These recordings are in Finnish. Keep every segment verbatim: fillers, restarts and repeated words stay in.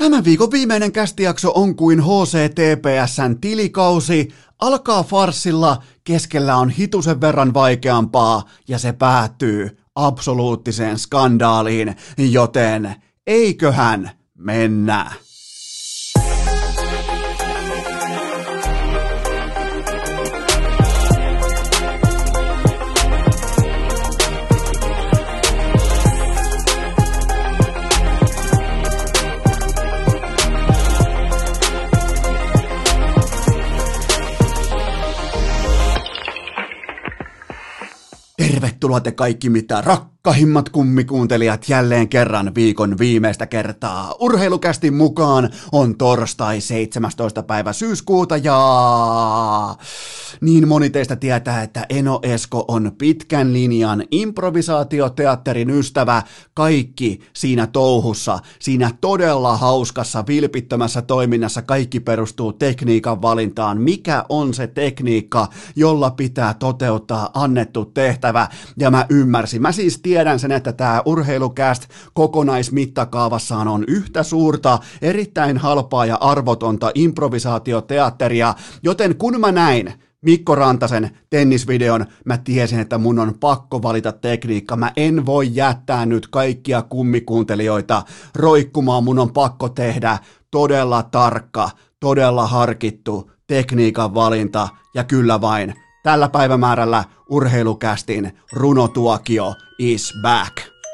Tämän viikon viimeinen kästijakso on kuin H C T P S:n tilikausi. Alkaa farssilla, keskellä on hitusen verran vaikeampaa ja se päättyy absoluuttiseen skandaaliin, joten eiköhän mennä. Tervetuloa te kaikki mitä rakkahimmat kummikuuntelijat jälleen kerran viikon viimeistä kertaa. Urheilukästin mukaan on torstai seitsemästoista päivä syyskuuta ja niin moni teistä tietää, että Eno Esko on pitkän linjan improvisaatioteatterin ystävä. Kaikki siinä touhussa, siinä todella hauskassa, vilpittömässä toiminnassa kaikki perustuu tekniikan valintaan. Mikä on se tekniikka, jolla pitää toteuttaa annettu tehtävä? Ja mä ymmärsin. Mä siis tiedän sen, että tämä urheilucast kokonaismittakaavassaan on yhtä suurta, erittäin halpaa ja arvotonta improvisaatioteatteria, joten kun mä näin Mikko Rantasen tennisvideon, mä tiesin, että mun on pakko valita tekniikka. Mä en voi jättää nyt kaikkia kummikuuntelijoita roikkumaan. Mun on pakko tehdä todella tarkka, todella harkittu tekniikan valinta ja kyllä vain. Tällä päivämäärällä urheilukästin runotuokio is back.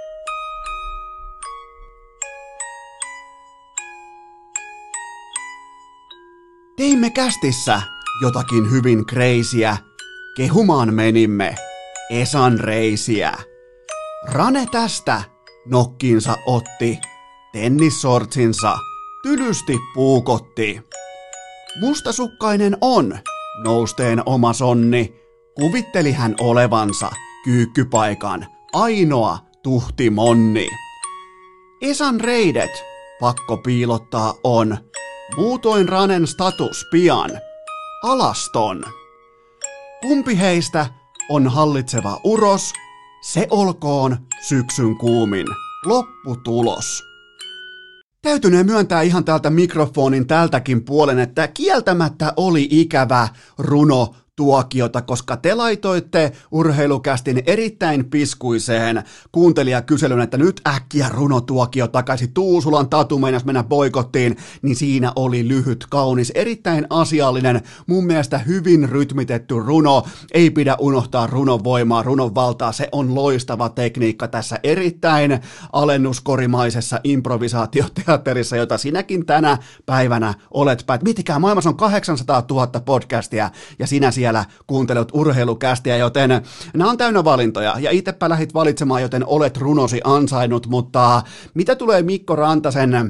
Teimme kästissä jotakin hyvin kreisiä. Kehumaan menimme Esan reisiä. Rane tästä nokkiinsa otti, tennissortsinsa tylysti puukotti. Mustasukkainen on nousteen oma sonni, kuvitteli hän olevansa kyykkypaikan ainoa tuhtimonni. Esan reidet pakko piilottaa on, muutoin Ranen status pian alaston. Kumpi heistä on hallitseva uros, se olkoon syksyn kuumin lopputulos. Täytynee myöntää ihan täältä mikrofonin tältäkin puolen, että kieltämättä oli ikävä runo tuokiota, koska te laitoitte urheilukästin erittäin piskuiseen kuuntelijakyselyn, että nyt äkkiä runotuokio takaisin Tuusulan Tatu meinas mennä boikottiin, niin siinä oli lyhyt, kaunis, erittäin asiallinen, mun mielestä hyvin rytmitetty runo. Ei pidä unohtaa runon voimaa, runon valtaa, se on loistava tekniikka tässä erittäin alennuskorimaisessa improvisaatioteatterissa, jota sinäkin tänä päivänä olet päät. Miettikää, maailmassa on kahdeksansataatuhatta podcastia ja sinä siellä kuuntelut urheilukästiä, joten nämä on täynnä valintoja ja itsepä lähdit valitsemaan, joten olet runosi ansainnut, mutta mitä tulee Mikko Rantasen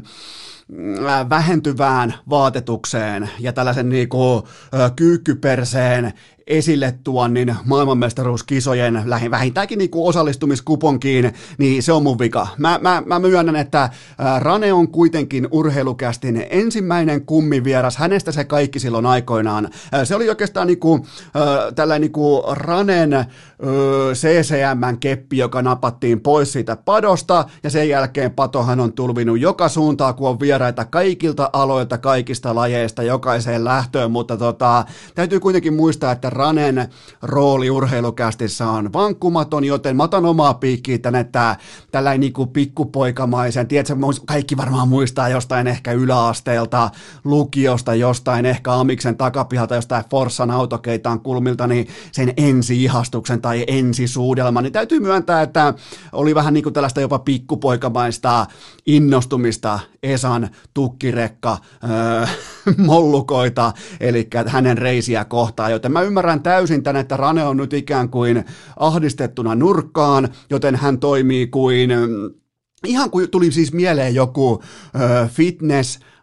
vähentyvään vaatetukseen ja tällaisen niinku kyykkyperseen esille tuonnin maailmanmestaruuskisojen lähin vähintäänkin niinku osallistumiskuponkiin, niin se on mun vika. Mä, mä, mä myönnän, että Rane on kuitenkin urheilukästin ensimmäinen kummivieras, hänestä se kaikki silloin aikoinaan. Se oli oikeastaan niinku, tällainen niinku Ranen C C M:n keppi, joka napattiin pois siitä padosta, ja sen jälkeen patohan on tulvinut joka suuntaan, kun on vieraita kaikilta aloilta, kaikista lajeista, jokaiseen lähtöön, mutta tota, täytyy kuitenkin muistaa, että Ranen rooli urheilukästissä on vankkumaton, joten mä otan omaa piikkiä tänne, että tällainen niinku pikkupoikamaisen, tiedätkö, kaikki varmaan muistaa jostain ehkä yläasteelta, lukiosta, jostain ehkä Amiksen takapihalta, jostain Forssan autokeitaan kulmilta, niin sen ensi-ihastuksen tai ensisuudelma, niin täytyy myöntää, että oli vähän niinku tällaista jopa pikkupoikamaista innostumista Esan tukkirekka öö, mollukoita, eli hänen reisiä kohtaan, joten mä ymmärrän täysin tän, että Rane on nyt ikään kuin ahdistettuna nurkkaan, joten hän toimii kuin, ihan kuin tuli siis mieleen joku ö, fitness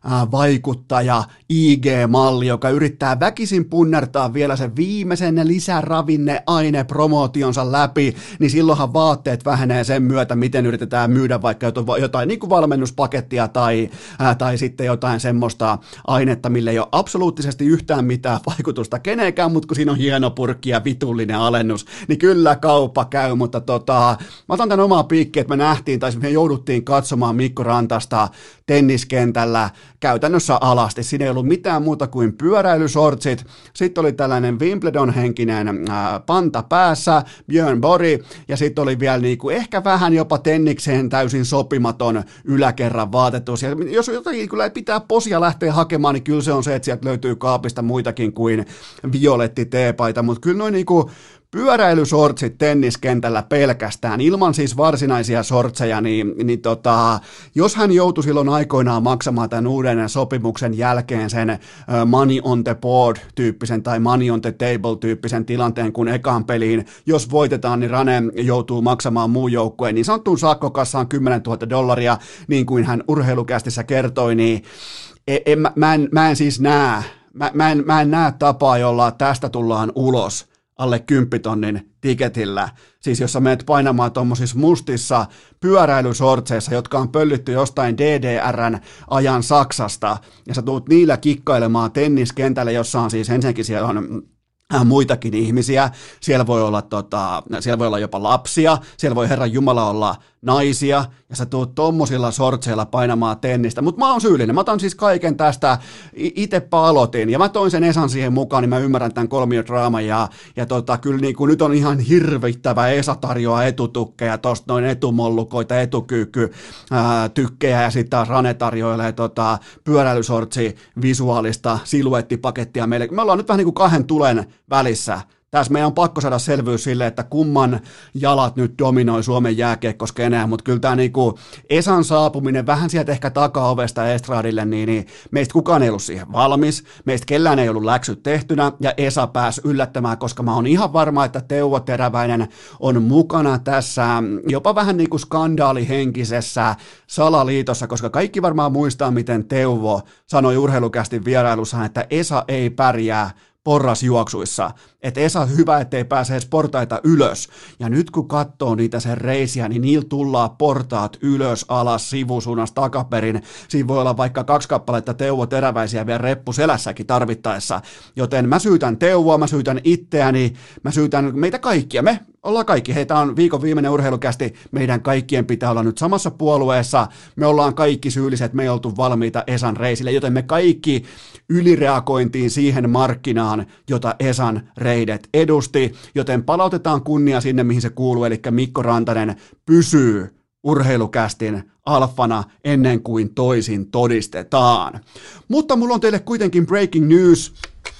äh, vaikuttaja, I G-malli, joka yrittää väkisin punnertaa vielä sen viimeisen lisäravinneaine promootionsa läpi, niin silloinhan vaatteet vähenee sen myötä, miten yritetään myydä vaikka jotain, jotain niin kuin valmennuspakettia tai, ää, tai sitten jotain semmoista ainetta, millä ei ole absoluuttisesti yhtään mitään vaikutusta kenenkään, mutta kun siinä on hieno purkki ja vitullinen alennus, niin kyllä kauppa käy, mutta tota, mä otan tämän omaa piikkiä, että me nähtiin tai me jouduttiin katsomaan Mikko Rantasta tenniskentällä käytännössä alasti. Siinä ei ollut mitään muuta kuin pyöräilysortsit, sitten oli tällainen Wimbledon-henkinen ää, panta päässä, Björn Borg, ja sitten oli vielä niinku ehkä vähän jopa tennikseen täysin sopimaton yläkerran vaatetus. Ja jos jotakin kyllä pitää posia lähteä hakemaan, niin kyllä se on se, että sieltä löytyy kaapista muitakin kuin violetti teepaita, mutta kyllä noin niinku pyöräilysortsit tenniskentällä pelkästään, ilman siis varsinaisia sortseja, niin, niin tota, jos hän joutui silloin aikoinaan maksamaan tämän uuden sopimuksen jälkeen sen uh, money on the board-tyyppisen tai money on the table-tyyppisen tilanteen, kun ekaan peliin, jos voitetaan, niin Rane joutuu maksamaan muun joukkueen, niin sanottuun sakkokassaan kymmenen tuhatta dollaria, niin kuin hän urheilukästissä kertoi, niin en, en, mä, en, mä en siis näe, mä, mä, en, mä en näe tapaa, jolla tästä tullaan ulos alle kymppitonnin tiketillä, siis jos sä menet painamaan tuommoisissa mustissa pyöräilysortseissa, jotka on pöllytty jostain D D R:n ajan Saksasta, ja sä tuut niillä kikkailemaan tenniskentälle, jossa on siis ensinnäkin siellä on muitakin ihmisiä, siellä voi olla, tota, siellä voi olla jopa lapsia, siellä voi Herran Jumala olla naisia, ja sä tuut tommosilla sortseilla painamaan tennistä, mutta mä oon syyllinen, mä otan siis kaiken tästä, itepä aloitin, ja mä toin sen Esan siihen mukaan, niin mä ymmärrän tämän kolmiodraaman, ja, ja tota, kyllä niin kuin nyt on ihan hirvittävä, Esa tarjoaa etutukkeja, tosta noin etumollukoita, etukyykky, ää, tykkejä, ja sitten taas Rane tarjoilee tota, pyöräilysortsi visuaalista siluettipakettia meille, me ollaan nyt vähän niin kuin kahden tulen välissä. Tässä meidän on pakko saada selvyys sille, että kumman jalat nyt dominoi Suomen jääkiekkoskeneen, mutta kyllä tämä niinku Esan saapuminen vähän sieltä ehkä takaovesta estradille, niin, niin meistä kukaan ei ollut siihen valmis, meistä kellään ei ollut läksyt tehtynä, ja Esa pääsi yllättämään, koska mä oon ihan varma, että Teuvo Teräväinen on mukana tässä jopa vähän niin kuin skandaalihenkisessä salaliitossa, koska kaikki varmaan muistaa, miten Teuvo sanoi urheilukästin vierailussaan, että Esa ei pärjää porrasjuoksuissa, että Esa hyvä, ettei pääse edes portaita ylös, ja nyt kun katsoo niitä sen reisiä, niin niillä tullaan portaat ylös, alas, sivusuunnasta, takaperin, siinä voi olla vaikka kaksi kappaletta Teuvo Teräväisiä vielä reppu selässäkin tarvittaessa, joten mä syytän Teuvoa, mä syytän itseäni, mä syytän meitä kaikkia, me ollaan kaikki, hei, tää on viikon viimeinen urheilukästi, meidän kaikkien pitää olla nyt samassa puolueessa, me ollaan kaikki syylliset, me ei oltu valmiita Esan reisille, joten me kaikki ylireagointiin siihen markkinaan, jota Esan reidet edusti, joten palautetaan kunnia sinne, mihin se kuuluu, eli Mikko Rantanen pysyy urheilukästin alfana ennen kuin toisin todistetaan. Mutta mulla on teille kuitenkin breaking news,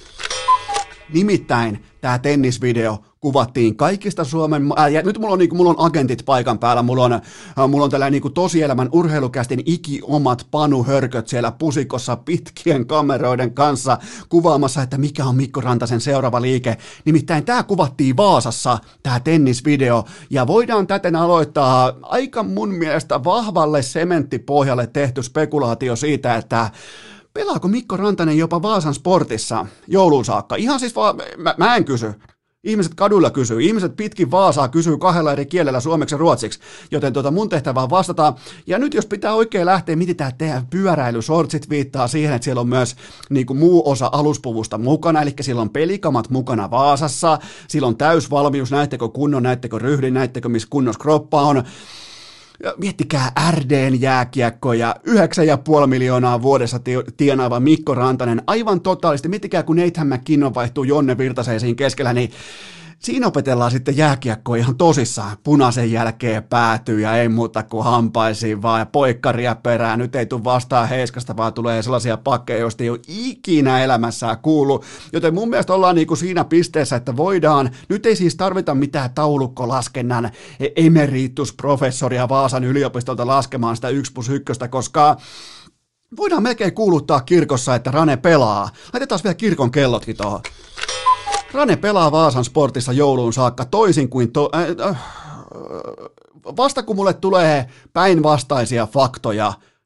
nimittäin tämä tennisvideo kuvattiin kaikista Suomen, äh, ja nyt mulla on, niin mulla on agentit paikan päällä, mulla on, äh, mulla on tällainen niin tosielämän urheilukästin ikiomat panuhörköt siellä pusikossa pitkien kameroiden kanssa kuvaamassa, että mikä on Mikko Rantasen seuraava liike. Nimittäin tämä kuvattiin Vaasassa, tämä tennisvideo, ja voidaan täten aloittaa aika mun mielestä vahvalle sementtipohjalle tehty spekulaatio siitä, että pelaako Mikko Rantanen jopa Vaasan Sportissa jouluun saakka? Ihan siis vaan, mä, mä en kysy. Ihmiset kaduilla kysyy, ihmiset pitkin Vaasaa kysyy kahdella eri kielellä suomeksi ja ruotsiksi, joten tuota mun tehtävä on vastata. Ja nyt jos pitää oikein lähteä, miten tämä tehdään pyöräilysortsit viittaa siihen, että siellä on myös niin kuin muu osa aluspuvusta mukana, eli siellä on pelikamat mukana Vaasassa, siellä on täysvalmius, näettekö kunnon, näettekö ryhdin, näettekö missä kunnossa kroppa on. Miettikää R D:n jääkiekko ja yhdeksän pilkku viisi miljoonaa vuodessa tienaava Mikko Rantanen aivan totaalisti. Miettikää, kun Nathan McKinnon vaihtuu Jonne Virtaseen siinä keskellä, niin siinä opetellaan sitten jääkiekkoa ihan tosissaan. Punaisen jälkeen päätyy ja ei muuta kuin hampaisiin vaan ja poikkaria perään. Nyt ei tule vastaan Heiskasta, vaan tulee sellaisia pakkeja, joista ei ole ikinä elämässään kuullut. Joten mun mielestä ollaan niin kuin siinä pisteessä, että voidaan, nyt ei siis tarvita mitään taulukkolaskennan emeritusprofessoria Vaasan yliopistolta laskemaan sitä yksi plus yksi, koska voidaan melkein kuuluttaa kirkossa, että Rane pelaa. Laitetaan vielä kirkon kellotkin tuohon. Rane pelaa Vaasan Sportissa jouluun saakka toisin kuin to, äh, äh, vasta kun mulle tulee päinvastaisia faktoja,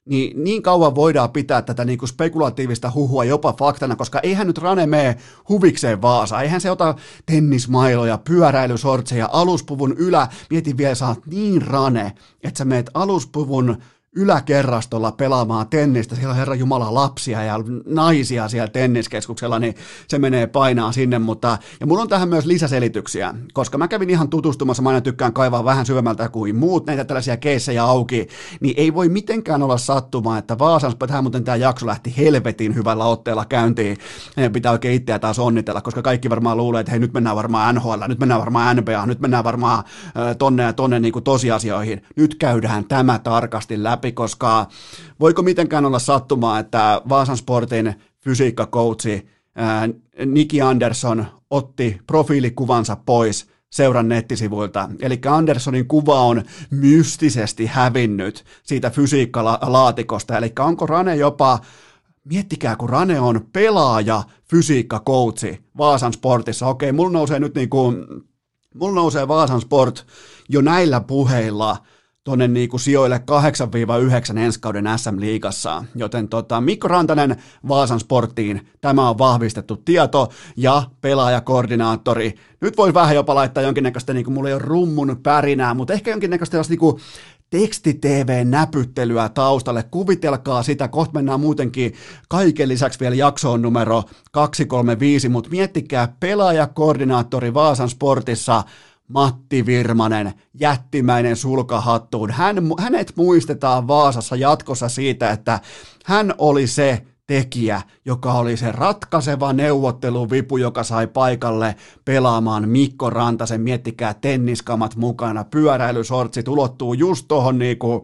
niin niin kauan voidaan pitää tätä niin kuin spekulatiivista huhua jopa faktana, koska eihän nyt Rane mene huvikseen Vaasa, eihän se ota tennismailoja, pyöräilysortseja, aluspuvun ylä, mieti vielä, sä oot niin Rane, että sä meet aluspuvun yläkerrastolla pelaamaan tennistä, siellä on herran jumala lapsia ja naisia siellä tenniskeskuksella, niin se menee painaa sinne, mutta ja mulla on tähän myös lisäselityksiä, koska mä kävin ihan tutustumassa, mä aina tykkään kaivaa vähän syvemmältä kuin muut näitä tällaisia keissejä auki, niin ei voi mitenkään olla sattumaa, että Vaasan, tähän muuten tämä jakso lähti helvetin hyvällä otteella käyntiin, ja pitää oikein itseä taas onnitella, koska kaikki varmaan luulee, että hei nyt mennään varmaan N H L, nyt mennään varmaan N B A, nyt mennään varmaan äh, tonne ja tonne niin kuin tosiasioihin, nyt käydään tämä tarkasti läpi, koska voiko mitenkään olla sattumaa, että Vaasan Sportin fysiikkakoutsi ää, Niki Andersson otti profiilikuvansa pois seuran nettisivuilta. Eli Anderssonin kuva on mystisesti hävinnyt siitä fysiikkalaatikosta. Eli onko Rane jopa, miettikää kun Rane on pelaaja fysiikkakoutsi Vaasan Sportissa. Okei, mulla nousee nyt niin kuin, mulla nousee Vaasan Sport jo näillä puheilla tuonne niinku sijoille kahdeksan yhdeksän ensi kauden S M-liigassa, joten tota, Mikko Rantanen Vaasan Sporttiin, tämä on vahvistettu tieto, ja pelaajakoordinaattori, nyt voi vähän jopa laittaa jonkinnäköistä, niinku mulla ei ole rummun pärinää, mutta ehkä jonkinnäköistä niinku teksti-T V-näpyttelyä taustalle, kuvitelkaa sitä, kohta mennään muutenkin kaiken lisäksi vielä jaksoon numero kaksisataakolmekymmentäviisi, mutta miettikää pelaajakoordinaattori Vaasan Sportissa, Matti Virmanen, jättimäinen sulkahattuun. Hän, hänet muistetaan Vaasassa jatkossa siitä, että hän oli se tekijä, joka oli se ratkaiseva neuvotteluvipu, joka sai paikalle pelaamaan Mikko Rantasen. Miettikää, tenniskamat mukana, pyöräilysortsit ulottuu just tuohon niinku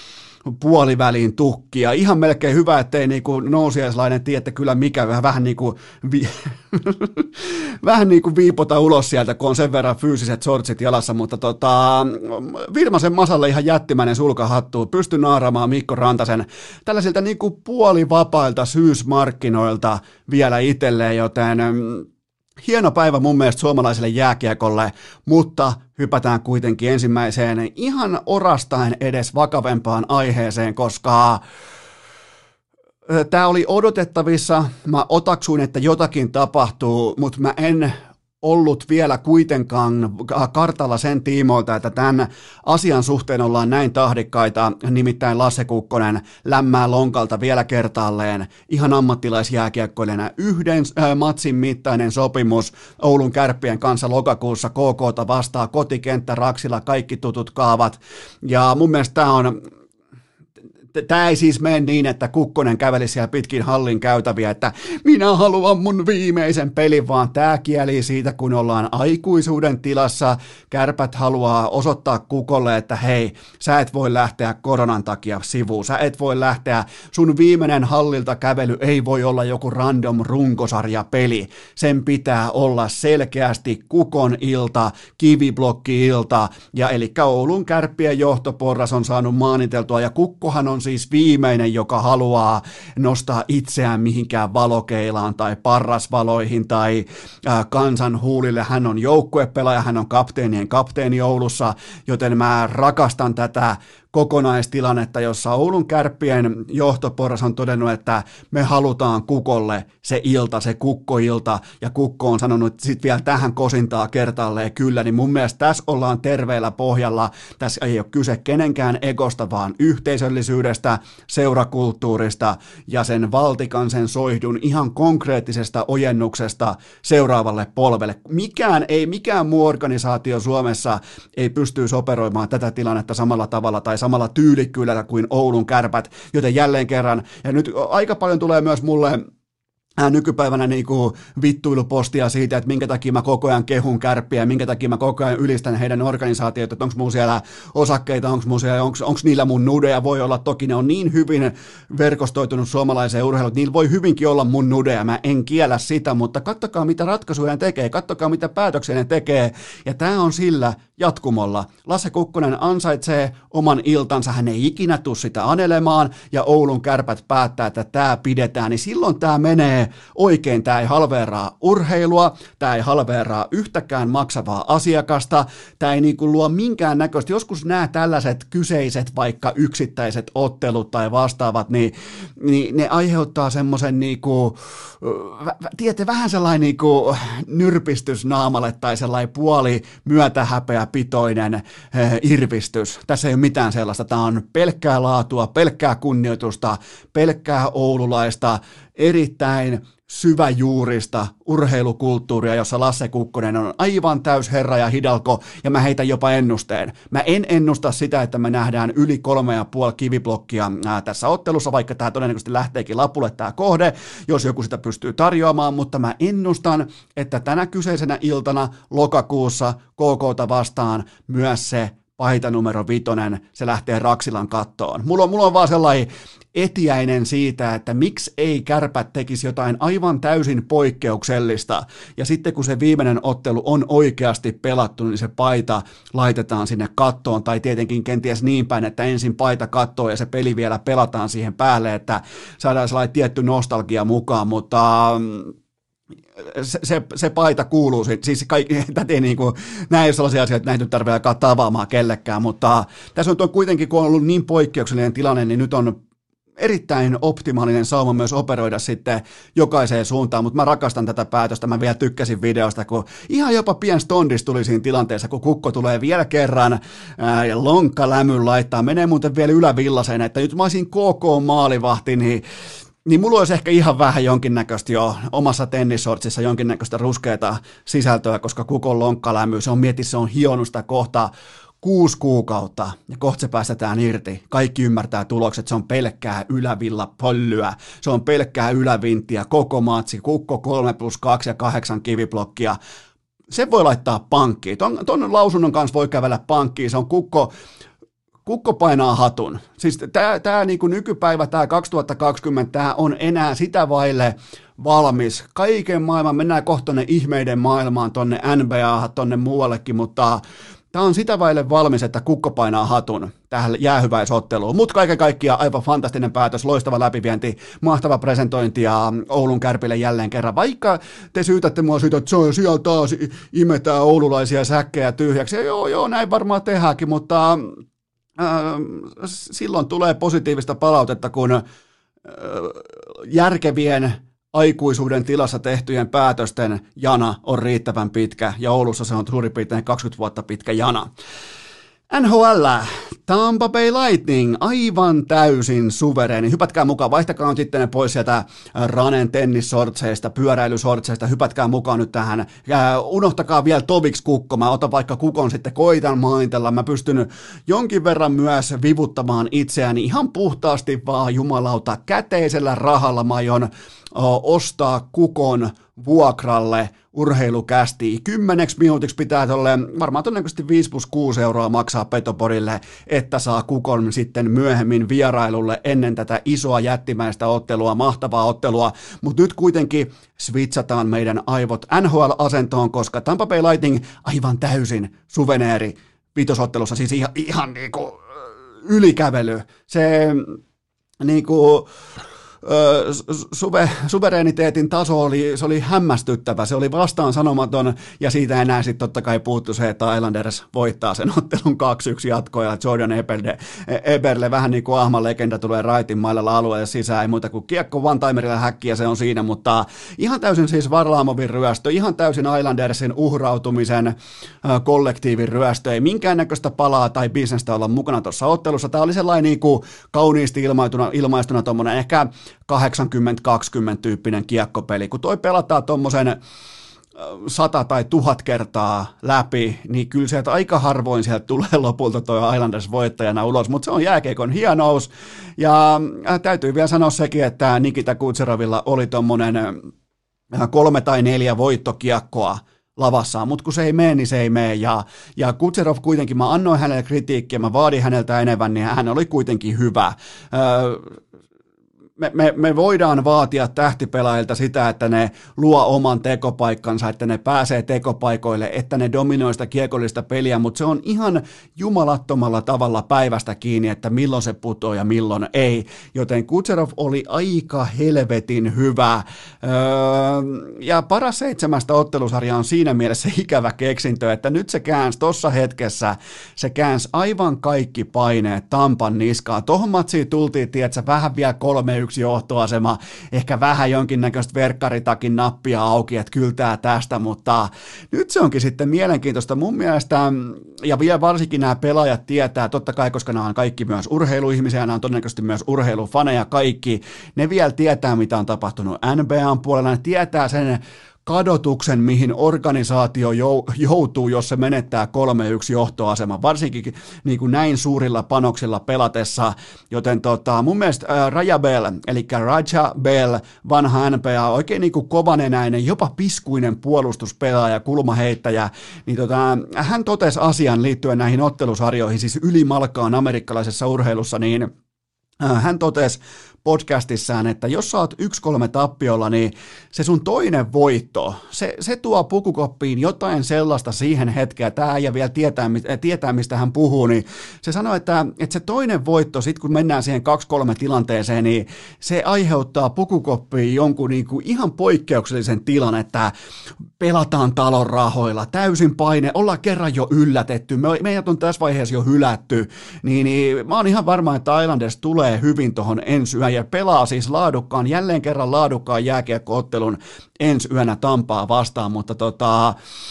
puoliväliin tukkia. Ihan melkein hyvä, ettei niinku nousiaislainen tiedä kyllä mikä, vähän, vähän, niinku, vi, vähän niinku viipota ulos sieltä, kun on sen verran fyysiset sortsit jalassa, mutta tota, Virmasen Masalle ihan jättimäinen sulkahattu, pystyi naaramaan Mikko Rantasen tällaisilta niinku puolivapailta syysmarkkinoilta vielä itselleen, joten hieno päivä mun mielestä suomalaiselle jääkiekolle, mutta hypätään kuitenkin ensimmäiseen ihan orastaen edes vakavempaan aiheeseen, koska tämä oli odotettavissa, mä otaksuin, että jotakin tapahtuu, mutta mä en ollut vielä kuitenkaan kartalla sen tiimoilta, että tämän asian suhteen ollaan näin tahdikkaita, nimittäin Lasse Kukkonen lämmää lonkalta vielä kertaalleen ihan ammattilaisjääkiekkoilijana yhden äh, matsin mittainen sopimus Oulun Kärppien kanssa lokakuussa K K:ta vastaa kotikenttä Raksilla, kaikki tutut kaavat, ja mun mielestä tämä on Tämä ei siis mene niin, että Kukkonen käveli siellä pitkin hallin käytäviä, että minä haluan mun viimeisen pelin, vaan tämä kieli siitä, kun ollaan aikuisuuden tilassa. Kärpät haluaa osoittaa Kukolle, että hei, sä et voi lähteä koronan takia sivuun, sä et voi lähteä, sun viimeinen hallilta kävely ei voi olla joku random runkosarjapeli. Sen pitää olla selkeästi Kukon ilta, kiviblokki-ilta, ja eli Oulun Kärppien johtoporras on saanut maaniteltua, ja Kukkohan on siis viimeinen, joka haluaa nostaa itseään mihinkään valokeilaan tai parrasvaloihin tai äh, kansan huulille. Hän on joukkuepelaaja, hän on kapteenien kapteeni Oulussa, joten mä rakastan tätä kokonaistilannetta, jossa Oulun Kärppien johtoporras on todennut, että me halutaan Kukolle se ilta, se kukkoilta, ja Kukko on sanonut sitten vielä tähän kosintaa kertaalleen kyllä, niin mun mielestä tässä ollaan terveellä pohjalla, tässä ei ole kyse kenenkään egosta, vaan yhteisöllisyydestä, seurakulttuurista ja sen valtikansen soihdun ihan konkreettisesta ojennuksesta seuraavalle polvelle. Mikään ei, mikään muu organisaatio Suomessa ei pystyisi operoimaan tätä tilannetta samalla tavalla tai samalla tyylikkyydellä kuin Oulun Kärpät, joten jälleen kerran, ja nyt aika paljon tulee myös mulle nykypäivänä niinku vittuilupostia siitä, että minkä takia mä koko ajan kehun Kärppiä, minkä takia mä koko ajan ylistän heidän organisaatioita, että onko mun siellä osakkeita, onko mun siellä, onko, onko niillä mun nudeja, voi olla, toki ne on niin hyvin verkostoitunut suomalaiseen urheiluun, että niillä voi hyvinkin olla mun nudeja, mä en kiellä sitä, mutta kattokaa mitä ratkaisuja ne tekee, kattokaa mitä päätöksiä ne tekee, ja tää on sillä, jatkumolla. Lasse Kukkonen ansaitsee oman iltansa, hän ei ikinä tule sitä anelemaan, ja Oulun Kärpät päättää, että tämä pidetään, niin silloin tämä menee oikein, tämä ei halveeraa urheilua, tämä ei halveeraa yhtäkään maksavaa asiakasta, tämä ei niinku luo minkään näköistä, joskus nämä tällaiset kyseiset vaikka yksittäiset ottelut tai vastaavat, niin, niin ne aiheuttaa semmoisen niinku, tiedätte, vähän sellainen niinku nyrpistys naamalle tai sellainen puoli myötähäpeäpitoinen eh, irvistys. Tässä ei ole mitään sellaista. Tämä on pelkkää laatua, pelkkää kunnioitusta, pelkkää oululaista, erittäin syväjuurista urheilukulttuuria, jossa Lasse Kukkonen on aivan täys herra ja hidalko, ja mä heitän jopa ennusteen. Mä en ennusta sitä, että me nähdään yli kolme ja puoli kiviblokkia ää, tässä ottelussa, vaikka tämä todennäköisesti lähteekin lapulle tämä kohde, jos joku sitä pystyy tarjoamaan, mutta mä ennustan, että tänä kyseisenä iltana lokakuussa K K:ta vastaan myös se paita numero vitonen, se lähtee Raksilan kattoon. Mulla on, mulla on vaan sellainen etiäinen siitä, että miksi ei Kärpät tekisi jotain aivan täysin poikkeuksellista, ja sitten kun se viimeinen ottelu on oikeasti pelattu, niin se paita laitetaan sinne kattoon, tai tietenkin kenties niin päin, että ensin paita kattoon ja se peli vielä pelataan siihen päälle, että saadaan sellainen tietty nostalgia mukaan, mutta Se, se, se paita kuuluu, siis kaikki, ei niin kuin, nämä ei ole sellaisia asioita, että näitä nyt tarvitse alkaa tavaamaan kellekään, mutta tässä on kuitenkin, kun on ollut niin poikkeuksellinen tilanne, niin nyt on erittäin optimaalinen sauma myös operoida sitten jokaiseen suuntaan, mutta mä rakastan tätä päätöstä, mä vielä tykkäsin videosta, kun ihan jopa pien stondis tuli siinä tilanteessa, kun Kukko tulee vielä kerran ää, ja lonkkalämyn laittaa, menee muuten vielä ylävillaseen, että nyt mä olisin K K-maalivahti, niin niin mulla olisi ehkä ihan vähän jonkinnäköistä jo omassa tennissortsissa jonkinnäköistä ruskeata sisältöä, koska Kukon lonkkalämy, se on mieti, se on hionut sitä kohta kuusi kuukautta ja kohta se päästetään irti. Kaikki ymmärtää tulokset, se on pelkkää ylävilla pöllyä, se on pelkkää ylävinttiä, koko matsi, Kukko kolme plus kaksi ja kahdeksan kiviblokkia. Se voi laittaa pankkiin. Ton, ton lausunnon kanssa voi kävellä pankkiin, se on Kukko, Kukko painaa hatun. Siis tämä tää niinku nykypäivä, tämä kaksituhattakaksikymmentä, tämä on enää sitä vaille valmis. Kaiken maailman, mennään kohta tonne ihmeiden maailmaan, tonne N B A, tonne muuallekin, mutta tämä on sitä vaille valmis, että Kukko painaa hatun tähän jäähyväisotteluun. Mutta kaiken kaikkiaan aivan fantastinen päätös, loistava läpivienti, mahtava presentointi ja Oulun Kärpille jälleen kerran. Vaikka te syytätte mua siitä, että se on siellä taas imetään oululaisia säkkejä tyhjäksi. Ja joo, joo, näin varmaan tehdäänkin, mutta silloin tulee positiivista palautetta, kun järkevien aikuisuuden tilassa tehtyjen päätösten jana on riittävän pitkä, ja Oulussa se on suurin piirtein kaksikymmentä vuotta pitkä jana. N H L, Tampa Bay Lightning, aivan täysin suvereeni. Hypätkää mukaan, vaihtakaa nyt sitten ne pois sieltä Ranen tennissortseista, pyöräilysortseista, hypätkää mukaan nyt tähän. Ja unohtakaa vielä toviksi Kukko, mä otan vaikka Kukon sitten, koitan maintella. Mä pystyn jonkin verran myös vivuttamaan itseäni ihan puhtaasti vaan jumalauta käteisellä rahalla. Mä aion ostaa Kukon vuokralle urheilukästi. Kymmeneksi minuutiksi pitää tolle, varmaan todennäköisesti viisi plus kuusi euroa maksaa Petoporille, että saa Kukon sitten myöhemmin vierailulle ennen tätä isoa jättimäistä ottelua, mahtavaa ottelua, mutta nyt kuitenkin switchataan meidän aivot N H L-asentoon, koska Tampa Bay Lightning aivan täysin suveneeri vitosottelussa, siis ihan, ihan niinku ylikävely. Se niinku Suve, suvereniteetin taso oli, se oli hämmästyttävä, se oli vastaan sanomaton, ja siitä enää sitten totta kai puuttu se, että Islanders voittaa sen ottelun kaksi yksi jatkoa, ja Jordan Eberle, Eberle vähän niin kuin ahman legenda tulee raitin mailalla alueelle sisään, ei muuta kuin kiekko one-timerilla häkkiä, se on siinä, mutta ihan täysin siis Varlamovin ryöstö, ihan täysin Islandersin uhrautumisen kollektiivin ryöstö, ei minkäännäköistä palaa tai bisnestä olla mukana tuossa ottelussa, tämä oli sellainen niin kuin kauniisti ilmaistuna, ilmaistuna tuommoinen ehkä kahdeksankymmentä kaksikymmentä tyyppinen kiekkopeli. Kun toi pelataan tommosen sata tai tuhat kertaa läpi, niin kyllä sieltä aika harvoin sieltä tulee lopulta toi Islanders voittajana ulos, mutta se on jääkiekon hienous. Ja täytyy vielä sanoa sekin, että Nikita Kutserovilla oli tommonen kolme tai neljä voittokiekkoa lavassaan, mutta kun se ei mene, niin se ei mene, ja, ja Kutserov kuitenkin, mä annoin hänelle kritiikkiä, mä vaadin häneltä enemmän, niin hän oli kuitenkin hyvä. Öö, me, me, me voidaan vaatia tähtipelaajilta sitä, että ne luo oman tekopaikkansa, että ne pääsee tekopaikoille, että ne dominoi sitä kiekollista peliä, mutta se on ihan jumalattomalla tavalla päivästä kiinni, että milloin se putoo ja milloin ei, joten Kucherov oli aika helvetin hyvä, öö, ja paras seitsemästä ottelusarja on siinä mielessä ikävä keksintö, että nyt se käänsi tuossa hetkessä, se käänsi aivan kaikki paineet Tampan niskaan. Tohon matsiin tultiin, tiedätkö, vähän vielä kolme yksi johtoasema, ehkä vähän jonkinnäköistä verkkaritakin nappia auki, että kyltää tästä, mutta nyt se onkin sitten mielenkiintoista mun mielestä, ja vielä varsinkin nämä pelaajat tietää, totta kai, koska nämä on kaikki myös urheiluihmisiä, nämä on todennäköisesti myös urheilufaneja kaikki, ne vielä tietää, mitä on tapahtunut N B A:n puolella, ne tietää sen kadotuksen, mihin organisaatio joutuu, jos se menettää kolme yksi johtoasema, varsinkin niin kuin näin suurilla panoksilla pelatessa, joten tota, mun mielestä ää, Raja Bell, eli Raja Bell, vanha N B A, oikein niin kuin kovanenäinen, jopa piskuinen puolustuspelaaja, kulmaheittäjä, niin tota, hän totesi asian liittyen näihin ottelusarjoihin, siis ylimalkaan amerikkalaisessa urheilussa, niin ää, hän totesi podcastissaan, että jos sä oot yksi kolme tappiolla, niin se sun toinen voitto, se, se tuo pukukoppiin jotain sellaista siihen hetkeen, tämä äijä vielä tietää, tietää, mistä hän puhuu, niin se sanoi, että, että se toinen voitto, sit kun mennään siihen kaksi kolme tilanteeseen, niin se aiheuttaa pukukoppiin jonkun niin kuin ihan poikkeuksellisen tilan, että pelataan talon rahoilla, täysin paine, ollaan kerran jo yllätetty, me, meidät on tässä vaiheessa jo hylätty, niin, niin mä oon ihan varma, että Islanders tulee hyvin tuohon ensi yön ja pelaa siis laadukkaan, jälleen kerran laadukkaan jääkiekko-ottelun ensi yönä Tampaa vastaan, mutta tota,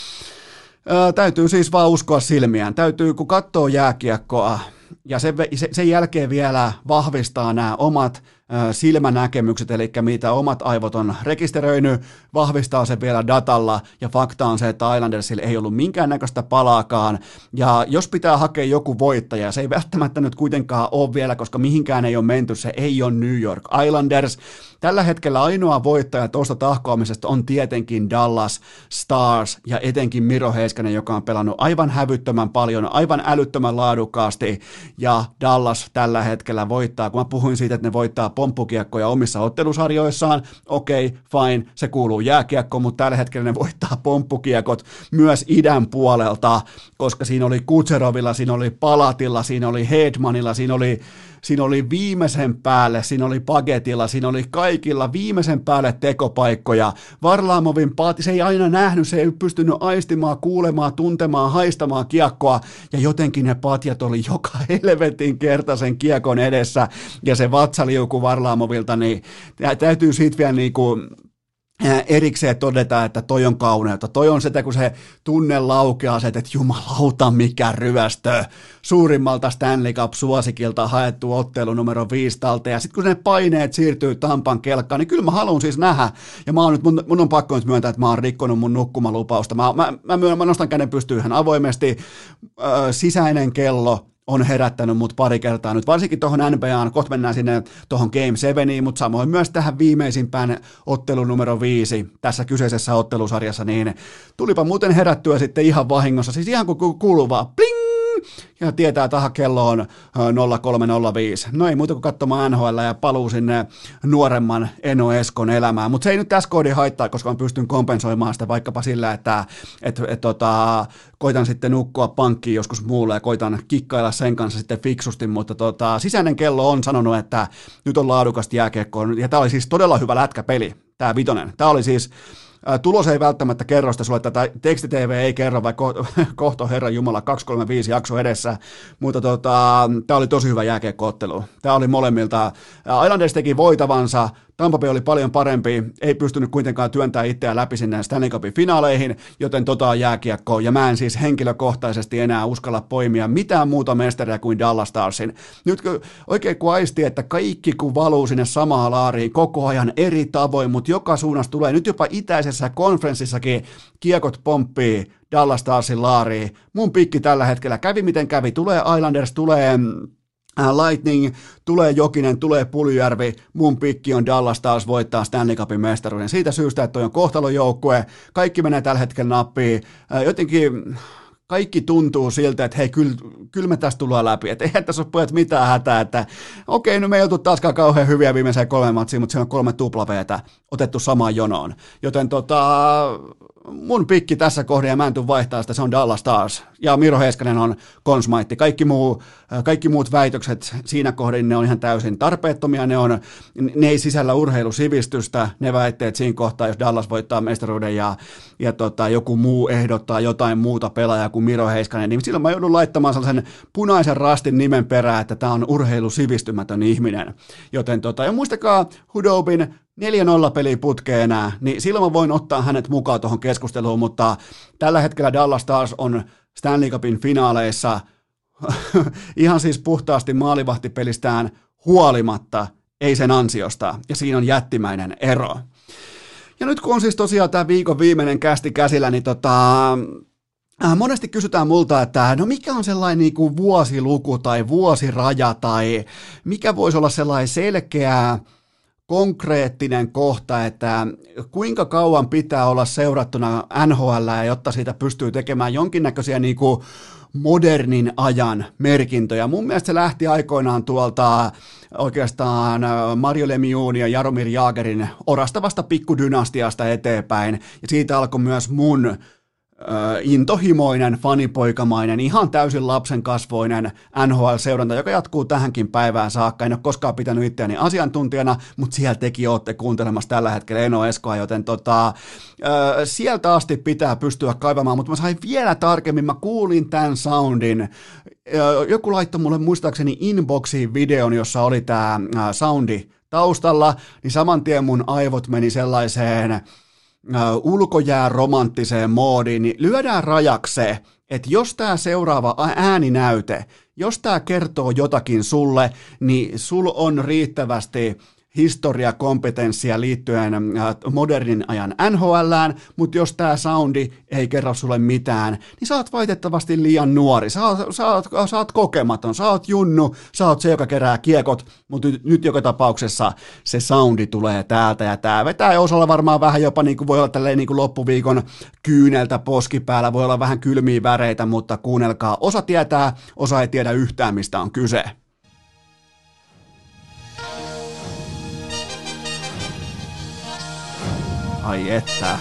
ää, täytyy siis vaan uskoa silmiään, täytyy kun katsoo jääkiekkoa ja sen, sen jälkeen vielä vahvistaa nämä omat silmänäkemykset, eli mitä omat aivot on rekisteröinyt, vahvistaa se vielä datalla, ja fakta on se, että Islandersilla ei ollut minkäännäköistä palaakaan, ja jos pitää hakea joku voittaja, se ei välttämättä nyt kuitenkaan ole vielä, koska mihinkään ei ole menty, se ei ole New York Islanders. Tällä hetkellä ainoa voittaja tuosta tahkoamisesta on tietenkin Dallas Stars, ja etenkin Miro Heiskanen, joka on pelannut aivan hävyttömän paljon, aivan älyttömän laadukkaasti, ja Dallas tällä hetkellä voittaa, kun mä puhuin siitä, että ne voittaa pomppukiekkoja omissa ottelusarjoissaan, okei, okay, fine, se kuuluu jääkiekkoon, mutta tällä hetkellä ne voittaa pomppukiekot myös idän puolelta, koska siinä oli Kucherovilla, siinä oli Palatilla, siinä oli Hedmanilla, siinä oli, siinä oli viimeisen päälle, siinä oli Pagetilla, siinä oli kaikilla viimeisen päälle tekopaikkoja. Varlaamovin paati, se ei aina nähnyt, se ei pystynyt aistimaan, kuulemaan, tuntemaan, haistamaan kiekkoa, ja jotenkin ne patjat oli joka helvetin kerta sen kiekon edessä, ja se vatsaliuku Varlaamovilta, niin täytyy siitä vielä niinku erikseen todeta, että toi on kauneutta. Toi on sitä, kun se tunne laukeaa se, että jumalauta mikä ryöstö. Suurimmalta Stanley Cup-suosikilta haettu ottelu numero viisi talteen. Ja sitten kun ne paineet siirtyy Tampan kelkkaan, niin kyllä mä haluan siis nähdä. Ja mä oon nyt, mun, mun on pakko nyt myöntää, että mä oon rikkonut mun nukkumalupausta. Mä, mä, mä, myön, mä nostan käden pystyyn ihan avoimesti. Ö, sisäinen kello on herättänyt mut pari kertaa nyt, varsinkin tuohon N B A:n, kohta mennään sinne tuohon Game seveniin, mutta samoin myös tähän viimeisimpään ottelun numero viisi tässä kyseisessä ottelusarjassa, niin tulipa muuten herättyä sitten ihan vahingossa, siis ihan kun kuuluu vaan pling, ja tietää, että kello on nolla kolme nolla viisi. No ei muuta kuin katsomaan N H L ja paluu sinne nuoremman Eno Eskon elämään, mutta se ei nyt tässä koodin haittaa, koska mä pystyn kompensoimaan sitä vaikkapa sillä, että et, et, tota, koitan sitten nukkua pankkiin joskus muulle ja koitan kikkailla sen kanssa sitten fiksusti, mutta tota, sisäinen kello on sanonut, että nyt on laadukasta jääkiekkoa, ja tämä oli siis todella hyvä lätkäpeli, tämä vitonen. Tämä oli siis tulos ei välttämättä kerro sitä sulle, että teksti T V ei kerro, vai ko- kohta Herran Jumala kaksi kolme viisi jakso edessä, mutta tota, tämä oli tosi hyvä jääkiekkoottelu. Tämä oli molemmilta. Islanders teki voitavansa, Tampa Bay oli paljon parempi, ei pystynyt kuitenkaan työntämään itseään läpi sinne Stanley Cupin finaaleihin, joten tota on jääkiekkoa, ja mä en siis henkilökohtaisesti enää uskalla poimia mitään muuta mestaria kuin Dallas Starsin. Nyt oikein kun aisti, että kaikki kun valuu sinne samaan laariin koko ajan eri tavoin, mutta joka suunnasta tulee, nyt jopa itäisessä konferenssissakin kiekot pomppii Dallas Starsin laariin. Mun pikki tällä hetkellä kävi miten kävi, tulee Islanders, tulee Lightning, tulee Jokinen, tulee Puljujärvi, mun pikki on Dallas Stars voittaa Stanley Cupin mestaruuden. Siitä syystä, että toi on kohtalojoukkue, kaikki menee tällä hetkellä nappiin. Jotenkin kaikki tuntuu siltä, että hei, kyllä, kyllä me tästä tullaan läpi, että eihän tässä ole pojat mitään hätää, että okei, no me ei oltu taaskaan kauhean hyviä viimeiseen kolme matsiin, mutta siellä on kolme tuplaveetä otettu samaan jonoon, joten tota, mun pikki tässä kohdassa, ja mä en tule vaihtaa sitä, se on Dallas Stars, ja Miro Heiskanen on Conn Kaikki, muu, kaikki muut väitökset siinä kohdin, ne on ihan täysin tarpeettomia, ne, on, ne ei sisällä urheilusivistystä, ne väitteet siinä kohtaa, jos Dallas voittaa mestaruuden ja, ja tota, joku muu ehdottaa jotain muuta pelaajaa kuin Miro Heiskanen, niin silloin mä joudun laittamaan sellaisen punaisen rastin nimen perään, että tämä on urheilusivistymätön ihminen, joten tota, ja muistakaa Hudobin neljä nolla peliä putkeen enää, niin silloin mä voin ottaa hänet mukaan tuohon keskusteluun, mutta tällä hetkellä Dallas Stars on Stanley Cupin finaaleissa ihan siis puhtaasti maalivahtipelistään huolimatta, ei sen ansiosta, ja siinä on jättimäinen ero. Ja nyt kun on siis tosiaan tämä viikon viimeinen kästi käsillä, niin tota, äh, monesti kysytään multa, että no mikä on sellainen niin kuin vuosiluku tai vuosiraja, tai mikä voisi olla sellainen selkeä, konkreettinen kohta, että kuinka kauan pitää olla seurattuna N H L, jotta siitä pystyy tekemään jonkinnäköisiä niin kuin modernin ajan merkintöjä. Mun mielestä se lähti aikoinaan tuolta oikeastaan Mario Lemieux'n ja Jaromir Jagrin orastavasta pikkudynastiasta eteenpäin, ja siitä alkoi myös mun intohimoinen, fanipoikamainen, ihan täysin lapsen kasvoinen N H L-seuranta, joka jatkuu tähänkin päivään saakka. En ole koskaan pitänyt itseäni asiantuntijana, mutta siellä tekin olette kuuntelemassa tällä hetkellä Eno Eskoa, joten tota, sieltä asti pitää pystyä kaivamaan, mutta mä sain vielä tarkemmin, mä kuulin tämän soundin. Joku laittoi mulle muistaakseni inboxiin videon, jossa oli tämä soundi taustalla, niin saman tien mun aivot meni sellaiseen ulkojää romanttiseen moodiin, niin lyödään rajaksi se, että jos tämä seuraava ääninäyte, jos tämä kertoo jotakin sulle, niin sul on riittävästi historiakompetenssia liittyen modernin ajan N H L:ään, mutta jos tämä soundi ei kerro sulle mitään, niin sä oot valitettavasti liian nuori, sä oot, sä oot, sä oot kokematon, sä oot junnu, sä oot se, joka kerää kiekot, mutta nyt, nyt joka tapauksessa se soundi tulee täältä ja tää vetää ja osalla varmaan vähän jopa niin kuin voi olla tälleen niin kuin loppuviikon kyyneltä poskipäällä, voi olla vähän kylmiä väreitä, mutta kuunnelkaa, osa tietää, osa ei tiedä yhtään mistä on kyse. Ai että.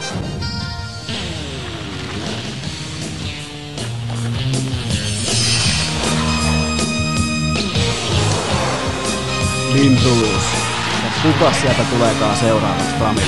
Lintuus. Ja kuka sieltä tuleekaan seuraavaksi Framille?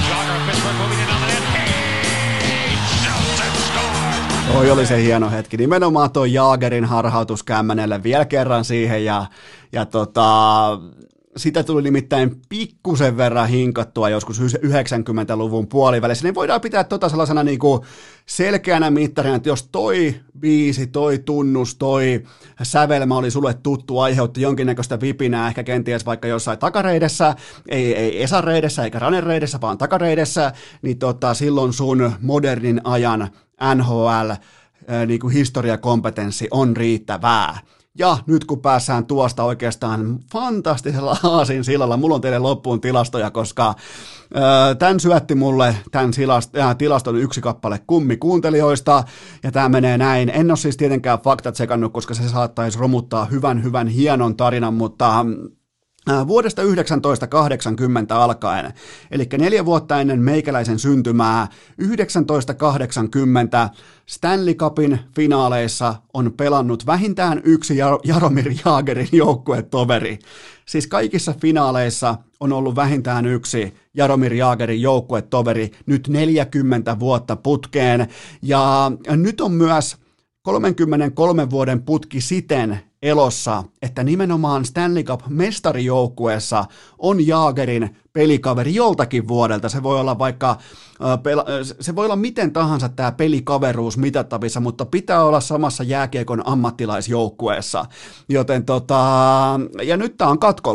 Toi oli se hieno hetki. Nimenomaan toi Jaagerin harhautus Kämmänelle vielä kerran siihen ja, ja tota... Sitä tuli nimittäin pikkusen verran hinkattua joskus yhdeksänkymmentäluvun puolivälissä, niin voidaan pitää tota sellaisena niin kuin selkeänä mittarina, että jos toi biisi, toi tunnus, toi sävelmä oli sulle tuttu, aiheutti jonkinnäköistä vipinää, ehkä kenties vaikka jossain takareidessä, ei, ei esareidessä eikä ranereidessä, vaan takareidessä, niin tota, silloin sun modernin ajan N H L niin kuin historiakompetenssi on riittävää. Ja nyt kun päässään tuosta oikeastaan fantastisella aasinsillalla, mulla on teille loppuun tilastoja, koska ö, tämän syötti mulle tämän silast, äh, tilaston yksi kappale kummikuuntelijoista, ja tämä menee näin. En ole siis tietenkään faktat sekannut, koska se saattaisi romuttaa hyvän, hyvän, hienon tarinan, mutta vuodesta yhdeksäntoistasataakahdeksankymmentä alkaen, eli neljä vuotta ennen meikäläisen syntymää, yhdeksäntoistasataakahdeksankymmentä Stanley Cupin finaaleissa on pelannut vähintään yksi Jaromir Jaagerin joukkuetoveri. Siis kaikissa finaaleissa on ollut vähintään yksi Jaromir Jaagerin joukkuetoveri nyt neljäkymmentä vuotta putkeen, ja nyt on myös kolmekymmentäkolme vuoden putki siten elossa, että nimenomaan Stanley Cup-mestarijoukkueessa on Jaagerin pelikaveri joltakin vuodelta. Se voi olla vaikka, se voi olla miten tahansa tämä pelikaveruus mitattavissa, mutta pitää olla samassa jääkiekon ammattilaisjoukkueessa. Joten tota, ja nyt tämä on katkolla.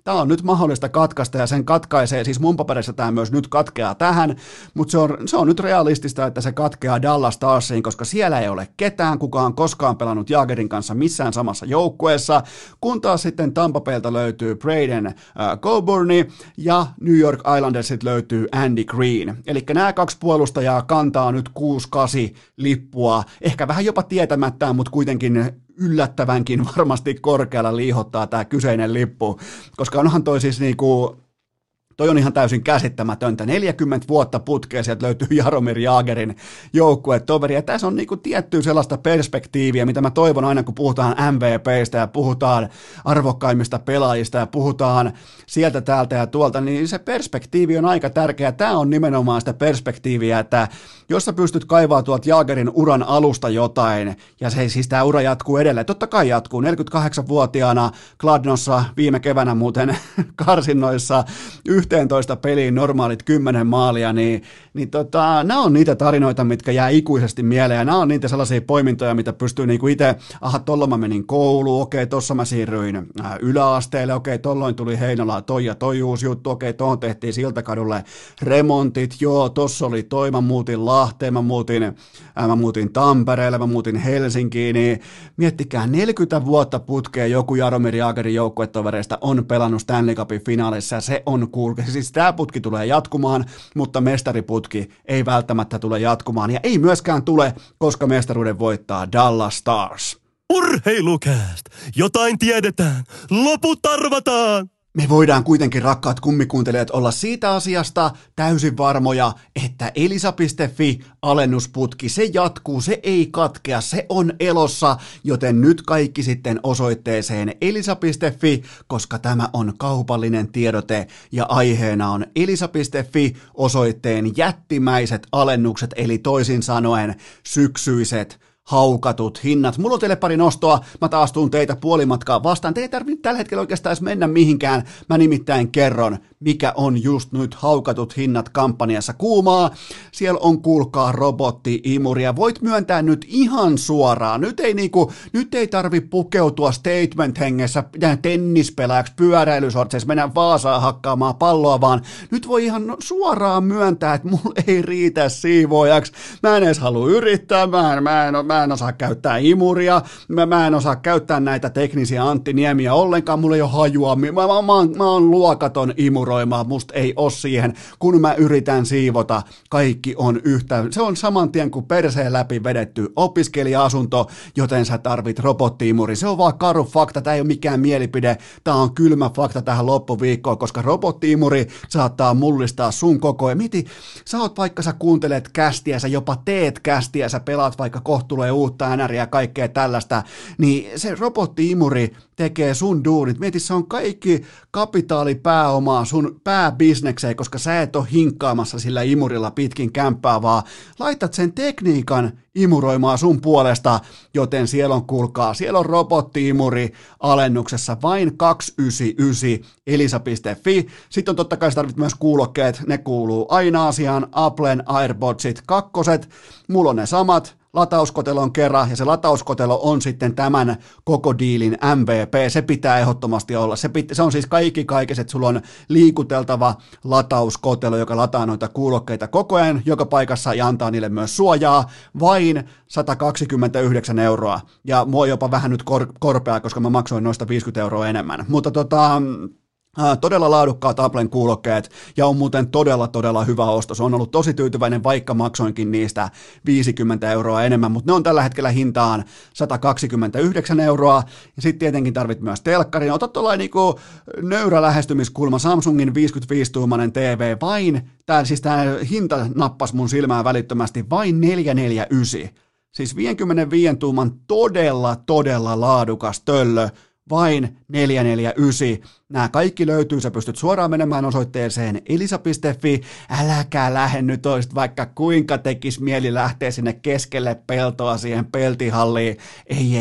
Tämä on nyt mahdollista katkaista ja sen katkaisee, siis mun paperissa tämä myös nyt katkeaa tähän, mutta se on, se on nyt realistista, että se katkeaa Dallas Starsiin, koska siellä ei ole ketään, kuka on koskaan pelannut Jagerin kanssa missään samassa joukkueessa, kun taas sitten Tampa Baylta löytyy Braden äh, Coburni ja New York Islandersit löytyy Andy Green. Eli nämä kaksi puolustajaa kantaa nyt kuusi kahdeksan lippua, ehkä vähän jopa tietämättään, mutta kuitenkin yllättävänkin varmasti korkealla liihottaa tämä kyseinen lippu, koska onhan toi siis niinku, toi on ihan täysin käsittämätöntä. neljäkymmentä vuotta putkea sieltä löytyy Jaromir Jagerin joukkuetoveri. Ja tässä on niinku tiettyä sellaista perspektiiviä, mitä mä toivon aina, kun puhutaan M V P:istä ja puhutaan arvokkaimmista pelaajista ja puhutaan sieltä, täältä ja tuolta, niin se perspektiivi on aika tärkeä. Tämä on nimenomaan sitä perspektiiviä, että jos sä pystyt kaivaa tuolta Jagerin uran alusta jotain, ja se siis tämä ura jatkuu edelleen, totta kai jatkuu, neljäkymmentäkahdeksanvuotiaana Kladnossa viime keväänä muuten karsinnoissa yhteentoista peliin normaalit kymmenen maalia, niin, niin tota, nämä on niitä tarinoita, mitkä jää ikuisesti mieleen, ja nämä on niitä sellaisia poimintoja, mitä pystyy niinku itse, aha, tolla mä menin kouluun, okei, tossa mä siirryin äh, yläasteelle, okei, tolloin tuli Heinolaan toi ja toi uusi juttu, okei, tohon tehtiin Siltakadulle remontit, joo, tossa oli toi, mä muutin Lahteen, mä muutin, äh, mä muutin Tampereelle, mä muutin Helsinkiin, niin miettikää, neljäkymmentä vuotta putkeen joku Jaromir Jagerin joukkuetovereista on pelannut Stanley Cupin finaalissa, ja se on cool. Siis tämä putki tulee jatkumaan, mutta mestariputki ei välttämättä tule jatkumaan, ja ei myöskään tule, koska mestaruuden voittaa Dallas Stars. Urheilukääst! Jotain tiedetään! Loput arvataan! Me voidaan kuitenkin, rakkaat kummikuuntelijat, olla siitä asiasta täysin varmoja, että Elisa piste fi alennusputki, se jatkuu, se ei katkea, se on elossa, joten nyt kaikki sitten osoitteeseen elisa piste fi, koska tämä on kaupallinen tiedote ja aiheena on elisa piste fi osoitteen jättimäiset alennukset, eli toisin sanoen syksyiset haukatut hinnat. Mulla on teille pari nostoa, mä taas tuun teitä puolimatkaa vastaan. Teidän ei tarvitse tällä hetkellä oikeastaan edes mennä mihinkään, mä nimittäin kerron, mikä on just nyt haukatut hinnat kampanjassa kuumaa. Siellä on, kuulkaa, robotti-imuria. Voit myöntää nyt ihan suoraan. Nyt ei, niinku, nyt ei tarvi pukeutua statement-hengessä tennispelaajaksi pyöräilysortseissa, mennä Vaasaan hakkaamaan palloa, vaan nyt voi ihan suoraan myöntää, että mulla ei riitä siivoojaksi. Mä en edes halua yrittää, mä en, mä en, mä en osaa käyttää imuria, mä, mä en osaa käyttää näitä teknisiä Antti Niemiä ollenkaan, mulla ei ole hajua, mä, mä, mä, oon, mä oon luokaton imuroimaan, musta ei ole siihen, kun mä yritän siivota, kaikki on yhtä, se on saman tien kuin perseen läpi vedetty opiskelija-asunto, joten sä tarvit robotti-imuri, se on vaan karu fakta, tää ei ole mikään mielipide, tää on kylmä fakta tähän loppuviikkoon, koska robotti-imuri saattaa mullistaa sun koko ajan, miti, sä oot vaikka sä kuuntelet kästiä, sä jopa teet kästiä, sä pelaat vaikka kohta tulee uutta änäriä ja kaikkea tällaista, niin se robotti-imuri tekee sun duunit. Mieti, se on kaikki kapitaalipääomaa sun pääbisnekseen, koska sä et ole hinkkaamassa sillä imurilla pitkin kämppää, vaan laitat sen tekniikan imuroimaan sun puolesta, joten siellä on, kuulkaa, siellä on robotti-imuri alennuksessa vain kaksisataayhdeksänkymmentäyhdeksän elisa piste fi. Sitten on totta kai sä tarvit myös kuulokkeet, ne kuuluu aina asiaan, Applen AirPodsit kakkoset, mulla on ne samat, latauskotelon kerran, ja se latauskotelo on sitten tämän koko diilin M V P, se pitää ehdottomasti olla. Se, pit, se on siis kaikki kaikessa, että sulla on liikuteltava latauskotelo, joka lataa noita kuulokkeita koko ajan joka paikassa ja antaa niille myös suojaa, vain sata kaksikymmentäyhdeksän euroa. Ja mua jopa vähän nyt kor, korpeaa, koska mä maksoin noista viisikymmentä euroa enemmän. Mutta tota... Todella laadukkaat Applen kuulokkeet ja on muuten todella todella hyvä ostos. On ollut tosi tyytyväinen, vaikka maksoinkin niistä viisikymmentä euroa enemmän, mutta ne on tällä hetkellä hintaan sata kaksikymmentäyhdeksän euroa. Ja sitten tietenkin tarvit myös telkkarin. Ota tuollainen niinku nöyrä lähestymiskulma, Samsungin viisikymmentäviisi-tuumainen T V, vain, tää, siis tämä hinta nappasi mun silmään välittömästi, vain neljäsataaneljäkymmentäyhdeksän. Siis viisikymmentäviisi tuuman todella todella laadukas töllö. Vain neljäsataaneljäkymmentäyhdeksän. Nämä kaikki löytyy, sä pystyt suoraan menemään osoitteeseen elisa piste fi. Äläkää lähde nyt, olisit vaikka kuinka tekis mieli lähteä sinne keskelle peltoa siihen peltihalliin. Ei, ei,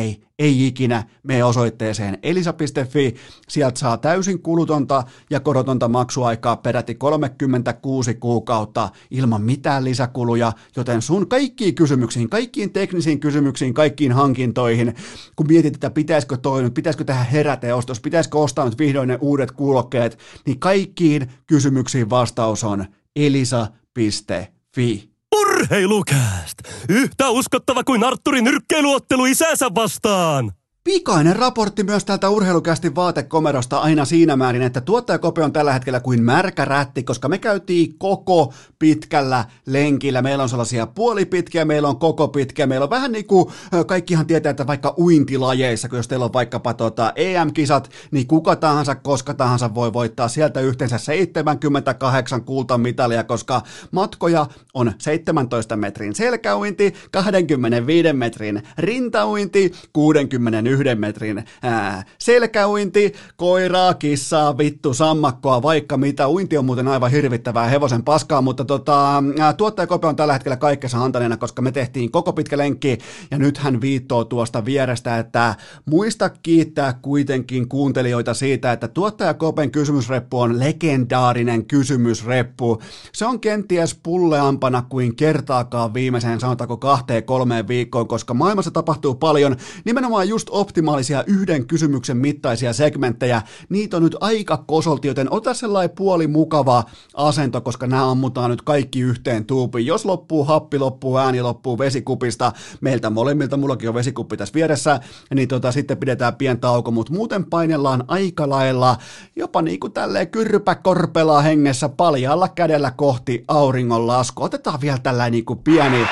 ei ikinä, mene osoitteeseen elisa piste fi, sieltä saa täysin kulutonta ja korotonta maksuaikaa peräti kolmekymmentäkuusi kuukautta ilman mitään lisäkuluja, joten sun kaikkiin kysymyksiin, kaikkiin teknisiin kysymyksiin, kaikkiin hankintoihin, kun mietit, että pitäisikö toi nyt, pitäisikö tehdä heräteostos, pitäisikö ostaa nyt vihdoin ne uudet kuulokkeet, niin kaikkiin kysymyksiin vastaus on elisa piste fi. Urheilukääst! Yhtä uskottava kuin Artturin nyrkkeiluottelu isänsä vastaan! Pikainen raportti myös täältä Urheilukästin vaatekomerosta aina siinä määrin, että tuottajakope on tällä hetkellä kuin märkä rätti, koska me käytiin koko pitkällä lenkillä. Meillä on sellaisia puolipitkiä, meillä on koko pitkiä, meillä on vähän niin kuin kaikkihan tietää, että vaikka uintilajeissa, kun jos teillä on vaikkapa tuota E M-kisat, niin kuka tahansa, koska tahansa voi voittaa sieltä yhteensä seitsemänkymmentäkahdeksan kultamitalia, koska matkoja on seitsemäntoista metrin selkäuinti, kaksikymmentäviisi metrin rintauinti, kuusikymmentä yhden metrin ää, selkäuinti, koiraa, kissaa, vittu, sammakkoa, vaikka mitä. Uinti on muuten aivan hirvittävää hevosen paskaa, mutta tota, ää, tuottajakope on tällä hetkellä kaikessa antaneena, koska me tehtiin koko pitkä lenkki, ja nyt hän viittoo tuosta vierestä, että muista kiittää kuitenkin kuuntelijoita siitä, että tuottajakopen kysymysreppu on legendaarinen kysymysreppu. Se on kenties pulleampana kuin kertaakaan viimeiseen, sanotaanko kahteen kolmeen viikkoon, koska maailmassa tapahtuu paljon, nimenomaan just optimaalisia yhden kysymyksen mittaisia segmenttejä, niitä on nyt aika kosolti, joten ota sellainen puoli mukava asento, koska nämä ammutaan nyt kaikki yhteen tuupiin. Jos loppuu happi, loppuu ääni, loppuu vesikupista, meiltä molemmilta, mullakin on vesikuppi tässä vieressä, niin tota, sitten pidetään pieni tauko, mutta muuten painellaan aika lailla, jopa niin kuin tälleen kyrpäkorpelaa hengessä paljaalla kädellä kohti auringonlaskua. Otetaan vielä tällainen niin kuin pieni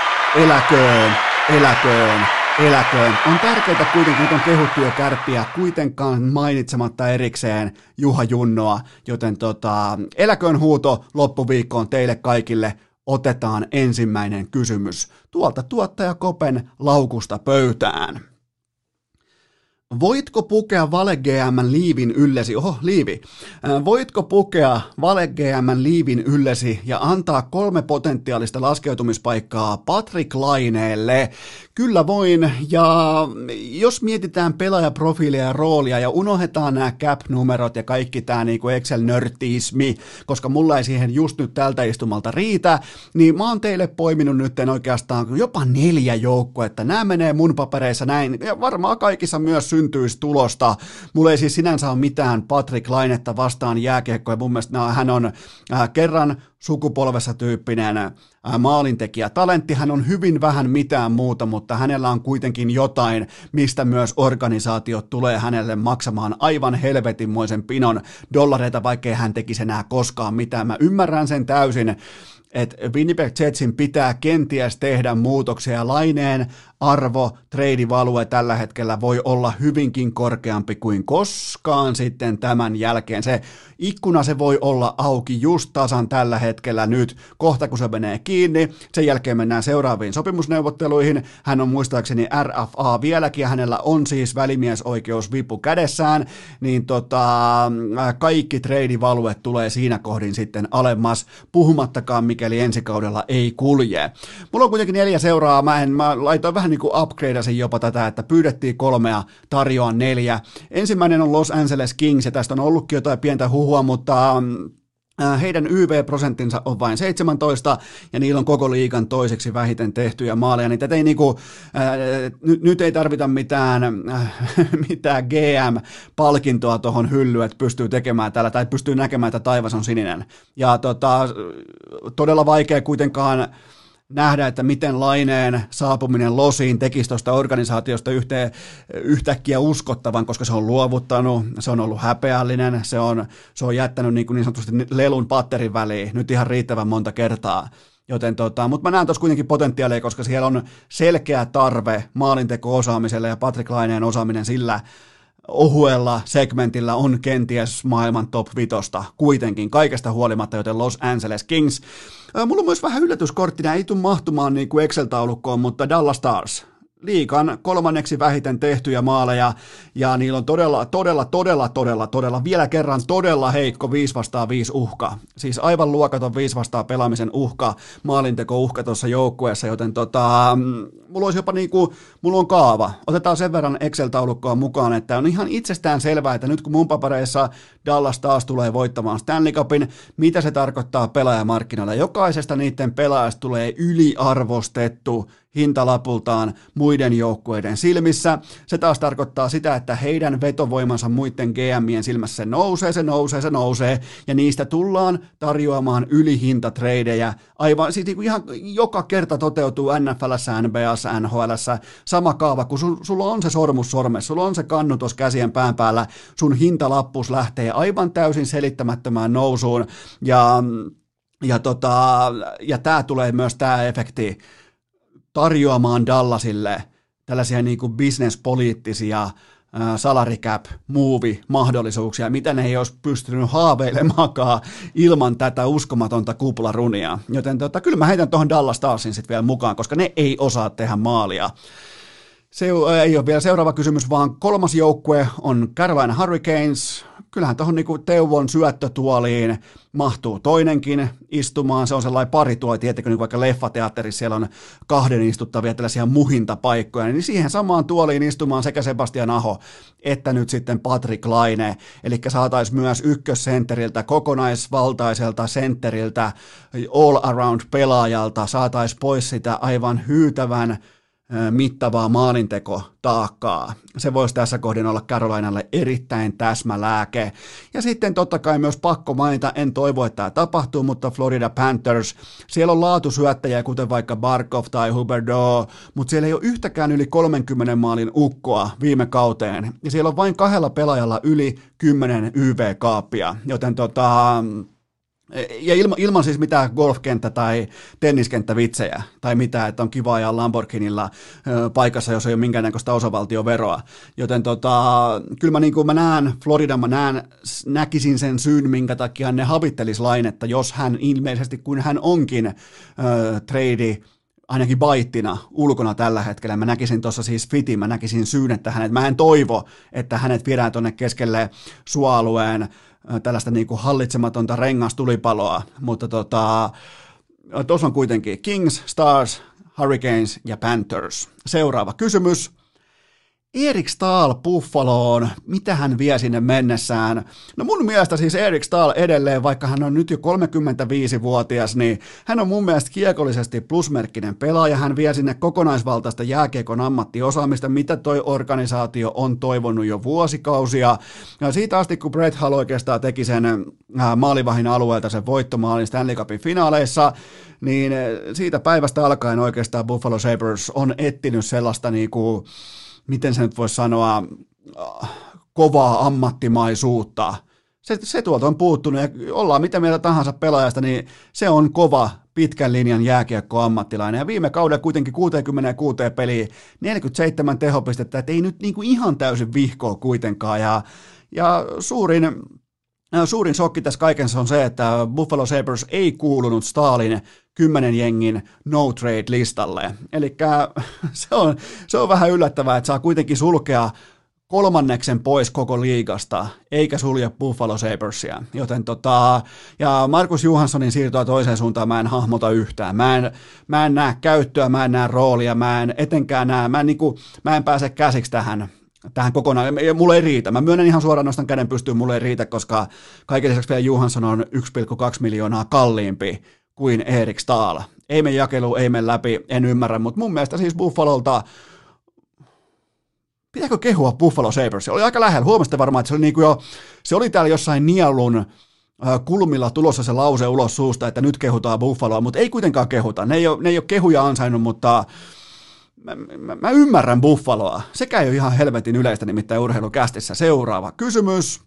eläköön, eläköön. Eläköön. On tärkeää kuitenkin, nyt on kehuttu jo Kärppiä, kuitenkaan mainitsematta erikseen Juha Junnoa, joten tota, eläköön huuto loppuviikkoon teille kaikille. Otetaan ensimmäinen kysymys tuolta tuottajakopen laukusta pöytään. Voitko pukea Vale G M:n liivin yllesi, oho, liivi, voitko pukea Vale G M:n liivin yllesi ja antaa kolme potentiaalista laskeutumispaikkaa Patrik Laineelle? Kyllä voin, ja jos mietitään pelaajaprofiilia ja roolia ja unohdetaan nämä cap-numerot ja kaikki tämä niinku Excel-nörttismi, koska mulla ei siihen just nyt tältä istumalta riitä, niin mä oon teille poiminut nyt oikeastaan jopa neljä joukkuetta. Nämä menee mun papereissa näin, ja varmaan kaikissa myös syntyisi tulosta. Mulla ei siis sinänsä ole mitään Patrik Lainetta vastaan jääkiekkoa, mun mielestä hän on äh, kerran sukupolvessa tyyppinen äh, maalintekijä. Talentti, hän on hyvin vähän mitään muuta, mutta hänellä on kuitenkin jotain, mistä myös organisaatiot tulee hänelle maksamaan aivan helvetinmoisen pinon dollareita, vaikkei hän tekisi enää koskaan mitään. Mä ymmärrän sen täysin, että Winnipeg Jetsin pitää kenties tehdä muutoksia ja Laineen arvo, trade-value tällä hetkellä voi olla hyvinkin korkeampi kuin koskaan sitten tämän jälkeen. Se ikkuna se voi olla auki just tasan tällä hetkellä nyt, kohta kun se menee kiinni, sen jälkeen mennään seuraaviin sopimusneuvotteluihin. Hän on muistaakseni R F A vieläkin ja hänellä on siis välimiesoikeus vipu kädessään, niin tota, kaikki trade-value tulee siinä kohdin sitten alemmas, puhumattakaan mikäli ensi kaudella ei kulje. Mulla on kuitenkin neljä seuraa, mä, en, mä laitoin vähän niin kuin upgradeasin jopa tätä, että pyydettiin kolmea, tarjoan neljä. Ensimmäinen on Los Angeles Kings, ja tästä on ollutkin jotain pientä huhua, mutta heidän Y V-prosenttinsa on vain seitsemäntoista, ja niillä on koko liigan toiseksi vähiten tehtyjä maaleja, niin tätä ei niinku, ää, nyt, nyt ei tarvita mitään, äh, mitään G M-palkintoa tuohon hyllyyn, että pystyy tekemään tällä, tai pystyy näkemään, että taivas on sininen. Ja tota, todella vaikea kuitenkaan nähdä, että miten Laineen saapuminen Losiin tekisi tuosta organisaatiosta yhteen, yhtäkkiä uskottavan, koska se on luovuttanut, se on ollut häpeällinen, se on, se on jättänyt niin, niin sanotusti lelun patterin väliin nyt ihan riittävän monta kertaa. Joten tota, mutta mä näen tuossa kuitenkin potentiaalia, koska siellä on selkeä tarve maalinteko-osaamiselle ja Patrik Laineen osaaminen sillä ohuella segmentillä on kenties maailman top vitosta kuitenkin kaikesta huolimatta, joten Los Angeles Kings. Mulla on myös vähän yllätyskorttina, ei tule mahtumaan niin kuin Excel-taulukkoon, mutta Dallas Stars. liigan kolmanneksi vähiten tehtyjä maaleja, ja niillä on todella, todella, todella, todella, todella, vielä kerran todella heikko viisi vastaan viisi uhka. Siis aivan luokaton viisi vastaan pelaamisen uhka, maalinteko uhka tuossa joukkueessa, joten tota, mulla olisi jopa niinku, mulla on kaava. Otetaan sen verran Excel-taulukkoa mukaan, että on ihan itsestään selvää, että nyt kun mun papereissa Dallas taas tulee voittamaan Stanley Cupin, mitä se tarkoittaa pelaajamarkkinoilla. Jokaisesta niiden pelaajasta tulee yliarvostettu hintalapultaan muiden joukkueiden silmissä. Se taas tarkoittaa sitä, että heidän vetovoimansa muiden G M:ien silmässä se nousee, se nousee, se nousee, ja niistä tullaan tarjoamaan ylihintatreidejä. Aivan, siis niin kuin ihan joka kerta toteutuu N F L:ssä, N B A:ssa, N H L:ssä sama kaava, kun sul, sulla on se sormus sormessa, sulla on se kannu tuossa käsien pään päällä, sun hintalappus lähtee aivan täysin selittämättömään nousuun, ja, ja, tota, ja tää tulee myös tää efekti tarjoamaan Dallasille tällaisia niin kuin business-poliittisia äh, salary cap, move-mahdollisuuksia, mitä ne ei olisi pystynyt haaveilemaankaan ilman tätä uskomatonta kuplarunia. Joten tota, kyllä mä heitän tuohon Dallas Starsin sitten vielä mukaan, koska ne ei osaa tehdä maalia. Se ei ole vielä seuraava kysymys, vaan kolmas joukkue on Carolina Hurricanes. Kyllähän tuohon niinku Teuvon syöttötuoliin mahtuu toinenkin istumaan. Se on sellainen parituoli, tietenkin niin vaikka leffateatterissa siellä on kahden istuttavia tällaisia muhintapaikkoja, niin siihen samaan tuoliin istumaan sekä Sebastian Aho että nyt sitten Patrick Laine. Eli saataisiin myös ykkössentteriltä, kokonaisvaltaiselta sentteriltä, all around pelaajalta, saataisiin pois sitä aivan hyytävän mittavaa maalintekotaakkaa. Se voisi tässä kohdin olla Carolinalle erittäin täsmälääke. Ja sitten totta kai myös pakko mainita, en toivo, että tämä tapahtuu, mutta Florida Panthers, siellä on laatusyöttäjiä, kuten vaikka Barkov tai Huberdeau, mutta siellä ei ole yhtäkään yli kolmenkymmenen maalin ukkoa viime kauteen. Ja siellä on vain kahdella pelaajalla yli kymmenen Y V-kaappia, joten tota... Ja ilman, ilman siis mitään golfkenttä- tai tenniskenttävitsejä tai mitään, että on kiva ajaa Lamborghinilla ö, paikassa, jos ei ole minkäännäköistä osavaltioveroa. Joten tota, kyllä mä, niin kuin mä näen Floridan, mä näen, näkisin sen syyn, minkä takia ne havittelisi Lainetta, jos hän ilmeisesti, kun hän onkin ö, trade ainakin baittina ulkona tällä hetkellä. Mä näkisin tuossa siis fitin, mä näkisin syyn, että hänet, mä en toivo, että hänet viedään tuonne keskelle suoalueen tällaista niin kuin hallitsematonta rengastulipaloa, mutta tota, tuossa on kuitenkin Kings, Stars, Hurricanes ja Panthers. Seuraava kysymys. Erik Staal Buffaloon, mitä hän vie sinne mennessään? No mun mielestä siis Erik Staal edelleen, vaikka hän on nyt jo kolmekymmentäviisivuotias, niin hän on mun mielestä kiekollisesti plusmerkkinen pelaaja. Hän vie sinne kokonaisvaltaista jääkiekon ammattiosaamista, mitä toi organisaatio on toivonut jo vuosikausia. Ja siitä asti, kun Brett Hull oikeastaan teki sen maalivahin alueelta sen voittomaalin Stanley Cupin finaaleissa, niin siitä päivästä alkaen oikeastaan Buffalo Sabres on etsinyt sellaista niinku, miten se nyt voisi sanoa, kovaa ammattimaisuutta. Se, se tuolta on puuttunut, ja ollaan mitä mieltä tahansa pelaajasta, niin se on kova pitkän linjan jääkiekko-ammattilainen. Ja viime kaudella kuitenkin kuusikymmentäkuusi peliä, neljäkymmentäseitsemän tehopistettä, että ei nyt niin kuin ihan täysin vihkoa kuitenkaan. Ja, ja suurin, suurin shokki tässä kaikessa on se, että Buffalo Sabres ei kuulunut Staalin kymmenen jengin no-trade-listalle. Eli se on, se on vähän yllättävää, että saa kuitenkin sulkea kolmanneksen pois koko liigasta, eikä sulje Buffalo Sabresia. Joten tota, ja Markus Johanssonin siirtoa toiseen suuntaan mä en hahmota yhtään. Mä en, mä en näe käyttöä, mä en näe roolia, mä en etenkään näe, mä en, niin kuin, mä en pääse käsiksi tähän. Tähän kokonaan, mulle ei riitä. Mä myönnän ihan suoraan, nostan käden pystyyn, mulle ei riitä, koska kaiken lisäksi vielä Johansson on yksi pilkku kaksi miljoonaa kalliimpi kuin Erik Staal. Ei mene jakelu, ei mene läpi, en ymmärrä, mutta mun mielestä siis Buffalolta, pitääkö kehua Buffalo Sabres? Se oli aika lähellä, huomasitte varmaan, että se oli, niin kuin jo, se oli täällä jossain nielun kulmilla tulossa se lause ulos suusta, että nyt kehutaan Buffaloa, mutta ei kuitenkaan kehuta. Ne ei ole, ne ei ole kehuja ansainnut, mutta Mä, mä, mä ymmärrän Buffaloa. Sekä ei ole ihan helvetin yleistä nimittäin urheilukästissä. Seuraava kysymys.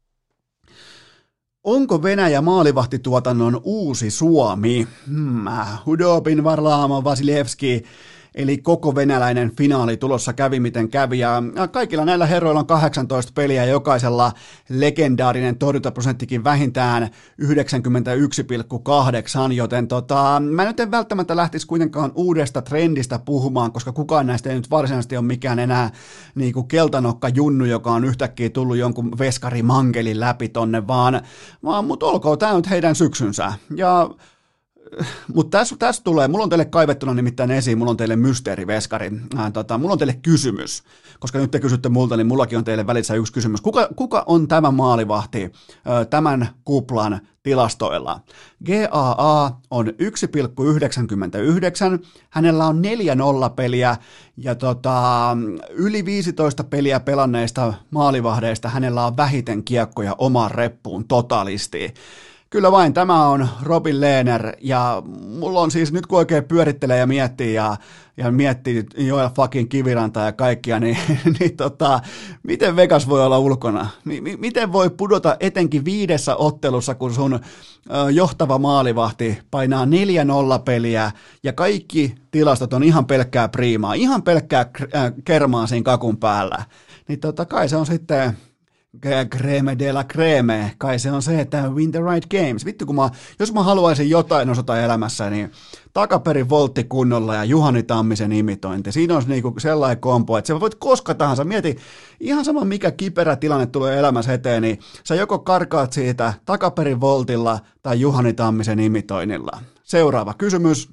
Onko Venäjä maalivahtituotannon uusi Suomi? Hmm, Hudobin, Varlamov, Vasilevski. eli koko venäläinen finaali tulossa kävi miten kävi, ja kaikilla näillä herroilla on kahdeksantoista peliä, ja jokaisella legendaarinen torjuntaprosenttikin vähintään yhdeksänkymmentäyksi pilkku kahdeksan, joten tota, mä nyt en välttämättä lähtisi kuitenkaan uudesta trendistä puhumaan, koska kukaan näistä ei nyt varsinaisesti ole mikään enää niin kuin keltanokka junnu, joka on yhtäkkiä tullut jonkun veskarimankelin läpi tonne, vaan, vaan mutta olkoon tämä nyt heidän syksynsä, ja mutta tässä, tässä tulee, mulla on teille kaivettuna nimittäin esiin, mulla on teille mysteeriveskari, äh, tota, mulla on teille kysymys, koska nyt te kysytte multa, niin mullakin on teille välissä yksi kysymys. Kuka, kuka on tämä maalivahti äh, tämän kuplan tilastoilla? G A A on yksi pilkku yhdeksänkymmentäyhdeksän, hänellä on neljä nolla peliä, ja tota, yli viisitoista peliä pelanneista maalivahdeista hänellä on vähiten kiekkoja omaan reppuun totalisti. Kyllä vain, tämä on Robin Lehner, ja mulla on siis nyt kun oikein pyörittelee ja miettii ja, ja miettii Joel fucking Kiviranta ja kaikkia, niin, niin tota, miten Vegas voi olla ulkona? M- miten voi pudota etenkin viidessä ottelussa, kun sun ö, johtava maalivahti painaa neljä nolla peliä ja kaikki tilastot on ihan pelkkää priimaa, ihan pelkkää k- äh, kermaa siinä kakun päällä, niin tota kai se on sitten creme de la creme, kai se on se, että win the right games. Vittu, kun mä, jos mä haluaisin jotain osata elämässä, niin takaperin voltti kunnolla ja Juhani Tammisen imitointi. Siinä on niinku sellainen kompo, että sä voit koska tahansa, mieti ihan sama mikä kiperä tilanne tulee elämässä eteen, niin sä joko karkaat siitä takaperin voltilla tai Juhani Tammisen imitoinnilla. Seuraava kysymys.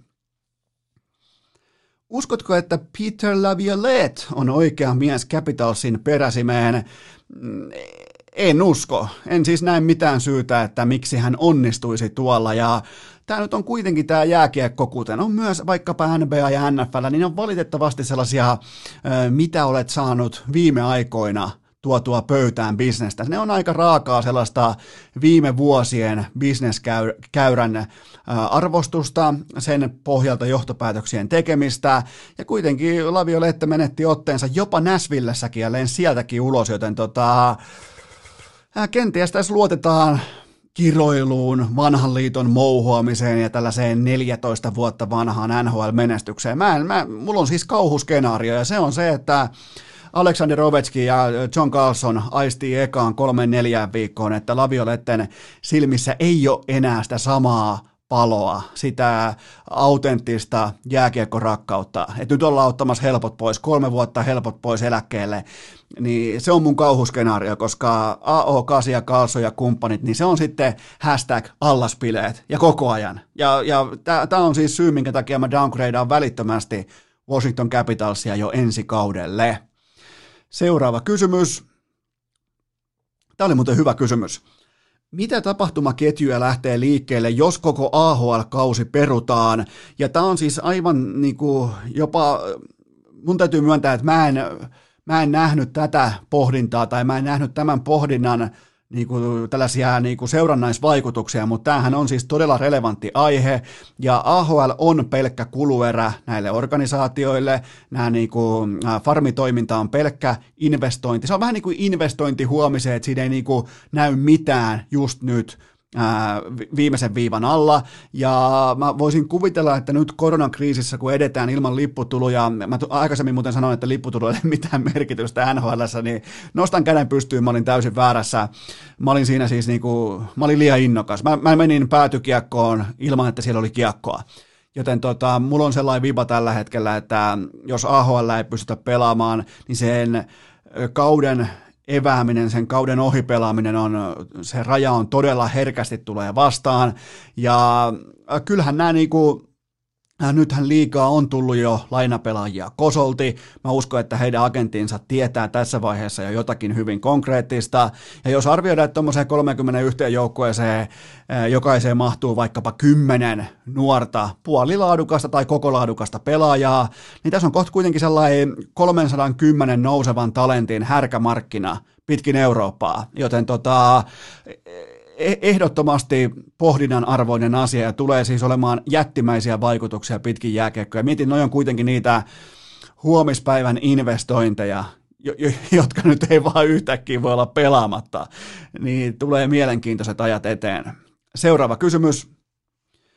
Uskotko, että Peter Laviolette on oikea mies Capitalsin peräsimeen? En usko. En siis näe mitään syytä, että miksi hän onnistuisi tuolla. Ja tämä nyt on kuitenkin tämä jääkiekko, kuten on myös vaikkapa N B A ja N F L, niin on valitettavasti sellaisia, mitä olet saanut viime aikoina tuotua pöytään bisnestä. Ne on aika raakaa sellaista viime vuosien bisneskäyrän arvostusta, sen pohjalta johtopäätöksien tekemistä, ja kuitenkin Laviolette menetti otteensa jopa Nashvillessäkin ja lensi sieltäkin ulos, joten tota, kenties tässä luotetaan kiroiluun, vanhan liiton mouhoamiseen ja tällaiseen neljätoista vuotta vanhaan N H L-menestykseen. Mä en, mä, mulla on siis kauhuskenaario, ja se on se, että Alexander Ovechkin ja John Carlson aistii ekaan kolmen neljään viikkoon, että Lavioletten silmissä ei ole enää sitä samaa paloa, sitä autenttista jääkiekkorakkautta. Että nyt ollaan ottamassa helpot pois, kolme vuotta helpot pois eläkkeelle, niin se on mun kauhuskenaario, koska A O kahdeksan ja Carlson ja kumppanit, niin se on sitten hashtag allaspileet ja koko ajan. Ja, ja tämä on siis syy, minkä takia mä downgradaan välittömästi Washington Capitalsia jo ensi kaudelle. Seuraava kysymys. Tämä oli muuten hyvä kysymys. Mitä tapahtumaketjuja lähtee liikkeelle, jos koko A H L-kausi perutaan? Ja tämä on siis aivan niin kuin jopa, mun täytyy myöntää, että mä en, mä en nähnyt tätä pohdintaa tai mä en nähnyt tämän pohdinnan niin kuin tällaisia niin kuin seurannaisvaikutuksia, mutta tämähän on siis todella relevantti aihe, ja A H L on pelkkä kuluerä näille organisaatioille, nämä niin kuin, farmitoiminta on pelkkä investointi, se on vähän niin kuin investointi huomiseen, että siinä ei niin kuin näy mitään just nyt ää, viimeisen viivan alla, ja mä voisin kuvitella, että nyt koronakriisissä, kun edetään ilman lipputuluja, mä aikaisemmin muuten sanoin, että lipputuloilla ei ole mitään merkitystä N H L:ssä, niin nostan käden pystyyn, mä olin täysin väärässä, mä olin siinä siis niinku, mä olin liian innokas, mä, mä menin päätykiekkoon ilman, että siellä oli kiekkoa. Joten tota, mulla on sellainen viba tällä hetkellä, että jos A H L ei pystytä pelaamaan, niin sen kauden evääminen, sen kauden ohipelaaminen on, se raja on todella herkästi tulee vastaan, ja kyllähän nämä niinku, nythän liigaa on tullut jo lainapelaajia kosolti, mä uskon, että heidän agenttinsa tietää tässä vaiheessa jo jotakin hyvin konkreettista, ja jos arvioidaan, että tuommoiseen kolmekymmentäyksi joukkueeseen jokaiseen mahtuu vaikkapa kymmenen nuorta puolilaadukasta tai koko laadukasta pelaajaa, niin tässä on kohta kuitenkin sellainen kolmesataa nousevan talentin härkämarkkina pitkin Eurooppaa, joten tota, ehdottomasti pohdinnan arvoinen asia ja tulee siis olemaan jättimäisiä vaikutuksia pitkin jääkiekkoja. Mietin, noi on kuitenkin niitä huomispäivän investointeja, jotka nyt ei vaan yhtäkkiä voi olla pelaamatta, niin tulee mielenkiintoiset ajat eteen. Seuraava kysymys.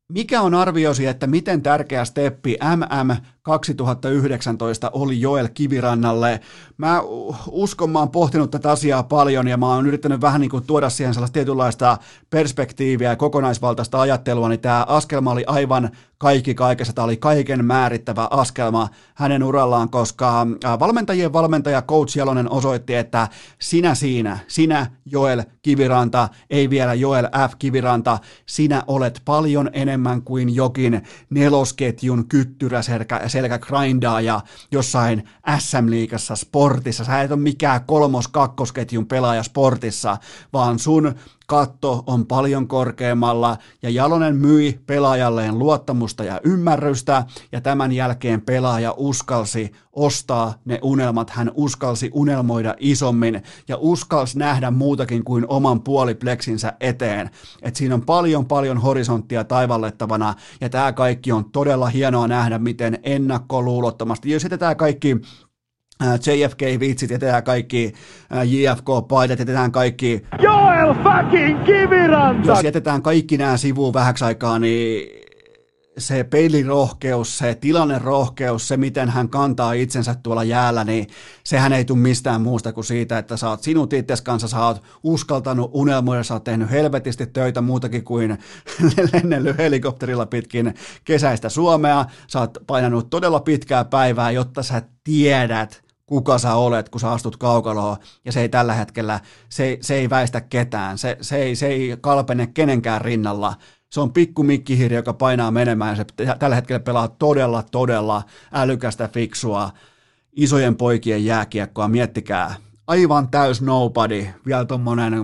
Mikä on arviosi, että miten tärkeä steppi M M kaksituhattayhdeksäntoista oli Joel Kivirannalle? Mä uskon, mä oon pohtinut tätä asiaa paljon ja mä oon yrittänyt vähän niin kuin tuoda siihen sellaista tietynlaista perspektiiviä ja kokonaisvaltaista ajattelua, niin tämä askelma oli aivan kaikki kaikessa. Tämä oli kaiken määrittävä askelma hänen urallaan, koska valmentajien valmentaja Coach Jalonen osoitti, että sinä siinä, sinä Joel Kiviranta, ei vielä Joel F. Kiviranta, sinä olet paljon enemmän kuin jokin nelosketjun kyttyräselkä selkä grindaaja jossain S M-liigassa sportissa. Sä et ole mikään kolmos-kakkosketjun pelaaja sportissa, vaan sun katto on paljon korkeammalla ja Jalonen myi pelaajalleen luottamusta ja ymmärrystä ja tämän jälkeen pelaaja uskalsi ostaa ne unelmat, hän uskalsi unelmoida isommin ja uskalsi nähdä muutakin kuin oman puolipleksinsä eteen. Et siinä on paljon paljon horisonttia taivallettavana ja tämä kaikki on todella hienoa nähdä, miten ennakkoluulottomasti, jos jätetään kaikki J F K-vitsit, jätetään kaikki J F K-paidat, jätetään kaikki Joel fucking Kiviranta! Jos jätetään kaikki nämä sivuun vähäksi aikaa, niin se peilirohkeus, se tilannerohkeus, se miten hän kantaa itsensä tuolla jäällä, niin sehän ei tule mistään muusta kuin siitä, että sä oot sinut itses kanssa, sä oot uskaltanut unelmoida, sä oot tehnyt helvetisti töitä muutakin kuin lennellyt helikopterilla pitkin kesäistä Suomea, sä oot painanut todella pitkää päivää, jotta sä tiedät, kuka sä olet, kun sä astut kaukaloon, ja se ei tällä hetkellä, se, se ei väistä ketään, se, se, ei, se ei kalpene kenenkään rinnalla. Se on pikku mikkihirja, joka painaa menemään, ja se tällä hetkellä pelaa todella, todella älykästä, fiksua, isojen poikien jääkiekkoa, miettikää. Aivan täys nobody, vielä tommonen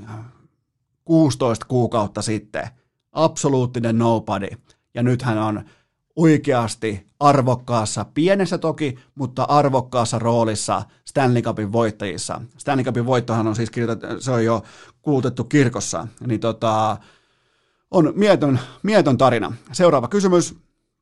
kuusitoista kuukautta sitten, absoluuttinen nobody, ja nyt hän on oikeasti arvokkaassa, pienessä toki, mutta arvokkaassa roolissa Stanley Cupin voittajissa. Stanley Cupin voittohan on siis kirjoitettu, se on jo kulutettu kirkossa, niin tota, on mietön, mietön tarina. Seuraava kysymys.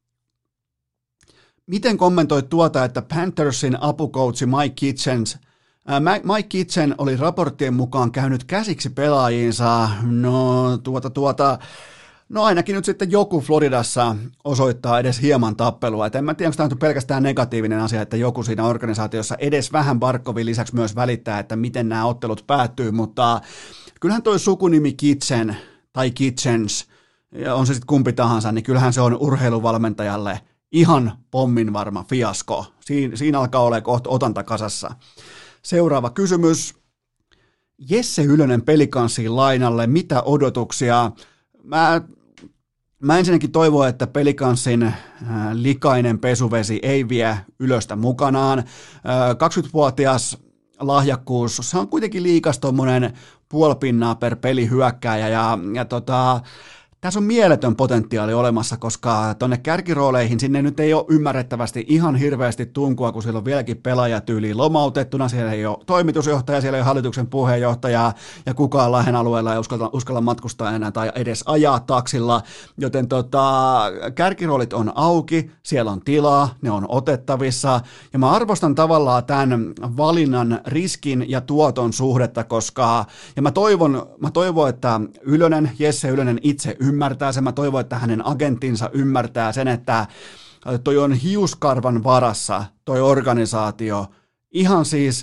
Miten kommentoit tuota, että Panthersin apukoutsi Mike Kitchens, ää, Mike Kitchen oli raporttien mukaan käynyt käsiksi pelaajiinsa, no tuota tuota, no ainakin nyt sitten joku Floridassa osoittaa edes hieman tappelua. Et en mä tiedä, onko tämä pelkästään negatiivinen asia, että joku siinä organisaatiossa edes vähän Barkovin lisäksi myös välittää, että miten nämä ottelut päättyy, mutta kyllähän toi sukunimi Kitchen tai Kitchens, on se sitten kumpi tahansa, niin kyllähän se on urheiluvalmentajalle ihan pommin varma fiasko. Siin, siinä alkaa olla kohta otanta kasassa. Seuraava kysymys. Jesse Ylönen Pelicansiin lainalle, mitä odotuksia? Mä, mä ensinnäkin toivon, että Pelicansin äh, likainen pesuvesi ei vie Ylöstä mukanaan. Äh, kaksikymmentävuotias lahjakkuus, se on kuitenkin liikas tommonen puolipinnaa per peli hyökkääjä ja, ja tota, tässä on mieletön potentiaali olemassa, koska tonne kärkirooleihin sinne nyt ei ole ymmärrettävästi ihan hirveästi tunkua, kun siellä on vieläkin pelaajatyyli lomautettuna, siellä ei ole toimitusjohtaja, siellä ei ole hallituksen puheenjohtaja ja kukaan Lahden alueella ei uskalla, uskalla matkustaa enää tai edes ajaa taksilla, joten tota, kärkiroolit on auki, siellä on tilaa, ne on otettavissa ja mä arvostan tavallaan tämän valinnan riskin ja tuoton suhdetta, koska ja mä toivon, mä toivon että Ylönen, Jesse Ylönen itse ymmärtää sen. Mä toivon, että hänen agenttinsa ymmärtää sen, että toi on hiuskarvan varassa, toi organisaatio. Ihan siis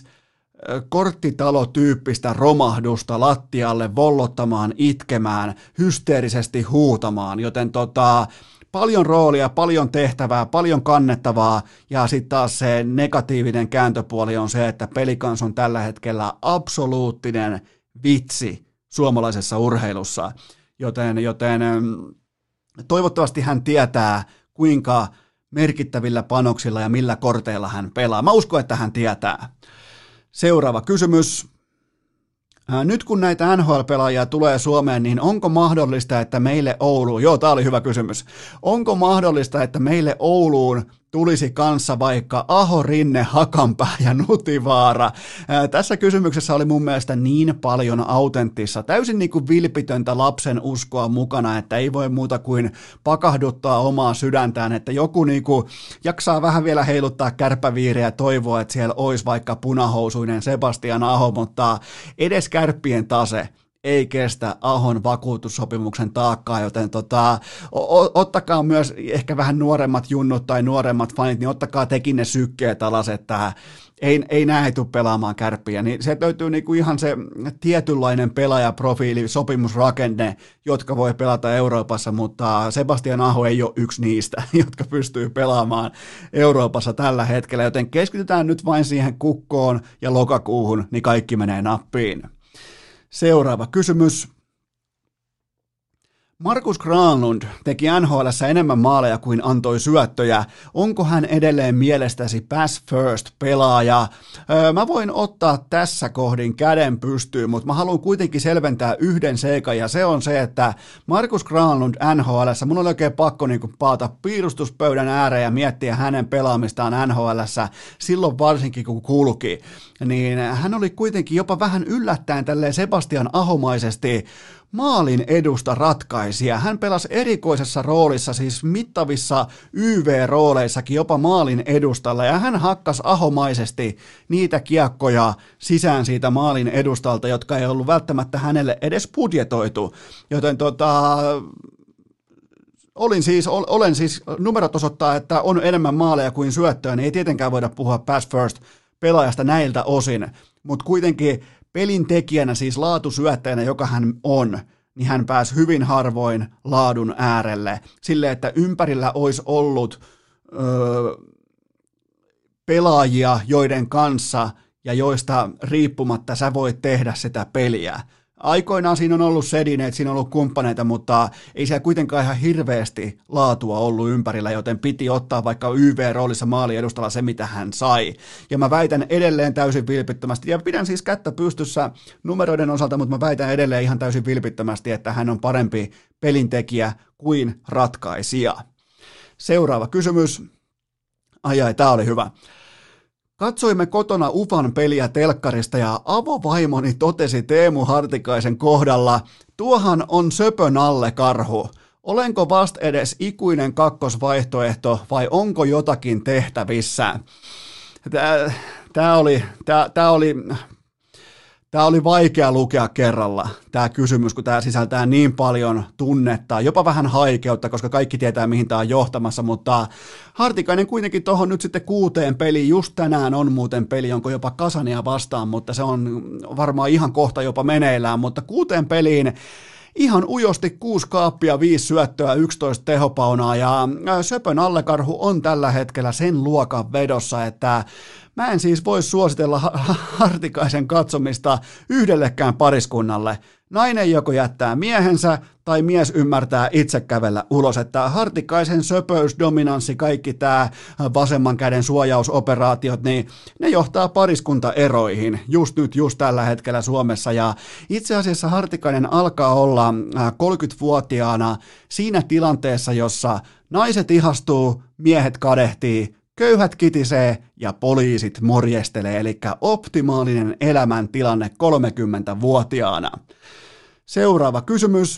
korttitalotyyppistä romahdusta lattialle, vollottamaan, itkemään, hysteerisesti huutamaan, joten tota, paljon roolia, paljon tehtävää, paljon kannettavaa, ja sitten taas se negatiivinen kääntöpuoli on se, että Pelicans on tällä hetkellä absoluuttinen vitsi suomalaisessa urheilussa. Joten, joten toivottavasti hän tietää, kuinka merkittävillä panoksilla ja millä korteilla hän pelaa. Mä uskon, että hän tietää. Seuraava kysymys. Nyt kun näitä N H L-pelaajia tulee Suomeen, niin onko mahdollista, että meille Ouluun, joo, tää oli hyvä kysymys, onko mahdollista, että meille Ouluun tulisi kanssa vaikka Aho, Rinne, Hakanpää ja Nutivaara? Ää, tässä kysymyksessä oli mun mielestä niin paljon autenttissa, täysin niin kuin vilpitöntä lapsen uskoa mukana, että ei voi muuta kuin pakahduttaa omaa sydäntään, että joku niin kuin jaksaa vähän vielä heiluttaa kärppäviiriä ja toivoa, että siellä olisi vaikka punahousuinen Sebastian Aho, mutta edes Kärppien tase ei kestä Ahon vakuutussopimuksen taakkaa, joten tota, o- ottakaa myös ehkä vähän nuoremmat junnut tai nuoremmat fanit, niin ottakaa tekin ne sykkeet alas, että ei, ei näin tule pelaamaan Kärppiä, niin sieltä löytyy niinku ihan se tietynlainen pelaajaprofiili, sopimusrakenne, jotka voi pelata Euroopassa, mutta Sebastian Aho ei ole yksi niistä, jotka pystyy pelaamaan Euroopassa tällä hetkellä, joten keskitytään nyt vain siihen kukkoon ja lokakuuhun, niin kaikki menee nappiin. Seuraava kysymys. Markus Granlund teki N H L:ssä enemmän maaleja kuin antoi syöttöjä. Onko hän edelleen mielestäsi pass first pelaaja? Öö, mä voin ottaa tässä kohdin käden pystyyn, mutta mä haluan kuitenkin selventää yhden seikan, ja se on se, että Markus Granlund N H L:ssä, mun oli oikein pakko niin kuin paata piirustuspöydän ääreen ja miettiä hänen pelaamistaan N H L:ssä silloin varsinkin kun kulki, niin hän oli kuitenkin jopa vähän yllättäen tälleen Sebastian Ahomaisesti maalin edusta ratkaisija. Hän pelasi erikoisessa roolissa, siis mittavissa Y V-rooleissakin jopa maalin edustalla, ja hän hakkas ahomaisesti niitä kiekkoja sisään siitä maalin edustalta, jotka ei ollut välttämättä hänelle edes budjetoitu. Joten tota, olin siis, olen siis, numerot osoittaa, että on enemmän maaleja kuin syöttöä, niin ei tietenkään voida puhua pass first pelaajasta näiltä osin, mutta kuitenkin pelin tekijänä, siis laatusyöttäjänä, joka hän on, niin hän pääsi hyvin harvoin laadun äärelle. Sille, että ympärillä olisi ollut öö, pelaajia, joiden kanssa ja joista riippumatta sä voit tehdä sitä peliä. Aikoinaan siinä on ollut sedineet, siinä on ollut kumppaneita, mutta ei siellä kuitenkaan ihan hirveästi laatua ollut ympärillä, joten piti ottaa vaikka Y V-roolissa maali edustalla se, mitä hän sai. Ja mä väitän edelleen täysin vilpittömästi, ja pidän siis kättä pystyssä numeroiden osalta, mutta mä väitän edelleen ihan täysin vilpittömästi, että hän on parempi pelintekijä kuin ratkaisija. Seuraava kysymys. Ai ai, tää oli hyvä. Katsoimme kotona Ufan peliä telkkarista ja avovaimoni totesi Teemu Hartikaisen kohdalla, tuohan on söpön alle karhu. Olenko vast edes ikuinen kakkosvaihtoehto vai onko jotakin tehtävissä? Tämä oli, tää, tää oli, tää oli vaikea lukea kerralla, tämä kysymys, kun tämä sisältää niin paljon tunnetta, jopa vähän haikeutta, koska kaikki tietää, mihin tämä on johtamassa, mutta Hartikainen kuitenkin tuohon nyt sitten kuuteen peliin, just tänään on muuten peli, onko jopa Kasania vastaan, mutta se on varmaan ihan kohta jopa meneillään, mutta kuuteen peliin ihan ujosti kuusi kaappia, viisi syöttöä, yksitoista tehopaunaa, ja söpön allekarhu on tällä hetkellä sen luokan vedossa, että mä en siis voi suositella Hartikaisen katsomista yhdellekään pariskunnalle. Nainen joko jättää miehensä tai mies ymmärtää itse kävellä ulos, että Hartikaisen söpöys, dominanssi, kaikki tämä vasemman käden suojausoperaatiot, niin ne johtaa pariskuntaeroihin just nyt, just tällä hetkellä Suomessa. Ja itse asiassa Hartikainen alkaa olla kolmekymmentävuotiaana siinä tilanteessa, jossa naiset ihastuu, miehet kadehtii, köyhät kitisee ja poliisit morjestelee, eli optimaalinen elämäntilanne kolmekymmentävuotiaana. Seuraava kysymys.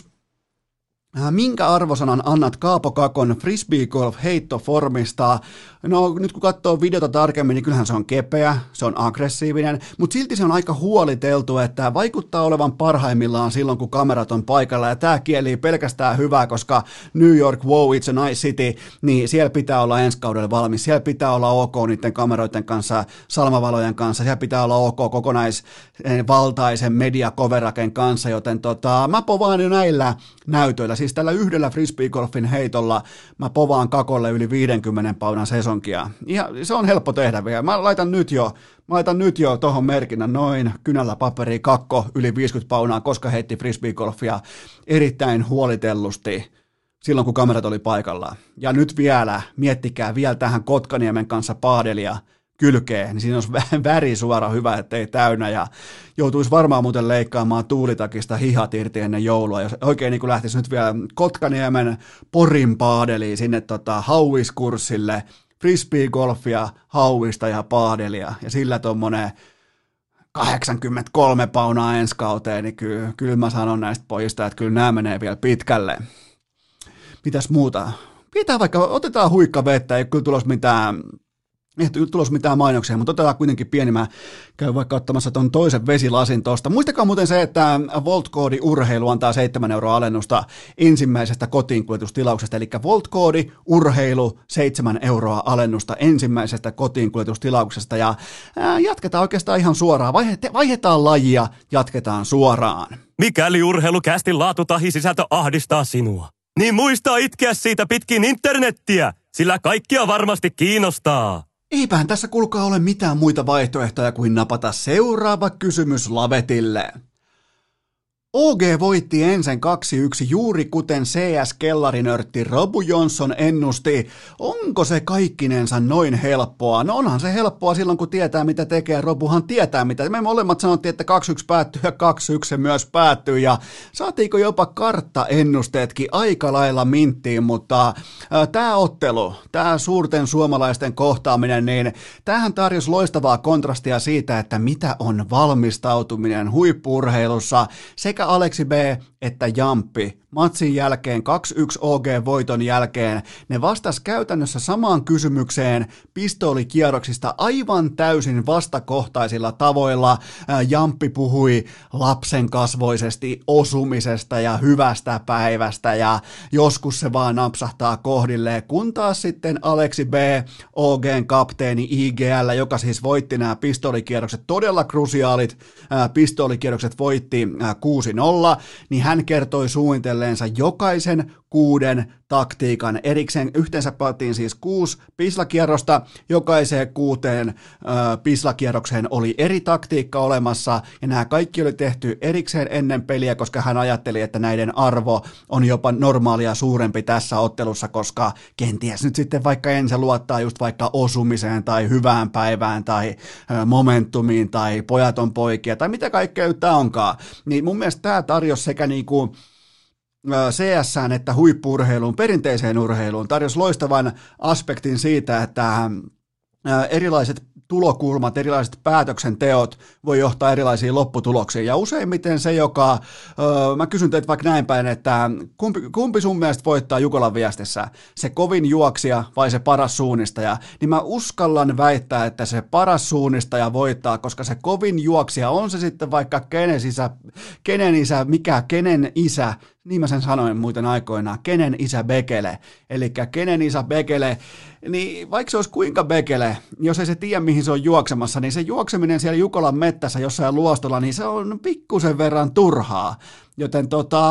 Minkä arvosanan annat Kaapo Kakon frisbeegolf heittoformista? No nyt kun katsoo videota tarkemmin, niin kyllähän se on kepeä, se on aggressiivinen, mutta silti se on aika huoliteltu, että vaikuttaa olevan parhaimmillaan silloin, kun kamerat on paikalla, ja tämä kieli pelkästään hyvää, koska New York, wow, it's a nice city, niin siellä pitää olla ensi kaudella valmis, siellä pitää olla ok niiden kameroiden kanssa, salmavalojen kanssa, siellä pitää olla ok kokonaisvaltaisen mediakoveraken kanssa, joten tota, mä povaan jo näillä näytöillä, siis tällä yhdellä frisbeegolfin heitolla mä povaan Kakolle yli viidenkymmenen paunan sesonkia. Ja se on helppo tehdä vielä. Mä laitan nyt jo, mä laitan nyt jo tohon merkinnän noin kynällä paperi kakko yli viisikymmentä paunaa, koska heitti frisbeegolfia erittäin huolitellusti silloin, kun kamerat oli paikallaan. Ja nyt vielä, miettikää vielä tähän Kotkaniemen kanssa paadelia kylkeen, niin siinä olisi väri suora hyvä, ettei täynnä, ja joutuisi varmaan muuten leikkaamaan tuulitakista hihat irti ennen joulua, jos oikein niin kuin lähtisi nyt vielä Kotkaniemen Porin paadeliin sinne tota, hauiskurssille, frisbeegolfia, hauista ja paadelia, ja sillä tuommoinen kahdeksankymmentäkolme paunaa ensi kauteen, niin kyllä, kyllä mä sanon näistä pojista, että kyllä nämä menee vielä pitkälle. Mitäs muuta? Pitää vaikka, otetaan huikkavettä, ei kyllä tulos mitään Ei tulossa mitään mainoksia, mutta otetaan kuitenkin pieni. Mä käyn vaikka ottamassa ton toisen vesilasin tosta. Muistakaa muuten se, että Volt-koodi urheilu antaa seitsemän euroa alennusta ensimmäisestä kotiinkuljetustilauksesta. Eli Volt-koodi urheilu seitsemän euroa alennusta ensimmäisestä kotiinkuljetustilauksesta. Ja ää, jatketaan oikeastaan ihan suoraan. Vaihe, vaihdetaan lajia, jatketaan suoraan. Mikäli urheilukästin laatu tahi sisältö ahdistaa sinua, niin muista itkeä siitä pitkin internettiä, sillä kaikkia varmasti kiinnostaa. Eipähän tässä kuulkaa ole mitään muita vaihtoehtoja kuin napata seuraava kysymys lavetille. O G voitti ensin kaksi yksi juuri kuten C S-kellarinörtti Robu Johnson ennusti. Onko se kaikkinensa noin helppoa? No onhan se helppoa silloin, kun tietää mitä tekee. Robuhan tietää mitä. Me molemmat sanottiin, että kaksi yksi päättyy ja kaksi yksi se myös päättyy. Ja saatiinko jopa karttaennusteetkin aika lailla minttiin, mutta tämä ottelu, tämä suurten suomalaisten kohtaaminen, niin tämähän tarjosi loistavaa kontrastia siitä, että mitä on valmistautuminen huippu-urheilussa sekä Aleksi B että Jamppi. Matsin jälkeen kaksi yksi O G-voiton jälkeen ne vastas käytännössä samaan kysymykseen pistoolikierroksista aivan täysin vastakohtaisilla tavoilla. Jamppi puhui lapsen kasvoisesti osumisesta ja hyvästä päivästä ja joskus se vaan napsahtaa kohdilleen, kun taas sitten Aleksi B, O G:n kapteeni I G L, joka siis voitti nämä pistoolikierrokset, todella krusiaalit pistoolikierrokset voitti kuusi nolla, niin hän kertoi suunnitelleensa jokaisen kuuden taktiikan erikseen. Yhteensä pelattiin siis kuusi pislakierrosta, jokaiseen kuuteen ö, pislakierrokseen oli eri taktiikka olemassa, ja nämä kaikki oli tehty erikseen ennen peliä, koska hän ajatteli, että näiden arvo on jopa normaalia suurempi tässä ottelussa, koska kenties nyt sitten vaikka ensin luottaa just vaikka osumiseen tai hyvään päivään tai ö, momentumiin tai pojat on poikia tai mitä kaikkea tämä onkaan, niin mun mielestä tämä tarjosi sekä niinku C S:ään että huippu-urheiluun, perinteiseen urheiluun, tarjosi loistavan aspektin siitä, että erilaiset tulokulmat, erilaiset päätöksenteot voi johtaa erilaisiin lopputuloksiin. Ja useimmiten se, joka, öö, mä kysyn teitä vaikka näin päin, että kumpi, kumpi sun mielestä voittaa Jukolan viestissä, se kovin juoksija vai se paras suunnistaja, niin mä uskallan väittää, että se paras suunnistaja voittaa, koska se kovin juoksija on se sitten vaikka kenen isä, kenen isä, mikä kenen isä, niin mä sen sanoin muuten aikoinaan, kenen isä Bekele, eli kenen isä Bekele, niin vaikka se olisi kuinka Bekele, jos ei se tiedä mihin se on juoksemassa, niin se juokseminen siellä Jukolan mettässä jossain luostolla, niin se on pikkusen verran turhaa. Joten tota,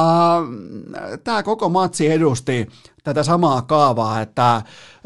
tämä koko matsi edusti tätä samaa kaavaa, että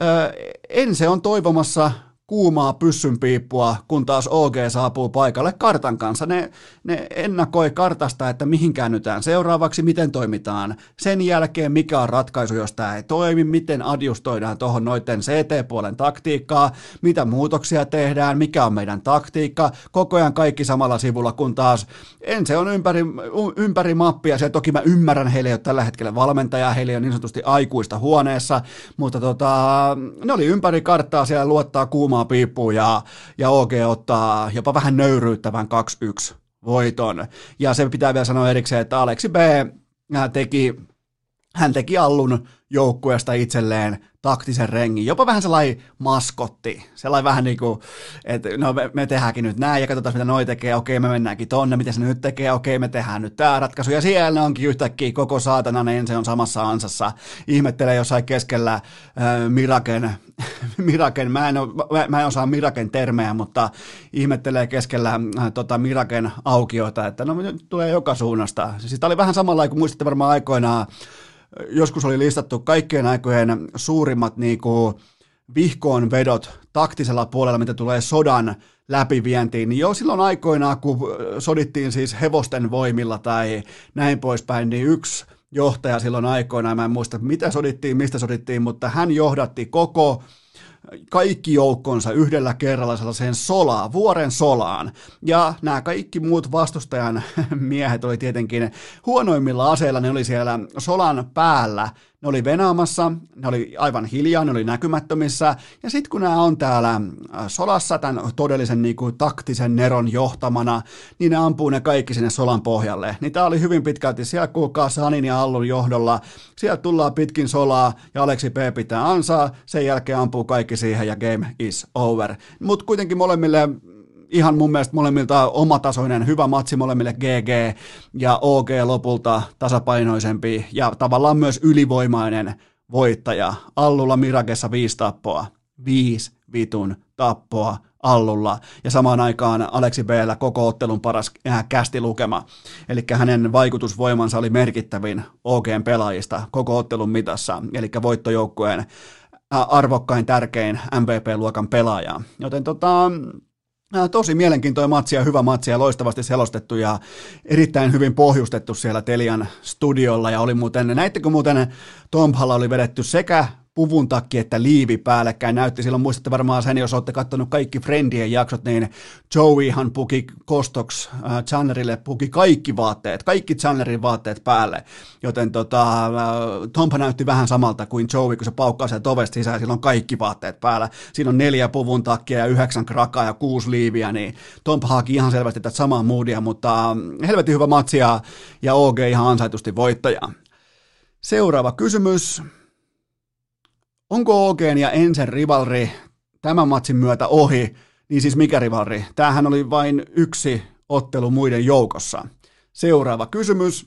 Ense on toivomassa kuumaa pyssynpiippua, kun taas O G saapuu paikalle kartan kanssa. Ne, ne ennakoi kartasta, että mihin käännytään seuraavaksi, miten toimitaan. Sen jälkeen mikä on ratkaisu, jos tämä ei toimi, miten adjustoidaan tuohon noiden C T-puolen taktiikkaa, mitä muutoksia tehdään, mikä on meidän taktiikka. Koko ajan kaikki samalla sivulla, kun taas Ense on ympäri, ympäri mappia. Se toki mä ymmärrän, heillä ei ole tällä hetkellä valmentajaa, heillä on niin sanotusti aikuista huoneessa, mutta tota, ne oli ympäri karttaa siellä luottaa kuumaa piippuun ja, ja O G ottaa jopa vähän nöyryyttävän kaksi yksi voiton. Ja se pitää vielä sanoa erikseen, että Aleksi B teki, hän teki Allun joukkueesta itselleen taktisen rengin, jopa vähän sellainen maskotti, sellainen vähän niin kuin, että no me, me tehdäänkin nyt näin ja katsotaan mitä noi tekee, okei me mennäänkin tonne, mitä se nyt tekee, okei me tehdään nyt tämä ratkaisu ja siellä onkin yhtäkkiä koko saatana, niin se on samassa ansassa, ihmettelee jossain keskellä äh, Miraken, Miraken, mä en, ole, mä, mä en osaa Miraken termejä, mutta ihmettelee keskellä äh, tota Miraken aukioita, että no nyt tulee joka suunnasta, siis tämä oli vähän samalla kuin muistatte varmaan aikoinaan, joskus oli listattu kaikkien aikojen suurimmat niinku vihkoon vedot taktisella puolella, mitä tulee sodan läpivientiin, niin jo silloin aikoinaan, kun sodittiin siis hevosten voimilla tai näin poispäin, niin yksi johtaja silloin aikoinaan, mä en muista mitä sodittiin, mistä sodittiin, mutta hän johdatti koko kaikki joukkonsa yhdellä kerralla sellaiseen solaan, vuoren solaan. Ja nämä kaikki muut vastustajan miehet oli tietenkin huonoimmilla aseilla, ne oli siellä solan päällä, ne oli venaamassa, ne oli aivan hiljaa, ne oli näkymättömissä, ja sitten kun nämä on täällä solassa tämän todellisen niin kuin, taktisen neron johtamana, niin ne ampuu ne kaikki sinne solan pohjalle. Niin tää oli hyvin pitkälti, siellä kuulkaa Sanin ja Allun johdolla, sieltä tullaan pitkin solaa, ja Aleksi P pitää ansaa, sen jälkeen ampuu kaikki siihen, ja game is over. Mutta kuitenkin molemmille ihan mun mielestä molemmilta omatasoinen hyvä matsi molemmille G G ja O G lopulta tasapainoisempi ja tavallaan myös ylivoimainen voittaja. Allulla Miragessa viisi tappoa. Viisi vitun tappoa Allulla ja samaan aikaan Aleksi B:llä koko ottelun paras äh, kästilukema. Eli hänen vaikutusvoimansa oli merkittävin O G:n pelaajista koko ottelun mitassa, eli voittojoukkueen äh, arvokkain tärkein M V P-luokan pelaaja. Joten tota... Tosi mielenkiintoinen matsi ja hyvä matsi ja loistavasti selostettu ja erittäin hyvin pohjustettu siellä Telian studiolla ja oli muuten, näittekö muuten Tomphalla oli vedetty sekä puvun takki että liivi päällekkäin, näytti silloin, muistatte varmaan sen, jos olette katsonut kaikki Friendien jaksot, niin Joeyhan puki Kostoks äh, Chandlerille, puki kaikki vaatteet, kaikki Chandlerin vaatteet päälle, joten tota, äh, Tompha näytti vähän samalta kuin Joey, kun se paukkaa sieltä ovesta sisään, sillä on kaikki vaatteet päällä, siinä on neljä puvun takkia ja yhdeksän krakaa ja kuusi liiviä, niin Tompha haki ihan selvästi tätä samaa moodia, mutta äh, helvetin hyvä matsi ja, ja O G ihan ansaitusti voittaja. Seuraava kysymys. Onko O G:n ja Ensen rivalri tämän matsin myötä ohi? Niin siis mikä rivalri? Tämähän oli vain yksi ottelu muiden joukossa. Seuraava kysymys.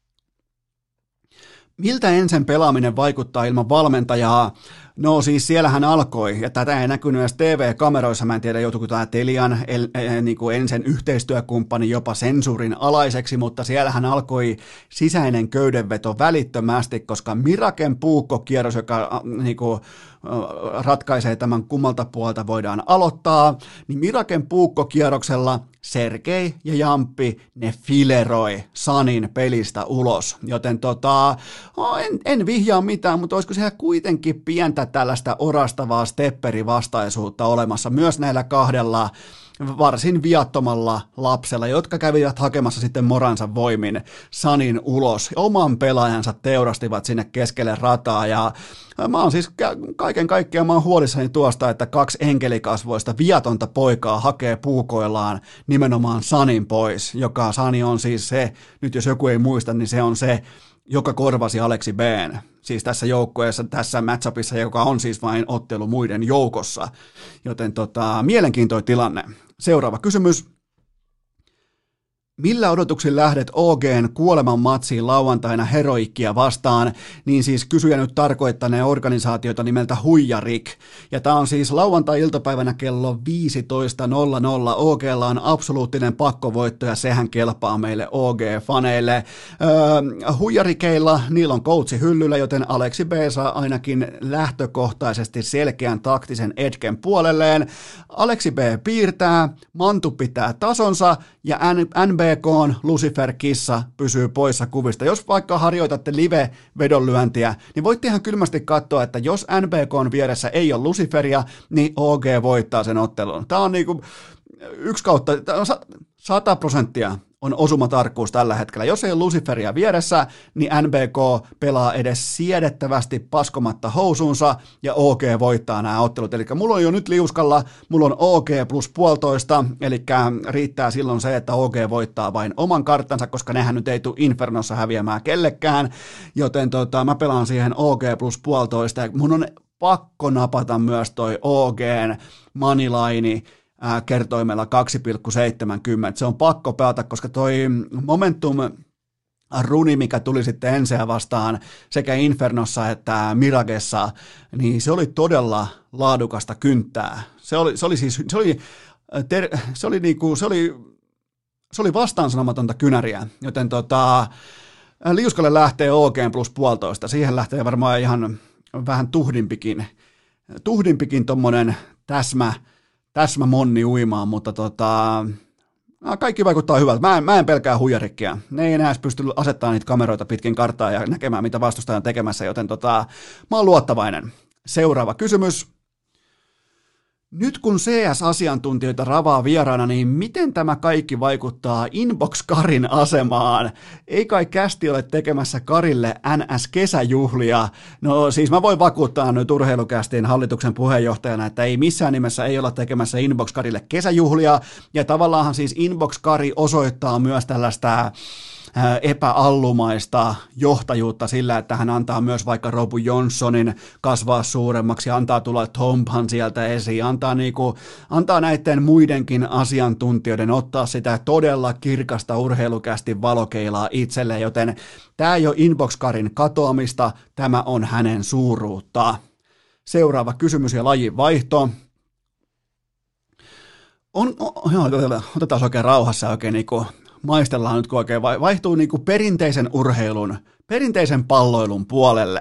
Miltä Ensen pelaaminen vaikuttaa ilman valmentajaa? No siis siellähän alkoi, ja tätä ei näkynyt myös T V-kameroissa, mä en tiedä joutuiko tämä Telian el, eh, niin kuin Ensen yhteistyökumppani jopa sensuurin alaiseksi, mutta siellähän alkoi sisäinen köydenveto välittömästi, koska Miraken puukkokierros, joka äh, niin kuin, äh, ratkaisee tämän kummalta puolta voidaan aloittaa, niin Miraken puukkokierroksella Sergei ja Jamppi, ne fileroi Sanin pelistä ulos, joten tota, en, en vihjaa mitään, mutta olisiko siellä kuitenkin pientä tällaista orastavaa stepperivastaisuutta olemassa myös näillä kahdella varsin viattomalla lapsella, jotka kävivät hakemassa sitten moransa voimin Sanin ulos. Oman pelaajansa teurastivat sinne keskelle rataa ja mä oon siis kaiken kaikkiaan mä oon huolissani tuosta, että kaksi enkelikasvoista viatonta poikaa hakee puukoillaan nimenomaan Sanin pois, joka Sani on siis se, nyt jos joku ei muista, niin se on se, joka korvasi Aleksi B:n, siis tässä joukkueessa, tässä matchupissa, joka on siis vain ottelu muiden joukossa. Joten tota, mielenkiintoinen tilanne. Seuraava kysymys. Millä odotuksin lähdet O G:n kuoleman matsiin lauantaina Heroikkia vastaan, niin siis kysyjä nyt tarkoittaneen organisaatiota nimeltä Huijarik. Ja tämä on siis lauantai-iltapäivänä kello viisitoista nolla nolla. O G:lla on absoluuttinen pakkovoitto ja sehän kelpaa meille O G-faneille. Öö, huijarikeilla, niillä on coachi hyllyllä, joten Aleksi B saa ainakin lähtökohtaisesti selkeän taktisen etken puolelleen. Aleksi B piirtää, Mantu pitää tasonsa ja N B K:n Lucifer-kissa pysyy poissa kuvista. Jos vaikka harjoitatte live-vedonlyöntiä, niin voitte ihan kylmästi katsoa, että jos N B K:n vieressä ei ole Luciferia, niin O G voittaa sen ottelun. Tämä on niinku yksi kautta, sata prosenttia on osumatarkkuus tällä hetkellä. Jos ei ole Luciferia vieressä, niin N B K pelaa edes siedettävästi paskomatta housuunsa ja O G voittaa nämä ottelut. Eli mulla on jo nyt liuskalla, mulla on O G plus puolitoista, eli riittää silloin se, että O G voittaa vain oman karttansa, koska nehän nyt ei tule Infernossa häviämään kellekään, joten tota, mä pelaan siihen O G plus puolitoista ja mun on pakko napata myös toi O G:n moneyline kertoimella kaksi pilkku seitsemänkymmentä. Se on pakko pelata, koska toi momentum runi, mikä tuli sitten Enseä vastaan sekä Infernossa että Miragessa, niin se oli todella laadukasta kynttää. Se oli, se oli siis, se oli, ter, se oli niinku, se oli, se oli vastaansanomatonta kynäriä, joten tota, liuskalle lähtee O G plus puolitoista. Siihen lähtee varmaan ihan vähän tuhdimpikin, tuhdimpikin tommonen täsmä, täsmä monni uimaan, mutta tota, kaikki vaikuttaa hyvältä. Mä en, mä en pelkää huijarikkia. Ne ei enää pysty asettamaan niitä kameroita pitkin karttaa ja näkemään, mitä vastustaja on tekemässä, joten tota, mä oon luottavainen. Seuraava kysymys. Nyt kun C S-asiantuntijoita ravaa vieraana, niin miten tämä kaikki vaikuttaa Inbox-Karin asemaan? Ei kai kästi ole tekemässä Karille N S-kesäjuhlia? No siis mä voin vakuuttaa nyt Urheilukästin hallituksen puheenjohtajana, että ei missään nimessä ei olla tekemässä Inbox-Karille kesäjuhlia, ja tavallaan siis Inbox-Kari osoittaa myös tällaista epäallumaista johtajuutta sillä, että hän antaa myös vaikka Robu Johnsonin kasvaa suuremmaksi, antaa tulla Tompan sieltä esiin, antaa, niinku, antaa näiden muidenkin asiantuntijoiden ottaa sitä todella kirkasta Urheilukästin valokeilaa itselleen, joten tämä ei ole Inbox-Karin katoamista, tämä on hänen suuruutta. Seuraava kysymys ja lajin vaihto. On, on, joo, otetaan oikein rauhassa oikein niinku maistellaan nyt, kun oikein vaihtuu niin kuin perinteisen urheilun, perinteisen palloilun puolelle.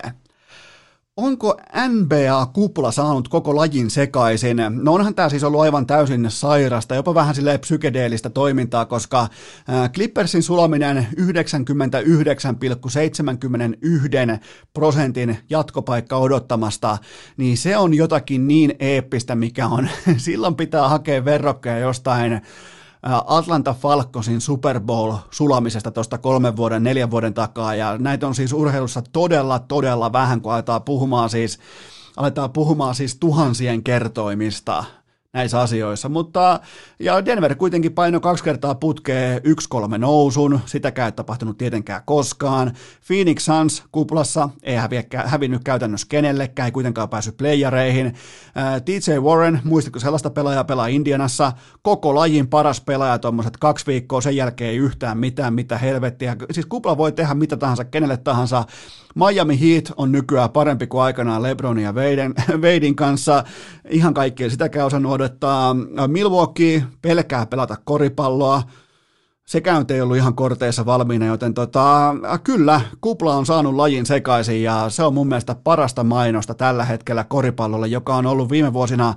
Onko N B A-kupla saanut koko lajin sekaisin? No onhan tämä siis ollut aivan täysin sairasta, jopa vähän silleen psykedeellistä toimintaa, koska Clippersin sulaminen yhdeksänkymmentäyhdeksän pilkku seitsemänkymmentäyksi prosentin jatkopaikka odottamasta, niin se on jotakin niin eeppistä, mikä on. Silloin pitää hakea verrokkeja jostain Atlanta Falconsin Super Bowl sulamisesta tuosta kolmen vuoden, neljän vuoden takaa, ja näitä on siis urheilussa todella, todella vähän, kun aletaan puhumaan siis, aletaan puhumaan siis tuhansien kertoimista näissä asioissa, mutta ja Denver kuitenkin paino kaksi kertaa putkeen yksi kolme nousun, sitäkään ei tapahtunut tietenkään koskaan. Phoenix Suns kuplassa ei häviä, hävinnyt käytännössä kenellekään, ei kuitenkaan päässyt playereihin. T J Warren, muistatko sellaista pelaajaa, pelaa Indianassa, koko lajin paras pelaaja, tuommoiset kaksi viikkoa, sen jälkeen ei yhtään mitään, mitä helvettiä. Siis kupla voi tehdä mitä tahansa, kenelle tahansa. Miami Heat on nykyään parempi kuin aikanaan LeBronin ja Waden, Wadein kanssa. Ihan kaikkea sitäkään osannut odottaa. Milwaukee pelkää pelata koripalloa. Sekään ei ollut ihan korteissa valmiina, joten tota, kyllä, kupla on saanut lajin sekaisin ja se on mun mielestä parasta mainosta tällä hetkellä koripallolle, joka on ollut viime vuosina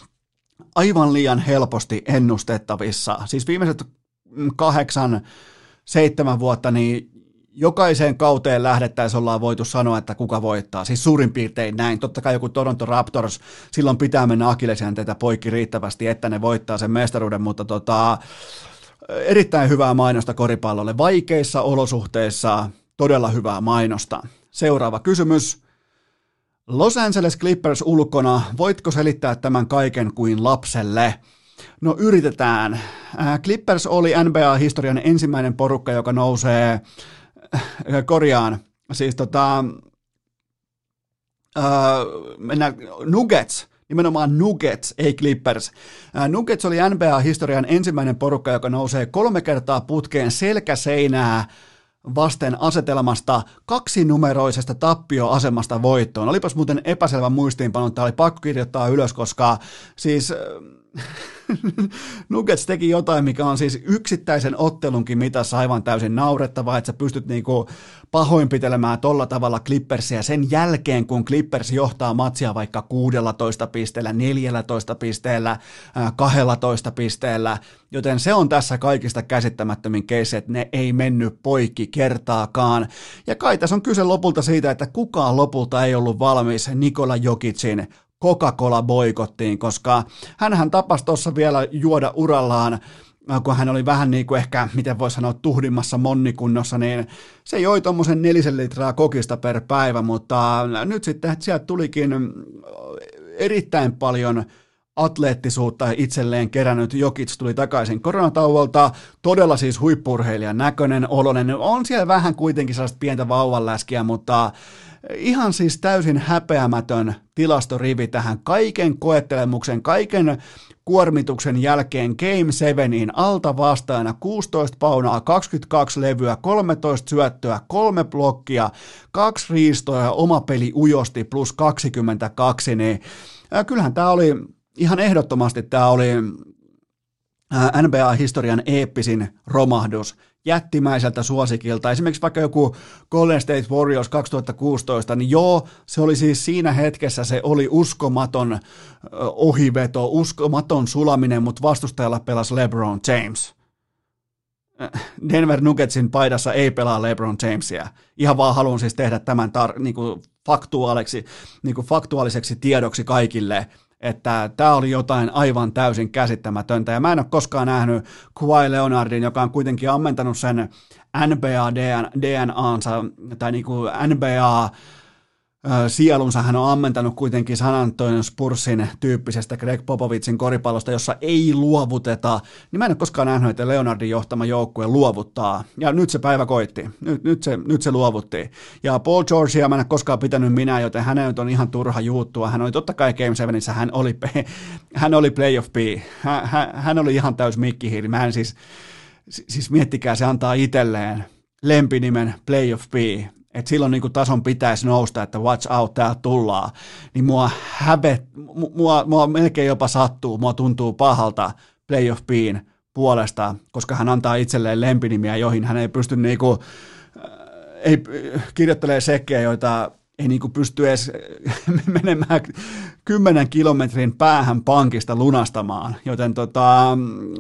aivan liian helposti ennustettavissa. Siis viimeiset kahdeksan, seitsemän vuotta, niin jokaiseen kauteen lähdettäisiin ollaan voitu sanoa, että kuka voittaa. Siis suurin piirtein näin. Totta kai joku Toronto Raptors, silloin pitää mennä akillesjänteitä poikki riittävästi, että ne voittaa sen mestaruuden, mutta tota, erittäin hyvää mainosta koripallolle. Vaikeissa olosuhteissa todella hyvää mainosta. Seuraava kysymys. Los Angeles Clippers ulkona, voitko selittää tämän kaiken kuin lapselle? No yritetään. Clippers oli N B A-historian ensimmäinen porukka, joka nousee korjaan, siis tota, äh, mennään, Nuggets, nimenomaan Nuggets, ei Clippers. Äh, Nuggets oli N B A-historian ensimmäinen porukka, joka nousee kolme kertaa putkeen selkäseinää vasten asetelmasta kaksinumeroisesta tappioasemasta voittoon. Olipas muuten epäselvä muistiinpano, tämä oli pakko kirjoittaa ylös, koska siis Nuggets teki jotain, mikä on siis yksittäisen ottelunkin mitassa aivan täysin naurettavaa, että sä pystyt niinku pahoinpitelemään tolla tavalla Clippersia sen jälkeen, kun Clippers johtaa matsia vaikka kuusitoista pisteellä, neljätoista pisteellä, kaksitoista pisteellä, joten se on tässä kaikista käsittämättömin keissi, että ne ei mennyt poikki kertaakaan. Ja kai tässä on kyse lopulta siitä, että kukaan lopulta ei ollut valmis Nikola Jokicin Coca-Cola-boikottiin, koska hänhän tapasi tuossa vielä juoda urallaan, kun hän oli vähän niin kuin ehkä, miten voi sanoa, tuhdimmassa monnikunnossa, niin se joi tuommoisen nelisen litraa kokista per päivä, mutta nyt sitten sieltä tulikin erittäin paljon atleettisuutta itselleen kerännyt. Jokic tuli takaisin koronatauolta, todella siis huippu-urheilijan näköinen, oloinen, on siellä vähän kuitenkin sellaista pientä vauvanläskiä, mutta ihan siis täysin häpeämätön tilastorivi tähän kaiken koettelemuksen, kaiken kuormituksen jälkeen Game seitsemän alta vastaajana kuusitoista paunaa, kaksikymmentäkaksi levyä, kolmetoista syöttöä, kolme blokkia, kaksi riistoa ja oma peli ujosti plus kaksikymmentäkaksi, niin kyllähän tämä oli ihan ehdottomasti tämä oli N B A-historian eeppisin romahdus jättimäiseltä suosikilta. Esimerkiksi vaikka joku Golden State Warriors kaksituhattakuusitoista, niin joo, se oli siis siinä hetkessä, se oli uskomaton ohiveto, uskomaton sulaminen, mutta vastustajalla pelasi LeBron James. Denver Nuggetsin paidassa ei pelaa LeBron Jamesia. Ihan vaan haluan siis tehdä tämän tar- niinku faktuaaliseksi, niinku faktuaaliseksi tiedoksi kaikille, että tämä oli jotain aivan täysin käsittämätöntä, ja mä en ole koskaan nähnyt Kawhi Leonardin, joka on kuitenkin ammentanut sen N B A D N A:nsa, tai niin kuin N B A sielunsa hän on ammentanut kuitenkin San Antonio Spursin tyyppisestä Greg Popovichin koripallosta, jossa ei luovuteta, niin mä en ole koskaan nähnyt, että Leonardin johtama joukkue luovuttaa, ja nyt se päivä koitti, nyt, nyt, se, nyt se luovutti, ja Paul Georgea mä en ole koskaan pitänyt minä, joten hänen on ihan turha juuttua, hän oli totta kai Game sevenissä, hän oli, hän oli playoff B, hän, hän, hän oli ihan täys mikkihiiri, mä en siis, siis miettikää, se antaa itselleen lempinimen playoff B, että silloin niin kuin tason pitäisi nousta, että watch out, täältä tullaan, niin mua hävet, mua, mua melkein jopa sattuu, mua tuntuu pahalta playoff B:n puolesta, koska hän antaa itselleen lempinimiä, joihin hän ei pysty niin kuin, äh, ei kirjoittelee sekkejä, joita ei niin kuin pysty edes menemään kymmenen kilometrin päähän pankista lunastamaan, joten tota,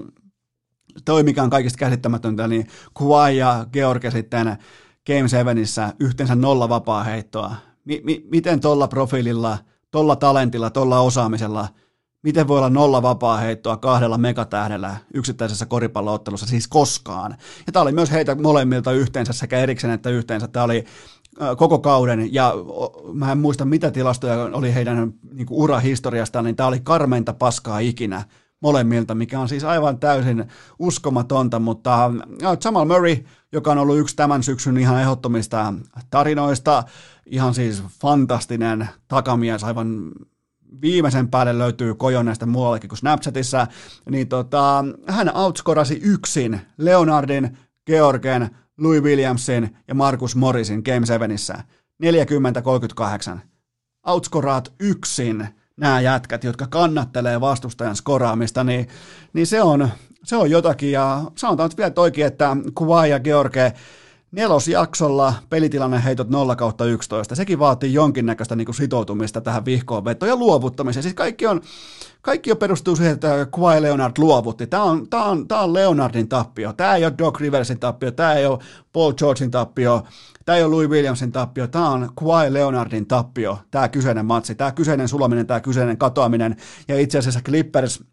toi mikä on kaikista käsittämätöntä, niin Kawhi ja George sitten Game sevenissä yhteensä nolla vapaa-heittoa. Mi- mi- miten tuolla profiililla, tuolla talentilla, tuolla osaamisella, miten voi olla nolla vapaa-heittoa kahdella megatähdellä yksittäisessä koripalloottelussa, siis koskaan. Ja tämä oli myös heitä molemmilta yhteensä, sekä Eriksen että yhteensä. Tämä oli koko kauden, ja mä en muista mitä tilastoja oli heidän niin kuin urahistoriastaan, niin tämä oli karmeinta paskaa ikinä molemmilta, mikä on siis aivan täysin uskomatonta, mutta Jamal Murray, joka on ollut yksi tämän syksyn ihan ehdottomista tarinoista, ihan siis fantastinen takamies, aivan viimeisen päälle löytyy kojoneesta muuallekin kuin Snapchatissa, niin tota, hän outscorasi yksin Leonardin, Georgen, Louis Williamsin ja Marcus Morrisin Game sevenissä neljäkymmentä kolmekymmentäkahdeksan. Outscoraat yksin nämä jätkät, jotka kannattelee vastustajan skoraamista, niin, niin se, on, se on jotakin, ja sanotaan nyt vielä toikin, että Kawhi ja George nelosjaksolla pelitilanne heitot nolla kautta yksitoista, sekin vaatii jonkinnäköistä niin kuin sitoutumista tähän vihkoon vetoon ja luovuttamiseen, siis kaikki on, kaikki on perustuu siihen, että Kawhi Leonard luovutti, tämä on, tämä on, tämä on Leonardin tappio, tämä ei ole Doc Riversin tappio, tämä ei ole Paul Georgein tappio, tämä ei ole Louis Williamsin tappio, tämä on Kawhi Leonardin tappio, tämä kyseinen matsi, tämä kyseinen sulaminen, tämä kyseinen katoaminen, ja itse asiassa Clippers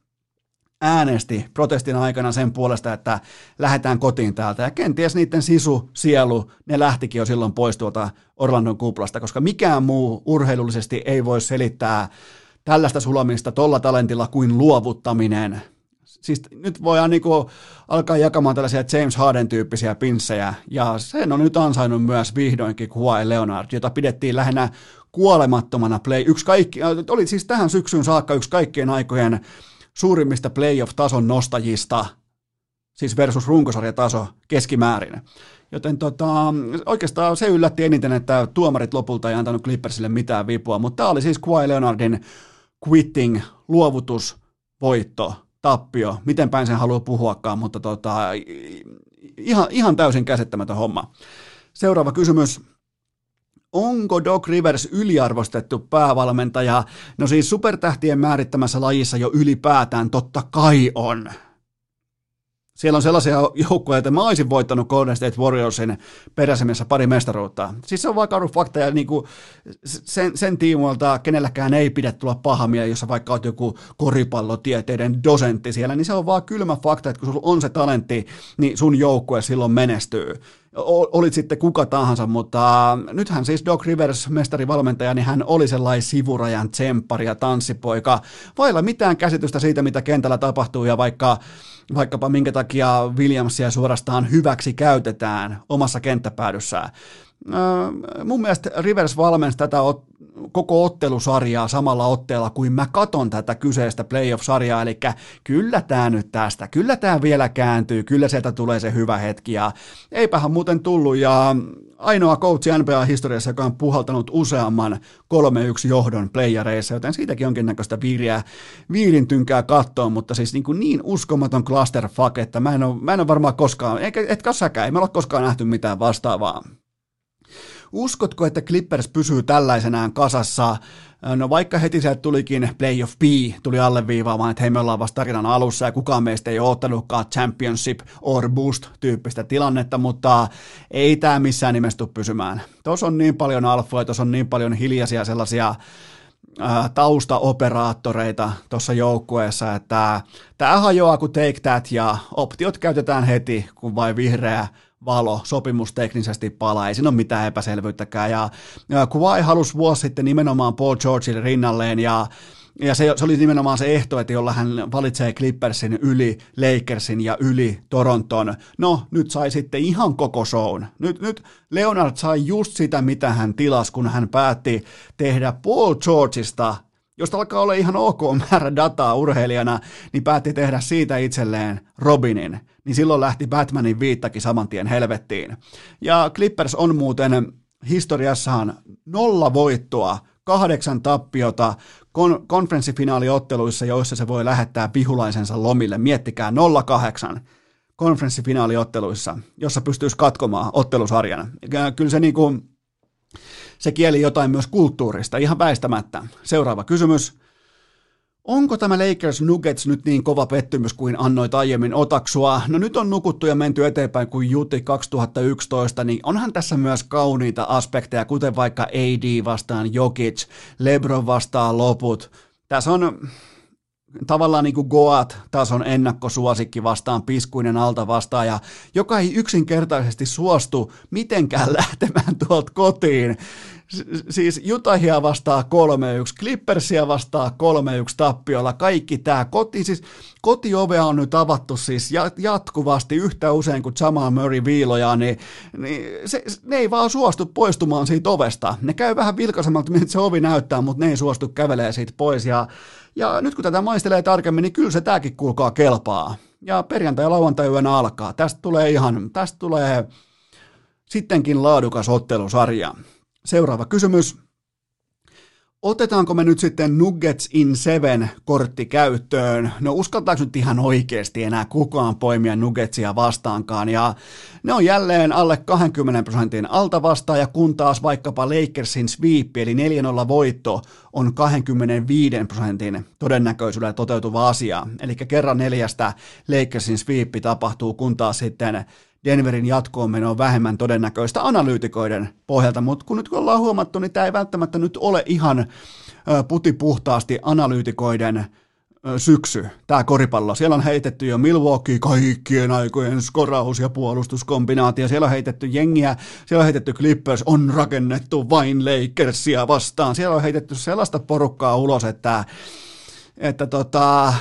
äänesti protestin aikana sen puolesta, että lähdetään kotiin täältä, ja kenties niiden sisu, sielu, ne lähtikin jo silloin pois tuolta Orlandon kuplasta, koska mikään muu urheilullisesti ei voi selittää tällaista sulamista tolla talentilla kuin luovuttaminen. Siis nyt voidaan niinku alkaa jakamaan tällaisia James Harden-tyyppisiä pinssejä, ja sen on nyt ansainnut myös vihdoinkin Kawhi Leonard, jota pidettiin lähinnä kuolemattomana play. Yksi kaikki, oli siis tähän syksyyn saakka yksi kaikkien aikojen suurimmista playoff-tason nostajista, siis versus runkosarjataso keskimäärin. Joten tota, oikeastaan se yllätti eniten, että tuomarit lopulta ei antanut Clippersille mitään vipua, mutta tämä oli siis Kawhi Leonardin quitting, luovutus, voitto, tappio, miten päin sen haluaa puhuakaan, mutta tota, ihan, ihan täysin käsittämätön homma. Seuraava kysymys. Onko Doc Rivers yliarvostettu päävalmentaja? No siis supertähtien määrittämässä lajissa jo ylipäätään totta kai on. Siellä on sellaisia joukkoja, että mä olisin voittanut Golden State Warriorsin peräsimessä pari mestaruutta. Siis se on vaan karu fakta, ja niinku sen, sen tiimoilta kenelläkään ei pidä tulla paha mieli, jos vaikka olet joku koripallotieteiden dosentti siellä, niin se on vaan kylmä fakta, että kun sulla on se talentti, niin sun joukkue silloin menestyy. Olit sitten kuka tahansa, mutta nythän siis Doc Rivers, mestarivalmentaja, niin hän oli sellainen sivurajan tsemppari ja tanssipoika, vailla mitään käsitystä siitä, mitä kentällä tapahtuu, ja vaikka, vaikkapa minkä takia Williamsia suorastaan hyväksi käytetään omassa kenttäpäädyssään. Mun mielestä Rivers valmensi tätä koko ottelusarjaa samalla otteella kuin mä katon tätä kyseistä playoff-sarjaa, eli kyllä tämä nyt tästä, kyllä tämä vielä kääntyy, kyllä sieltä tulee se hyvä hetki, ja eipähän muuten tullut, ja ainoa coach N B A-historiassa, joka on puhaltanut useamman kolme yksi johdon playareissa, joten siitäkin jonkinnäköistä viiriä, viirintynkää kattoa, mutta siis niin, kuin niin uskomaton clusterfuck, että mä en ole, mä en ole varmaan koskaan, eikä, etkä säkään, ei me ole koskaan nähty mitään vastaavaa. Uskotko, että Clippers pysyy tällaisenään kasassa? No vaikka heti sieltä tulikin playoff B, tuli alleviivaamaan, että hei, me ollaan vasta tarinan alussa ja kukaan meistä ei ole ottanutkaan championship or boost tyyppistä tilannetta, mutta ei tämä missään nimessä tule pysymään. Tuossa on niin paljon alfoja, tuossa on niin paljon hiljaisia sellaisia ää, taustaoperaattoreita tuossa joukkueessa, että tämä hajoaa kuin take that ja optiot käytetään heti, kun vain vihreä valo sopimusteknisesti palaa, ei siinä ole mitään epäselvyyttäkään, ja, ja Kawhi halusi vuosi sitten nimenomaan Paul Georgeille rinnalleen, ja Ja se, se oli nimenomaan se ehto, että jolla hän valitsee Clippersin yli Lakersin ja yli Toronton. No, nyt sai sitten ihan koko shown. Nyt, nyt Leonard sai just sitä, mitä hän tilasi, kun hän päätti tehdä Paul Georgeista, josta alkaa olla ihan ok määrä dataa urheilijana, niin päätti tehdä siitä itselleen Robinin. Niin silloin lähti Batmanin viittakin saman tien helvettiin. Ja Clippers on muuten historiassaan nolla voittoa, kahdeksan tappiota kon- konferenssifinaaliotteluissa, joissa se voi lähettää vihulaisensa lomille. Miettikää nolla kahdeksan konferenssifinaaliotteluissa, jossa pystyisi katkomaan ottelusarjan. Ja kyllä se, niinku, se kieli jotain myös kulttuurista, ihan väistämättä. Seuraava kysymys. Onko tämä Lakers Nuggets nyt niin kova pettymys kuin annoit aiemmin otaksua? No nyt on nukuttu ja menty eteenpäin kuin Juti kaksituhattayksitoista, niin onhan tässä myös kauniita aspekteja, kuten vaikka A D vastaan Jokic, LeBron vastaan loput. Tässä on tavallaan niin kuin Goat-tason ennakkosuosikki vastaan piskuinen alta vastaaja, joka ei yksinkertaisesti suostu mitenkään lähtemään tuolta kotiin. Siis Utahia vastaa kolme yksi, Clippersia vastaa kolme yksi tappiolla, kaikki tämä koti, siis kotiovea on nyt avattu siis jatkuvasti yhtä usein kuin Jamal Murray viilojaa, niin, niin se, ne ei vaan suostu poistumaan siitä ovesta. Ne käy vähän vilkaisemmalta, miltä se ovi näyttää, mutta ne ei suostu kävelee siitä pois. Ja, ja nyt kun tätä maistelee tarkemmin, niin kyllä se tämäkin kuulkaa kelpaa. Ja perjantai- ja lauantai-yönä alkaa. Tästä tulee ihan, tästä tulee sittenkin laadukas ottelusarja. Seuraava kysymys. Otetaanko me nyt sitten Nuggets in seven -kortti käyttöön? No uskaltaako nyt ihan oikeasti enää kukaan poimia Nuggetsia vastaankaan? Ja ne on jälleen alle kaksikymmentä prosentin alta vastaan, ja kun taas vaikkapa Lakersin sweep, eli neljä nolla voitto, on kaksikymmentäviisi prosentin todennäköisyydellä toteutuva asia. Eli kerran neljästä Lakersin sweep tapahtuu, kun taas sitten Denverin jatkoon meno on vähemmän todennäköistä analyytikoiden pohjalta, mutta kun nyt kun ollaan huomattu, niin tämä ei välttämättä nyt ole ihan putipuhtaasti analyytikoiden syksy, tämä koripallo. Siellä on heitetty jo Milwaukee kaikkien aikojen skoraus- ja puolustuskombinaatio, siellä on heitetty jengiä, siellä on heitetty Clippers, on rakennettu vain Lakersia vastaan, siellä on heitetty sellaista porukkaa ulos, että, että tota...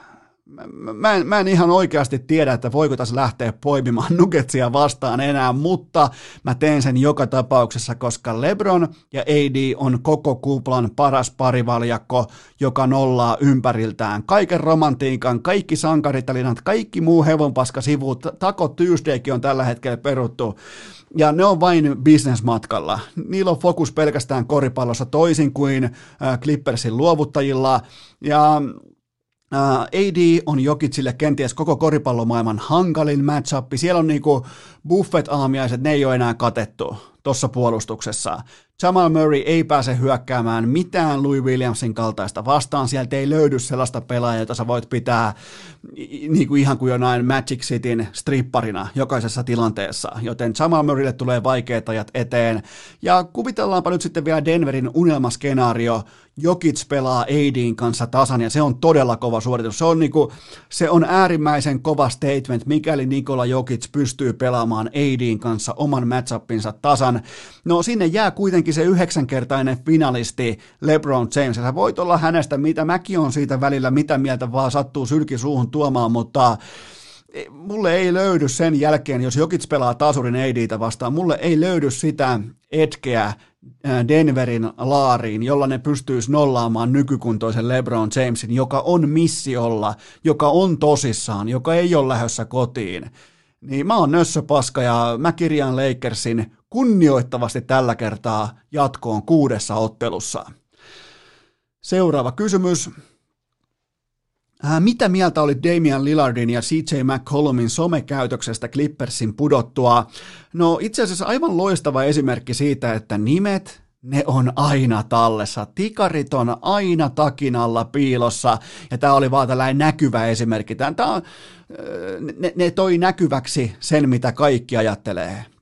Mä en, mä en ihan oikeasti tiedä, että voiko tässä lähteä poimimaan Nuggetsia vastaan enää, mutta mä teen sen joka tapauksessa, koska LeBron ja A D on koko kuplan paras parivaljakko, joka nollaa ympäriltään kaiken romantiikan, kaikki sankaritalinat, kaikki muu hevonpaska sivut, Taco Tuesdaykin on tällä hetkellä peruttu. Ja ne on vain bisnesmatkalla. Niillä on fokus pelkästään koripallossa toisin kuin äh, Clippersin luovuttajilla. Ja Uh, A D on Jokicille kenties koko koripallomaailman hankalin matchup. Siellä on niinku buffet-aamiaiset, ne ei ole enää katettu tuossa puolustuksessa. Jamal Murray ei pääse hyökkäämään mitään Louis Williamsin kaltaista vastaan. Sieltä ei löydy sellaista pelaajaa, jota sä voit pitää niin kuin ihan kuin jonain Magic Cityn stripparina jokaisessa tilanteessa. Joten Jamal Murraylle tulee vaikeat ajat eteen. Ja kuvitellaanpa nyt sitten vielä Denverin unelmaskenaario. Jokic pelaa A D:n kanssa tasan, ja se on todella kova suoritus. Se on, niinku, se on äärimmäisen kova statement, mikäli Nikola Jokic pystyy pelaamaan A D:n kanssa oman matchupinsa tasan. No sinne jää kuitenkin se yhdeksänkertainen finalisti LeBron James, ja sä voit olla hänestä, mitä mäkin on siitä välillä, mitä mieltä vaan sattuu sylki suuhun tuomaan, mutta mulle ei löydy sen jälkeen, jos Jokic pelaa tasurin A D:tä vastaan, mulle ei löydy sitä etkeä Denverin laariin, jolla ne pystyisi nollaamaan nykykuntoisen LeBron Jamesin, joka on missiolla, joka on tosissaan, joka ei ole lähdössä kotiin. Niin mä oon nössöpaska ja mä kirjaan Lakersin kunnioittavasti tällä kertaa jatkoon kuudessa ottelussa. Seuraava kysymys. Mitä mieltä oli Damian Lillardin ja C J McCollumin somekäytöksestä Clippersin pudottua? No itse asiassa aivan loistava esimerkki siitä, että nimet, ne on aina tallessa. Tikarit on aina takin alla piilossa, ja tämä oli vaan tällainen näkyvä esimerkki. Tämä on, ne, ne toi näkyväksi sen, mitä kaikki ajattelee.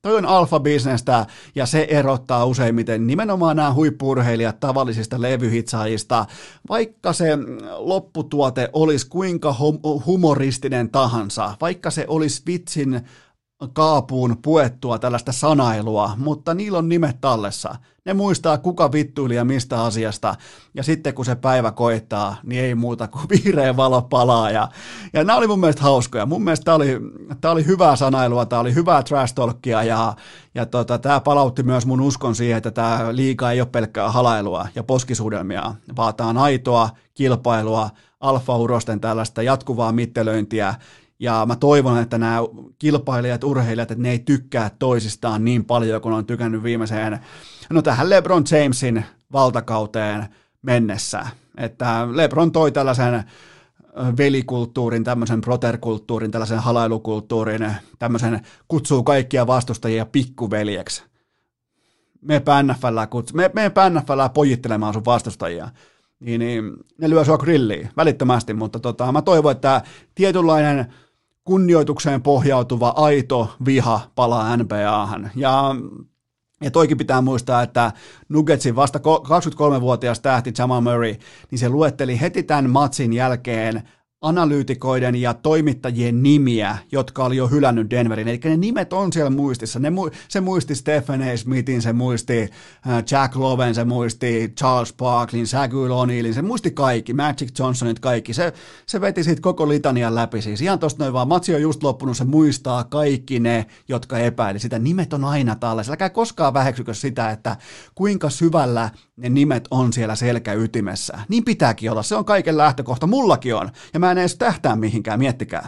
Toi on alfa-bisnestä ja se erottaa useimmiten nimenomaan nämä huippu-urheilijat tavallisista levyhitsaajista, vaikka se lopputuote olisi kuinka humoristinen tahansa, vaikka se olisi vitsin kaapuun puettua tällaista sanailua, mutta niillä on nimet tallessa. Ne muistaa kuka vittuili ja mistä asiasta, ja sitten kun se päivä koittaa, niin ei muuta kuin vihreä valo palaa, ja, ja nämä oli mun mielestä hauskoja. Mun mielestä tämä oli, tämä oli hyvää sanailua, tämä oli hyvää trash talkia, ja, ja tota, tämä palautti myös mun uskon siihen, että tämä liiga ei ole pelkkää halailua ja poskisuudelmia, vaan tämä on aitoa kilpailua, alfa-urosten tällaista jatkuvaa mittelöintiä. Ja mä toivon, että nämä kilpailijat, urheilijat, että ne ei tykkää toisistaan niin paljon, kun on tykännyt viimeiseen, no tähän LeBron Jamesin valtakauteen mennessä. Että LeBron toi tällaisen velikulttuurin, tämmöisen proterkulttuurin, tällaisen halailukulttuurin, tämmöisen kutsuu kaikkia vastustajia pikkuveljeksi. Me pännäfällä, me, me pännäfällä pojittelemaan sun vastustajia. Niin, niin ne lyö sua grilliin välittömästi, mutta tota, mä toivon, että tietynlainen kunnioitukseen pohjautuva aito viha palaa N B A:han. Ja, ja toikin pitää muistaa, että Nuggetsin vasta kaksikymmentäkolmevuotias tähti Jamal Murray, niin se luetteli heti tämän matsin jälkeen analyytikoiden ja toimittajien nimiä, jotka oli jo hylännyt Denverin. Eli ne nimet on siellä muistissa. Ne mu- se muisti Stephen A. Smithin, se muisti Jack Loven, se muisti Charles Barkleyn, Shaquille O'Nealin, se muisti kaikki, Magic Johnsonit kaikki. Se, se veti siitä koko litanian läpi. Siis ihan tosta noin vaan, matsi on just loppunut, se muistaa kaikki ne, jotka epäili sitä. Nimet on aina tallessa. Älkää koskaan väheksykö sitä, että kuinka syvällä ne nimet on siellä selkäytimessä. Niin pitääkin olla. Se on kaiken lähtökohta. Mullakin on. Ja mä en edes tähtää mihinkään, miettikää.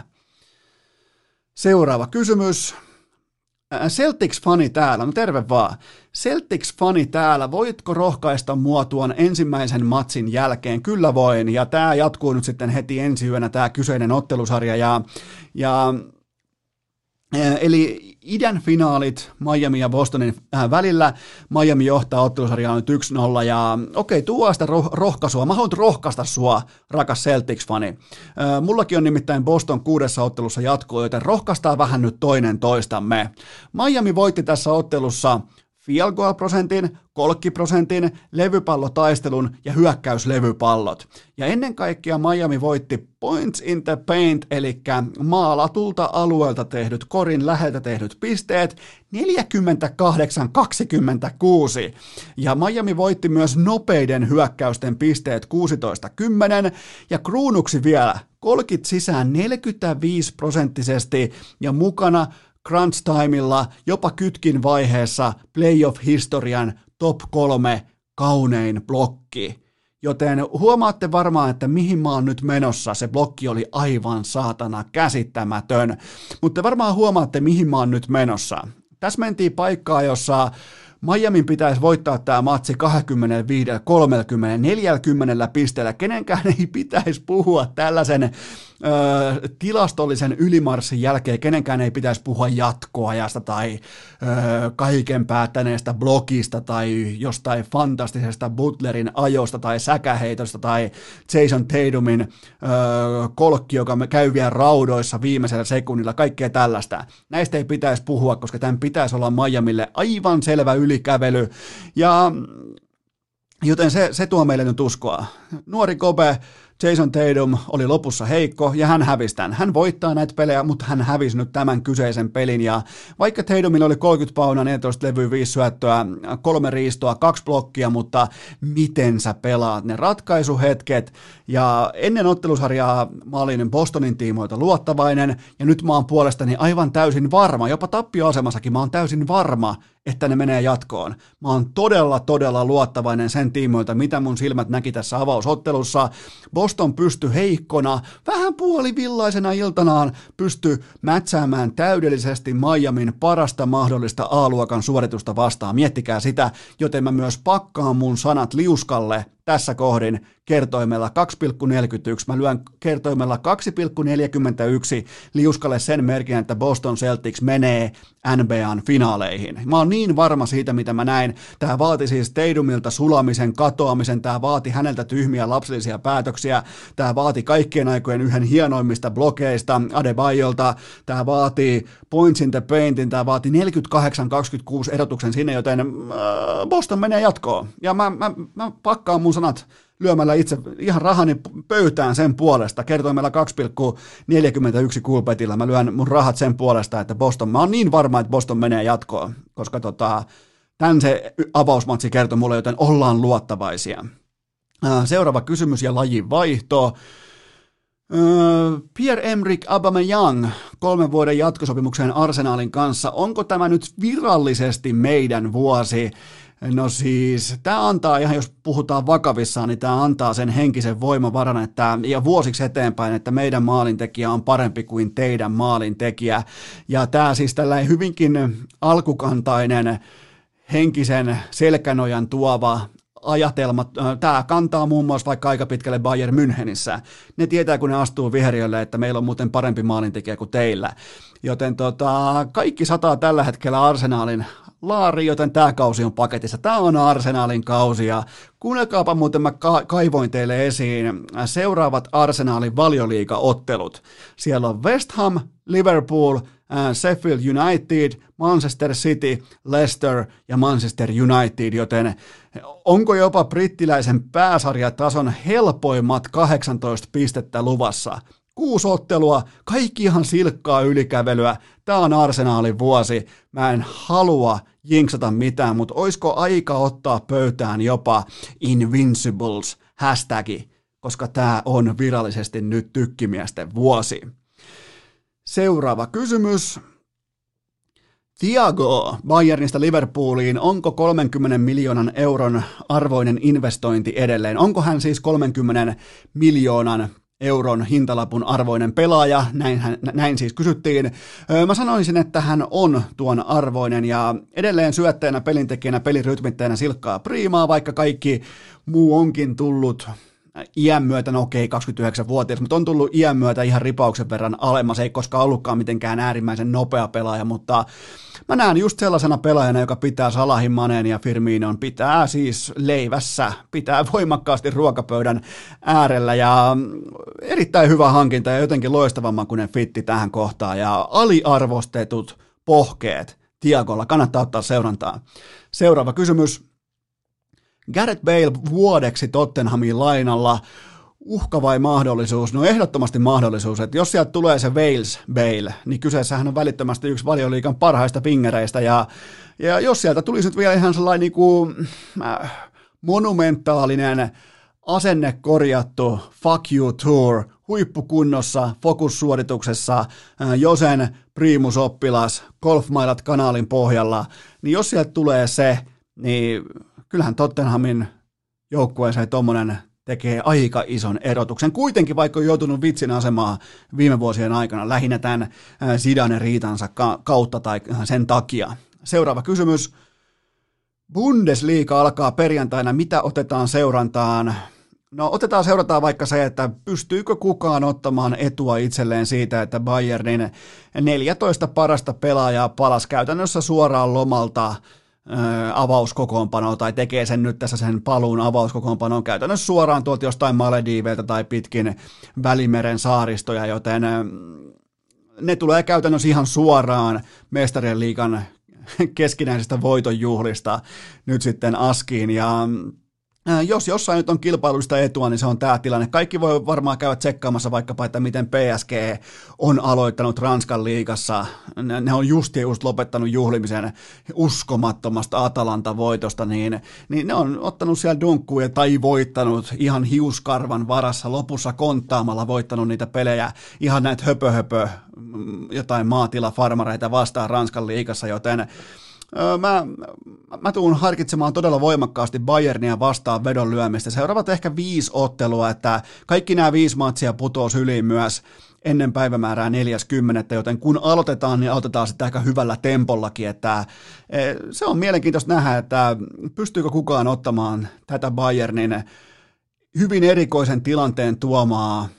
Seuraava kysymys. Celtics-fani täällä, no terve vaan. Celtics-fani täällä, voitko rohkaista mua tuon ensimmäisen matsin jälkeen? Kyllä voin, ja tämä jatkuu nyt sitten heti ensi yönä, tämä kyseinen ottelusarja, ja, ja eli idän finaalit Miami ja Bostonin välillä. Miami johtaa ottelusarjaa nyt yksi nolla ja okei, tuo sitä roh- rohkaisua. Mä haluan rohkaista sua, rakas Celtics-fani. Mullakin on nimittäin Boston kuudessa ottelussa jatkoa, joten rohkaistaan vähän nyt toinen toistamme. Miami voitti tässä ottelussa field goal prosentin, kolkkiprosentin, levypallotaistelun ja hyökkäyslevypallot. Ja ennen kaikkea Miami voitti points in the paint, eli maalatulta alueelta tehdyt, korin läheltä tehdyt pisteet, neljäkymmentäkahdeksan kaksikymmentäkuusi. Ja Miami voitti myös nopeiden hyökkäysten pisteet kuusitoista kymmenen, ja kruunuksi vielä kolkit sisään neljäkymmentäviisi prosenttisesti, ja mukana crunch timeilla, jopa kytkin vaiheessa playoff-historian top kolme kaunein blokki. Joten huomaatte varmaan, että mihin mä oon nyt menossa. Se blokki oli aivan saatana käsittämätön. Mutta varmaan huomaatte, mihin mä oon nyt menossa. Tässä mentiin paikkaa, jossa Miamin pitäisi voittaa tämä matsi kaksikymmentäviisi kolmekymmentä neljäkymmentä pisteellä. Kenenkään ei pitäisi puhua tällaisen ö, tilastollisen ylimarssin jälkeen. Kenenkään ei pitäisi puhua jatkoajasta tai ö, kaiken päättäneestä blokista tai jostain fantastisesta Butlerin ajosta tai säkäheitosta tai Jason Tatumin ö, kolkki, joka me käy vielä raudoissa viimeisellä sekunnilla. Kaikkea tällaista. Näistä ei pitäisi puhua, koska tämän pitäisi olla Miamille aivan selvä ylikävely, ja joten se, se tuo meille nyt uskoa. Nuori Kobe, Jason Tatum oli lopussa heikko, ja hän hävisi tämän. Hän voittaa näitä pelejä, mutta hän hävisi nyt tämän kyseisen pelin, ja vaikka Tatumilla oli kolmekymmentä paunaa, neljätoista levyä, viisi syöttöä, kolme riistoa, kaksi blokkia, mutta miten sä pelaat ne ratkaisuhetket, ja ennen ottelusarjaa mä olin Bostonin tiimoilta luottavainen, ja nyt mä oon puolestani aivan täysin varma, jopa tappioasemassakin mä oon täysin varma, että ne menee jatkoon. Mä oon todella, todella luottavainen sen tiimoilta, mitä mun silmät näki tässä avausottelussa. Boston pystyi heikkona, vähän puolivillaisena iltanaan, pystyi mätsäämään täydellisesti Miamin parasta mahdollista A-luokan suoritusta vastaan. Miettikää sitä, joten mä myös pakkaan mun sanat liuskalle tässä kohdin kertoimella kaksi pilkku neljäkymmentäyksi. Mä lyön kertoimella kaksi pilkku neljäkymmentäyksi liuskalle sen merkin, että Boston Celtics menee N B A:n finaaleihin. Mä oon niin varma siitä, mitä mä näin. Tää vaati siis Tatumilta sulamisen, katoamisen, tää vaati häneltä tyhmiä lapsellisia päätöksiä, tää vaati kaikkien aikojen yhden hienoimmista blokeista Adebayolta, tää vaati points in the paintin, tää vaati neljäkymmentäkahdeksan kaksikymmentäkuusi erotuksen sinne, joten äh, Boston menee jatkoon. Ja mä, mä, mä pakkaan mun sanat lyömällä itse ihan rahani pöytään sen puolesta, kertoimella kaksi pilkku neljäkymmentäyksi Coolbetillä, mä lyön mun rahat sen puolesta, että Boston, mä oon niin varma, että Boston menee jatkoon, koska tota, tän se avausmatsi kertoi mulle, joten ollaan luottavaisia. Seuraava kysymys ja lajin vaihto. Pierre-Emerick Aubameyang kolmen vuoden jatkosopimukseen Arsenalin kanssa. Onko tämä nyt virallisesti meidän vuosi? No siis, tämä antaa ihan, jos puhutaan vakavissaan, niin tämä antaa sen henkisen voimavaran, että, ja vuosiksi eteenpäin, että meidän maalintekijä on parempi kuin teidän maalintekijä. Ja tämä siis tällainen hyvinkin alkukantainen henkisen selkänojan tuova ajatelma, tämä kantaa muun muassa vaikka aika pitkälle Bayern Münchenissä. Ne tietää, kun ne astuu viheriölle, että meillä on muuten parempi maalintekijä kuin teillä. Joten tota, kaikki sataa tällä hetkellä Arsenalin laari, joten tämä kausi on paketissa. Tämä on Arsenalin kausi ja kuunnelkaapa muuten, mä ka- kaivoin teille esiin seuraavat Arsenalin valioliigaottelut. Siellä on West Ham, Liverpool, Sheffield United, Manchester City, Leicester ja Manchester United, joten onko jopa brittiläisen pääsarjatason helpoimmat kahdeksantoista pistettä luvassa? Kuusi ottelua, kaikki ihan silkkaa ylikävelyä. Tämä on Arsenalin vuosi. Mä en halua jinksata mitään, mutta olisiko aika ottaa pöytään jopa Invincibles hashtagi, koska tämä on virallisesti nyt tykkimiesten vuosi. Seuraava kysymys. Thiago Bayernista Liverpooliin, onko kolmenkymmenen miljoonan euron arvoinen investointi edelleen? Onko hän siis kolmenkymmenen miljoonan euron hintalapun arvoinen pelaaja? Näin, hän, näin siis kysyttiin. Mä sanoisin, että hän on tuon arvoinen ja edelleen syöttäjänä, pelintekijänä, pelirytmittäjänä silkkaa priimaa, vaikka kaikki muu onkin tullut iän myötä, no okei, kaksikymmentäyhdeksänvuotias, mutta on tullut iän myötä ihan ripauksen verran alemmas, ei koskaan ollutkaan mitenkään äärimmäisen nopea pelaaja, mutta mä näen just sellaisena pelaajana, joka pitää Salahin, Maneen ja Firminon, pitää siis leivässä, pitää voimakkaasti ruokapöydän äärellä ja erittäin hyvä hankinta ja jotenkin loistavammakuinen fitti tähän kohtaan ja aliarvostetut pohkeet Thiagolla, kannattaa ottaa seurantaa. Seuraava kysymys. Gareth Bale vuodeksi Tottenhamin lainalla, uhka vai mahdollisuus? No ehdottomasti mahdollisuus, että jos sieltä tulee se Wales Bale, niin kyseessähän on välittömästi yksi Valioliigan parhaista pingereistä, ja, ja jos sieltä tulisi nyt vielä ihan sellainen niin kuin, äh, monumentaalinen asenne korjattu fuck you tour, huippukunnossa, fokussuorituksessa, äh, Josen primusoppilas, golfmailat kanaalin pohjalla, niin jos sieltä tulee se, niin kyllähän Tottenhamin joukkueeseen tuommoinen tekee aika ison erotuksen. Kuitenkin vaikka on joutunut vitsin asemaan viime vuosien aikana lähinnä tämän Zidanen riitansa kautta tai sen takia. Seuraava kysymys. Bundesliga alkaa perjantaina. Mitä otetaan seurantaan? No otetaan seurataan vaikka se, että pystyykö kukaan ottamaan etua itselleen siitä, että Bayernin neljätoista parasta pelaajaa palas käytännössä suoraan lomalta avauskokoonpano tai tekee sen nyt tässä sen paluun avauskokoonpanon käytännössä suoraan tuolta jostain Malediiveiltä tai pitkin Välimeren saaristoja, joten ne tulee käytännössä ihan suoraan Mestarien liigan keskinäisestä voitonjuhlista nyt sitten askiin ja jos jossain nyt on kilpailuista etua, niin se on tämä tilanne. Kaikki voi varmaan käydä tsekkaamassa vaikkapa, että miten P S G on aloittanut Ranskan liigassa. Ne on just ja just lopettanut juhlimisen uskomattomasta Atalanta-voitosta, niin, niin ne on ottanut siellä dunkkuja tai voittanut ihan hiuskarvan varassa lopussa konttaamalla voittanut niitä pelejä. Ihan näitä höpö, höpö jotain maatilafarmareita vastaan Ranskan liigassa, joten Mä, mä tuun harkitsemaan todella voimakkaasti Bayernia vastaan vedon lyömistä. Seuraavat ehkä viisi ottelua, että kaikki nämä viisi matsia putoaa syliin myös ennen päivämäärää neljäskymmenettä, joten kun aloitetaan, niin aloitetaan sitten aika hyvällä tempollakin, että se on mielenkiintoista nähdä, että pystyykö kukaan ottamaan tätä Bayernin hyvin erikoisen tilanteen tuomaa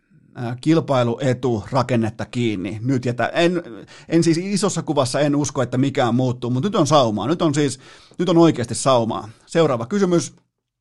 kilpailuetu rakennetta kiinni. Nyt jätä, en, en siis isossa kuvassa en usko, että mikään muuttuu, mutta nyt on saumaa. Nyt on siis, nyt on oikeasti saumaa. Seuraava kysymys.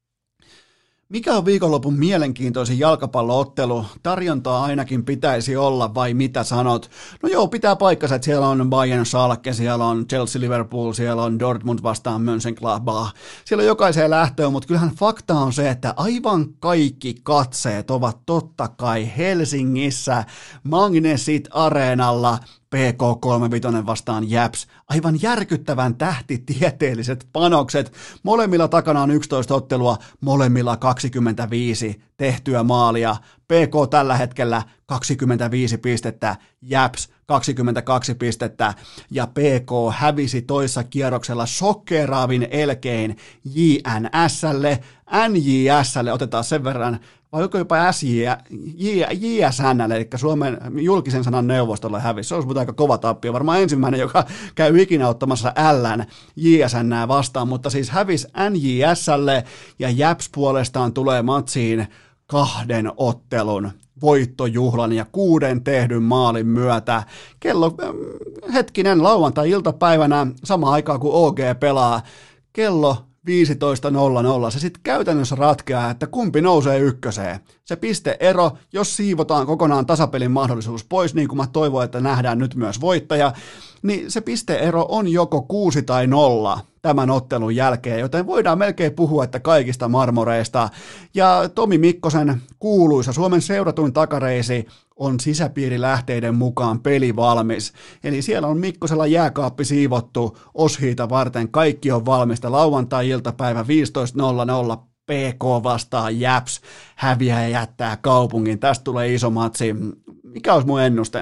Mikä on viikonlopun mielenkiintoisin jalkapalloottelu? Tarjontaa ainakin pitäisi olla, vai mitä sanot? No joo, pitää paikkansa, että siellä on Bayern Schalke, siellä on Chelsea Liverpool, siellä on Dortmund vastaan Mönchengladbach. Siellä on jokaiseen lähtöön, mutta kyllähän fakta on se, että aivan kaikki katseet ovat totta kai Helsingissä Magnesit Areenalla. P K kolmekymmentäviisi vastaan Japs. Aivan järkyttävän tähtitieteelliset panokset. Molemmilla takana on yksitoista ottelua, molemmilla kaksikymmentäviisi tehtyä maalia. P K tällä hetkellä kaksikymmentäviisi pistettä, Japs kaksikymmentäkaksi pistettä ja P K hävisi toissa kierroksella shokkeraavin elkein J N S:lle, N J S:lle, otetaan sen verran, vai onko jopa S J, J S N, eli Suomen julkisen sanan neuvostolle hävisi. Se olisi mutta aika kova tappio, varmaan ensimmäinen, joka käy ikinä ottamassa L:n J S N vastaan, mutta siis hävisi N J S:lle ja Japs puolestaan tulee matsiin kahden ottelun voittojuhlan ja kuuden tehdyn maalin myötä. Kello, hetkinen, lauantai-iltapäivänä, sama aikaa kuin O G pelaa, kello viisitoista nolla nolla. Se sitten käytännössä ratkeaa, että kumpi nousee ykköseen. Se pisteero, jos siivotaan kokonaan tasapelin mahdollisuus pois, niin kuin mä toivon, että nähdään nyt myös voittaja, niin se pisteero on joko kuusi tai nolla tämän ottelun jälkeen, joten voidaan melkein puhua, että kaikista marmoreista. Ja Tomi Mikkosen kuuluisa Suomen seuratuin takareisi on sisäpiirilähteiden mukaan pelivalmis. Eli siellä on Mikkosella jääkaappi siivottu Oshiita varten, kaikki on valmista. Lauantai-iltapäivä viisitoista nolla nolla, P K vastaan Japs, häviää ja jättää kaupungin. Tästä tulee iso matsi. Mikä olisi mun ennuste?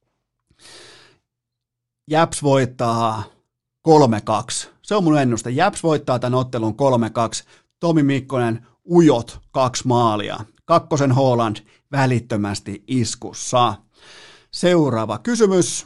Japs voittaa kolme kaksi. Se on mun ennuste. Japs voittaa tämän ottelun kolme kaksi. Tomi Mikkonen ujot kaksi maalia. Kakkosen Haaland välittömästi iskussa. Seuraava kysymys.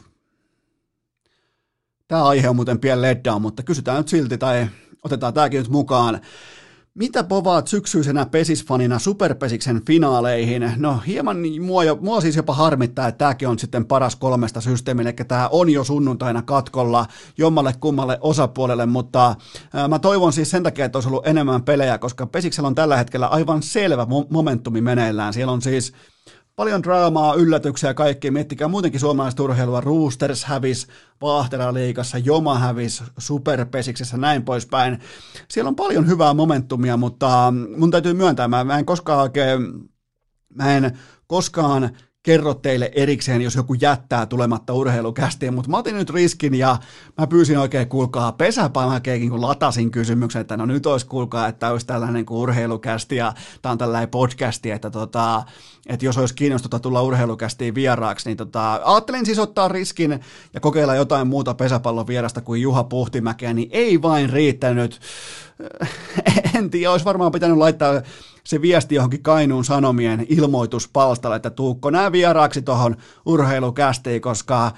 Tämä aihe on muuten pieni letdown, mutta kysytään nyt silti tai otetaan tämäkin nyt mukaan. Mitä povaat syksyisenä pesisfanina Superpesiksen finaaleihin? No hieman mua, jo, mua siis jopa harmittaa, että tämäkin on sitten paras kolmesta systeemillä, eli tämä on jo sunnuntaina katkolla jommalle kummalle osapuolelle, mutta ää, mä toivon siis sen takia, että olisi ollut enemmän pelejä, koska Pesiksellä on tällä hetkellä aivan selvä mo- momentumi meneillään. Siellä on siis paljon draamaa, yllätyksiä ja kaikki. Miettikää muutenkin suomalaista urheilua. Roosters hävisi Vaahteraliigassa, Joma hävisi Superpesiksessä, näin poispäin. Siellä on paljon hyvää momentumia, mutta mun täytyy myöntää, mä, mä en koskaan oikein, mä en koskaan kerro teille erikseen, jos joku jättää tulematta urheilukästiin, mutta mä otin nyt riskin ja mä pyysin oikein, kuulkaa, pesäpalmakeikin, kun latasin kysymyksen, että no nyt olisi, kuulkaa, että olisi tällainen kuin urheilukästi ja tää on tällainen podcasti, että, tota, että jos olisi kiinnostusta tulla urheilukästiin vieraaksi, niin tota, ajattelin siis ottaa riskin ja kokeilla jotain muuta pesäpallon vierasta kuin Juha Puhtimäkeä, niin ei vain riittänyt. En tiedä, olisi varmaan pitänyt laittaa se viesti johonkin Kainuun Sanomien ilmoituspalstalle, että tuukko nämä vieraaksi tuohon urheilukästiin, koska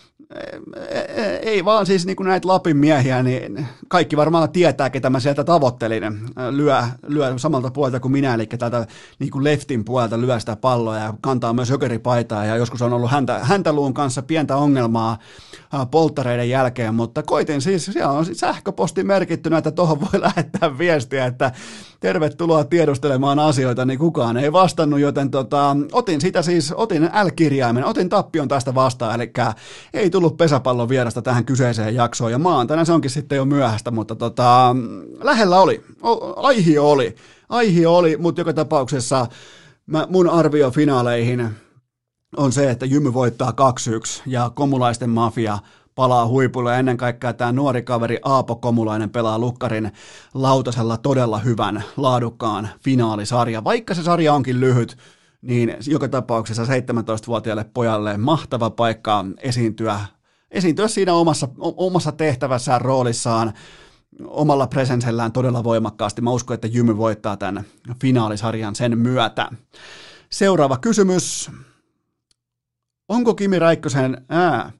ei vaan siis niin kuin näitä Lapin miehiä, niin kaikki varmaan tietää, ketä mä sieltä tavoittelin. Lyö, lyö samalta puolelta kuin minä, eli täältä niin kuin leftin puolelta lyö sitä palloa ja kantaa myös jokeripaitaa, ja joskus on ollut häntä, häntäluun kanssa pientä ongelmaa polttareiden jälkeen, mutta koitin siis, siellä on sähköposti merkittynä, että tuohon voi lähettää viestiä, että tervetuloa tiedustelemaan asioita, niin kukaan ei vastannut, joten tota, otin sitä siis, otin L-kirjaimen, otin tappion tästä vastaan, eli ei tullut pesäpallon vierasta tähän kyseiseen jaksoon, ja maantaina se onkin sitten jo myöhäistä, mutta tota, lähellä oli, o, aihio oli, aihio oli, mutta joka tapauksessa mä, mun arvio finaaleihin on se, että Jymy voittaa kaksi yksi, ja komulaisten mafia palaa huipulle, ja ennen kaikkea tämä nuori kaveri Aapo Komulainen pelaa Lukkarin lautasella todella hyvän, laadukkaan finaalisarja. Vaikka se sarja onkin lyhyt, niin joka tapauksessa seitsemäntoistavuotiaalle pojalle mahtava paikka esiintyä, esiintyä siinä omassa, omassa tehtävässään, roolissaan, omalla presensellään todella voimakkaasti. Mä uskon, että Jymy voittaa tämän finaalisarjan sen myötä. Seuraava kysymys. Onko Kimi Räikkösen... Ää,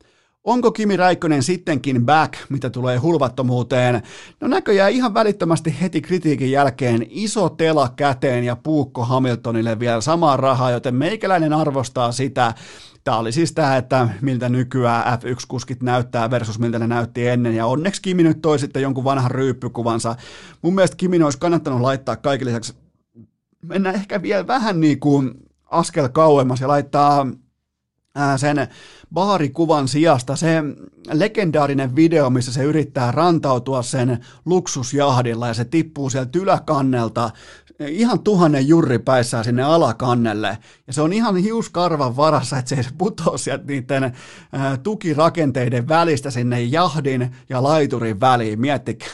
Onko Kimi Räikkönen sittenkin back, mitä tulee hulvattomuuteen? No näköjään ihan välittömästi heti kritiikin jälkeen iso tela käteen ja puukko Hamiltonille vielä samaa rahaa, joten meikäläinen arvostaa sitä. Tämä oli siis tämä, että miltä nykyään F yksi -kuskit näyttää versus miltä ne näytti ennen, ja onneksi Kimi nyt toi sitten jonkun vanhan ryyppykuvansa. Mun mielestä Kimin olisi kannattanut laittaa kaikille lisäksi, mennä ehkä vielä vähän niin kuin askel kauemmas ja laittaa sen baarikuvan sijasta se legendaarinen video, missä se yrittää rantautua sen luksusjahdilla ja se tippuu sieltä yläkannelta ihan tuhannen jurri päissään sinne alakannelle. Ja se on ihan hiuskarvan varassa, että se ei putoa sieltä niiden tukirakenteiden välistä sinne jahdin ja laiturin väliin. Miettikää.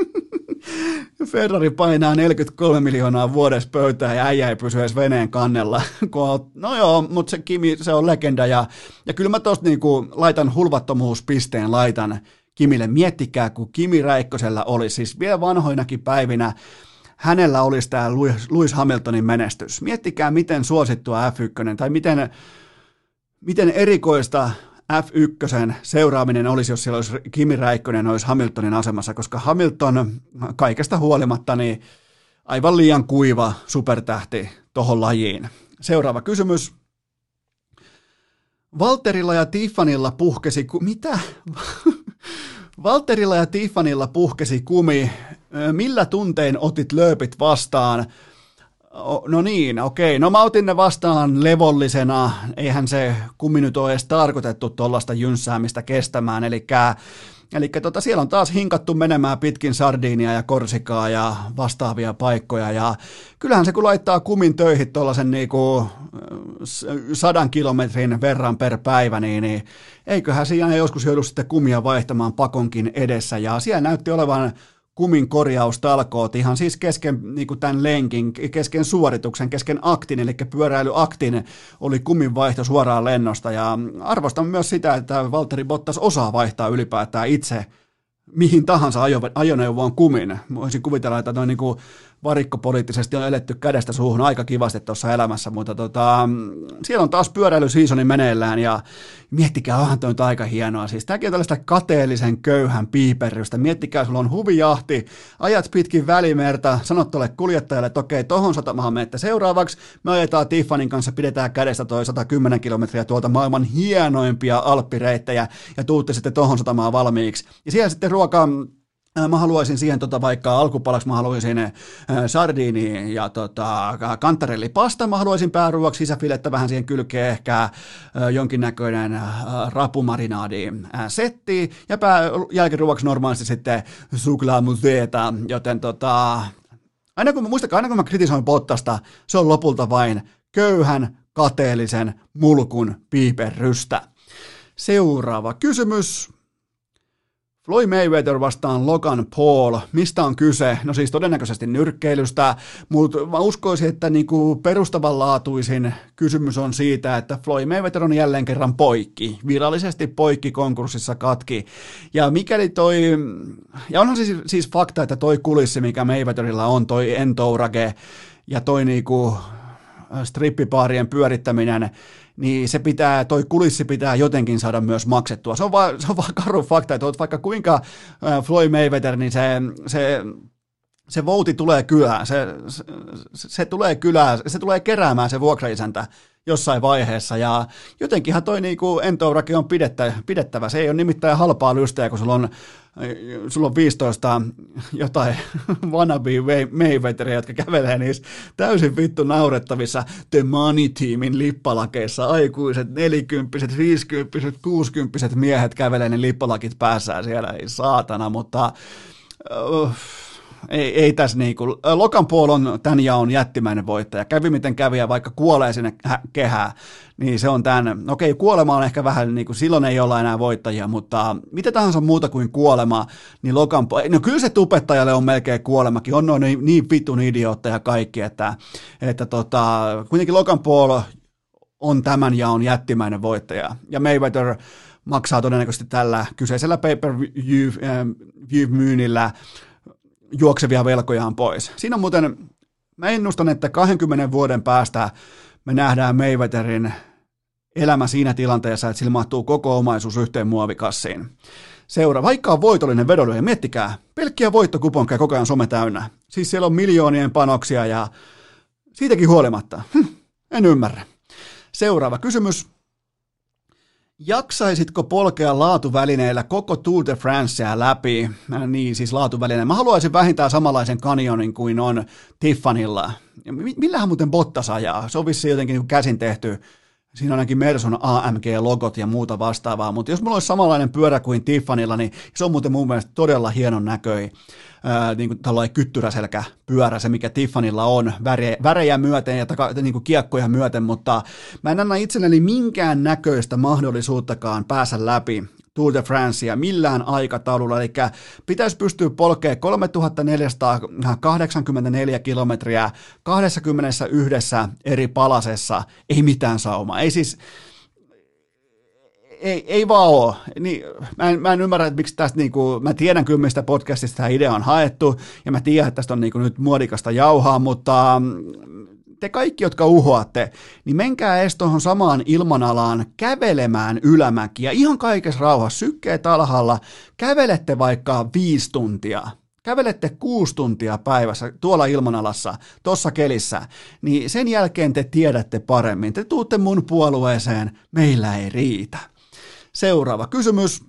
Ferrari painaa neljäkymmentäkolme miljoonaa vuodessa pöytään ja äijä ei pysy edes veneen kannella. No joo, mutta se Kimi, se on legenda ja, ja kyllä mä tosta niinku laitan hulvattomuuspisteen, laitan Kimille. Miettikää, kun Kimi Räikkösellä oli siis vielä vanhoinakin päivinä, hänellä olisi tämä Lewis Hamiltonin menestys. Miettikää, miten suosittua F yksi tai miten, miten erikoista F yksi seuraaminen olisi, jos siellä olisi Kimi Räikkönen olisi Hamiltonin asemassa, koska Hamilton kaikesta huolimatta niin aivan liian kuiva supertähti tohon lajiin. Seuraava kysymys. Valtterilla ja Tiffanylla puhkesi... Ku- Mitä? Valtterilla ja Tiffanylla puhkesi kumi. Millä tuntein otit lööpit vastaan? No niin, okei. No mä otin ne vastaan levollisena. Eihän se kumi nyt ole edes tarkoitettu tuollaista jynssäämistä kestämään. Elikkä, elikkä tota, siellä on taas hinkattu menemään pitkin Sardinia ja Korsikaa ja vastaavia paikkoja. Ja kyllähän se kun laittaa kumin töihin tuollaisen niinku sadan kilometrin verran per päivä, niin, niin eiköhän siinä joskus joudu sitten kumia vaihtamaan pakonkin edessä. Ja siellä näytti olevan kumin korjaustalkoot ihan siis kesken niin kuin tämän lenkin, kesken suorituksen, kesken aktin, eli pyöräilyaktin oli kumin vaihto suoraan lennosta, ja arvostan myös sitä, että Valtteri Bottas osaa vaihtaa ylipäätään itse mihin tahansa ajo- ajoneuvoon kumin. Voisin kuvitella, että noin niin kuin varikkopoliittisesti on eletty kädestä suuhun aika kivasti tuossa elämässä, mutta tota, siellä on taas pyöräilyseasoni meneillään ja miettikää, onhan toi nyt aika hienoa. Siis tämäkin on tällaista kateellisen köyhän piiperrystä. Miettikää, sulla on huvijahti, ajat pitkin Välimerta, sanot tuolle kuljettajalle, että okei, tohon satamahan menette seuraavaksi, me ajetaan Tiffanin kanssa, pidetään kädestä toi sata kymmenen kilometriä tuolta maailman hienoimpia alppireittejä ja tuutte sitten tohon satamaan valmiiksi. Ja siellä sitten ruoka... Mä haluaisin siihen tota, vaikka alkupalaksi, mä haluaisin äh, sardiini ja tota, kantarellipasta, mä haluaisin pääruoksi sisäfilettä vähän siihen kylkeen ehkä äh, jonkinnäköinen äh, rapumarinaadi äh, setti ja pää, jälkiruoksi normaalisti sitten suklaamuseeta, joten tota, aina kun, muistakaa, aina kun mä kritisoin Bottasta, se on lopulta vain köyhän, kateellisen, mulkun piiperrystä. Seuraava kysymys. Floyd Mayweather vastaan Logan Paul. Mistä on kyse? No siis todennäköisesti nyrkkeilystä, mutta mä uskoisin, että niinku perustavanlaatuisin kysymys on siitä, että Floyd Mayweather on jälleen kerran poikki. Virallisesti poikki, konkurssissa katki. Ja mikäli toi, ja onhan siis, siis fakta, että toi kulissi, mikä Mayweatherilla on, toi entourage ja toi niinku strippipaarien pyörittäminen, niin se pitää, toi kulissi pitää jotenkin saada myös maksettua. Se on vaan, se on vaan karu fakta, että oot vaikka kuinka Floyd Mayweather, niin se, se, se vouti tulee kylään, se, se, se tulee kylään, se tulee keräämään se vuokraisäntä jossain vaiheessa, ja jotenkinhan toi niinku entourake on pidettä, pidettävä. Se ei ole nimittäin halpaa lystejä, kun sulla on, sulla on viisitoista jotain wannabe Mayweatheria, jotka kävelee niissä täysin vittu naurettavissa The Money-tiimin lippalakeissa. Aikuiset, nelikymppiset, viisikymppiset, kuusikymppiset miehet kävelee ne lippalakit päässään siellä, ei saatana, mutta... Uh, Ei, ei tässä niin kuin, Logan Paul on tämän jaon jättimäinen voittaja. Kävi miten kävi ja vaikka kuolee sinne kehään, niin se on tämän, okei kuolema on ehkä vähän niin kuin, silloin ei olla enää voittajia, mutta mitä tahansa muuta kuin kuolema, niin Logan Paul, no kyllä se tubettajalle on melkein kuolemakin, on noin niin, niin vitun idiootteja kaikki, että, että tota, kuitenkin Logan Paul on tämän jaon jättimäinen voittaja, ja Mayweather maksaa todennäköisesti tällä kyseisellä pay-per-view-myynnillä juoksevia velkojaan pois. Siinä on muuten, mä ennustan, että kahdenkymmenen vuoden päästä me nähdään Mayweatherin elämä siinä tilanteessa, että sillä mahtuu koko omaisuus yhteen muovikassiin. Seura, vaikka on voitollinen vedonlyöjä, miettikää, pelkkiä voittokuponkeja koko ajan some täynnä. Siis siellä on miljoonien panoksia ja siitäkin huolimatta, hm, en ymmärrä. Seuraava kysymys. Jaksaisitko polkea laatuvälineillä koko Tour de Francea läpi? Äh, niin, siis laatuvälineillä. Mä haluaisin vähintään samanlaisen kanjonin kuin on Tiffanylla. Millähän muuten Bottas ajaa? Se on vissiin jotenkin niin kuin käsin tehty. Siinä on ainakin Mersun A M G-logot ja muuta vastaavaa, mutta jos mulla olisi samanlainen pyörä kuin Tiffanylla, niin se on muuten mun mielestä todella hienon näköinen, ää, niin kuin tällainen kyttyräselkäpyörä, se mikä Tiffanylla on, väre, värejä myöten ja taka, niin kuin kiekkoja myöten, mutta mä en anna itselleni minkään näköistä mahdollisuuttakaan päästä läpi Tour de Francea millään aikataululla, eli pitäisi pystyä polkemaan kolmetuhattaneljäsataakahdeksankymmentäneljä kilometriä kaksikymmentäyksi eri palasessa, ei mitään saumaa, ei siis, ei, ei vaan ole. Niin, mä, en, mä en ymmärrä, että miksi tästä, niin kuin, mä tiedän kyllä, mistä podcastista tämä idea on haettu, ja mä tiedän, että tästä on niin kuin, nyt muodikasta jauhaa, mutta te kaikki, jotka uhoatte, niin menkää edes tuohon samaan ilmanalaan kävelemään ylämäkiä, ihan kaikessa rauhassa, sykkeet alhaalla, kävelette vaikka viisi tuntia, kävelette kuusi tuntia päivässä tuolla ilmanalassa, tuossa kelissä, niin sen jälkeen te tiedätte paremmin, te tuutte mun puolueeseen, meillä ei riitä. Seuraava kysymys.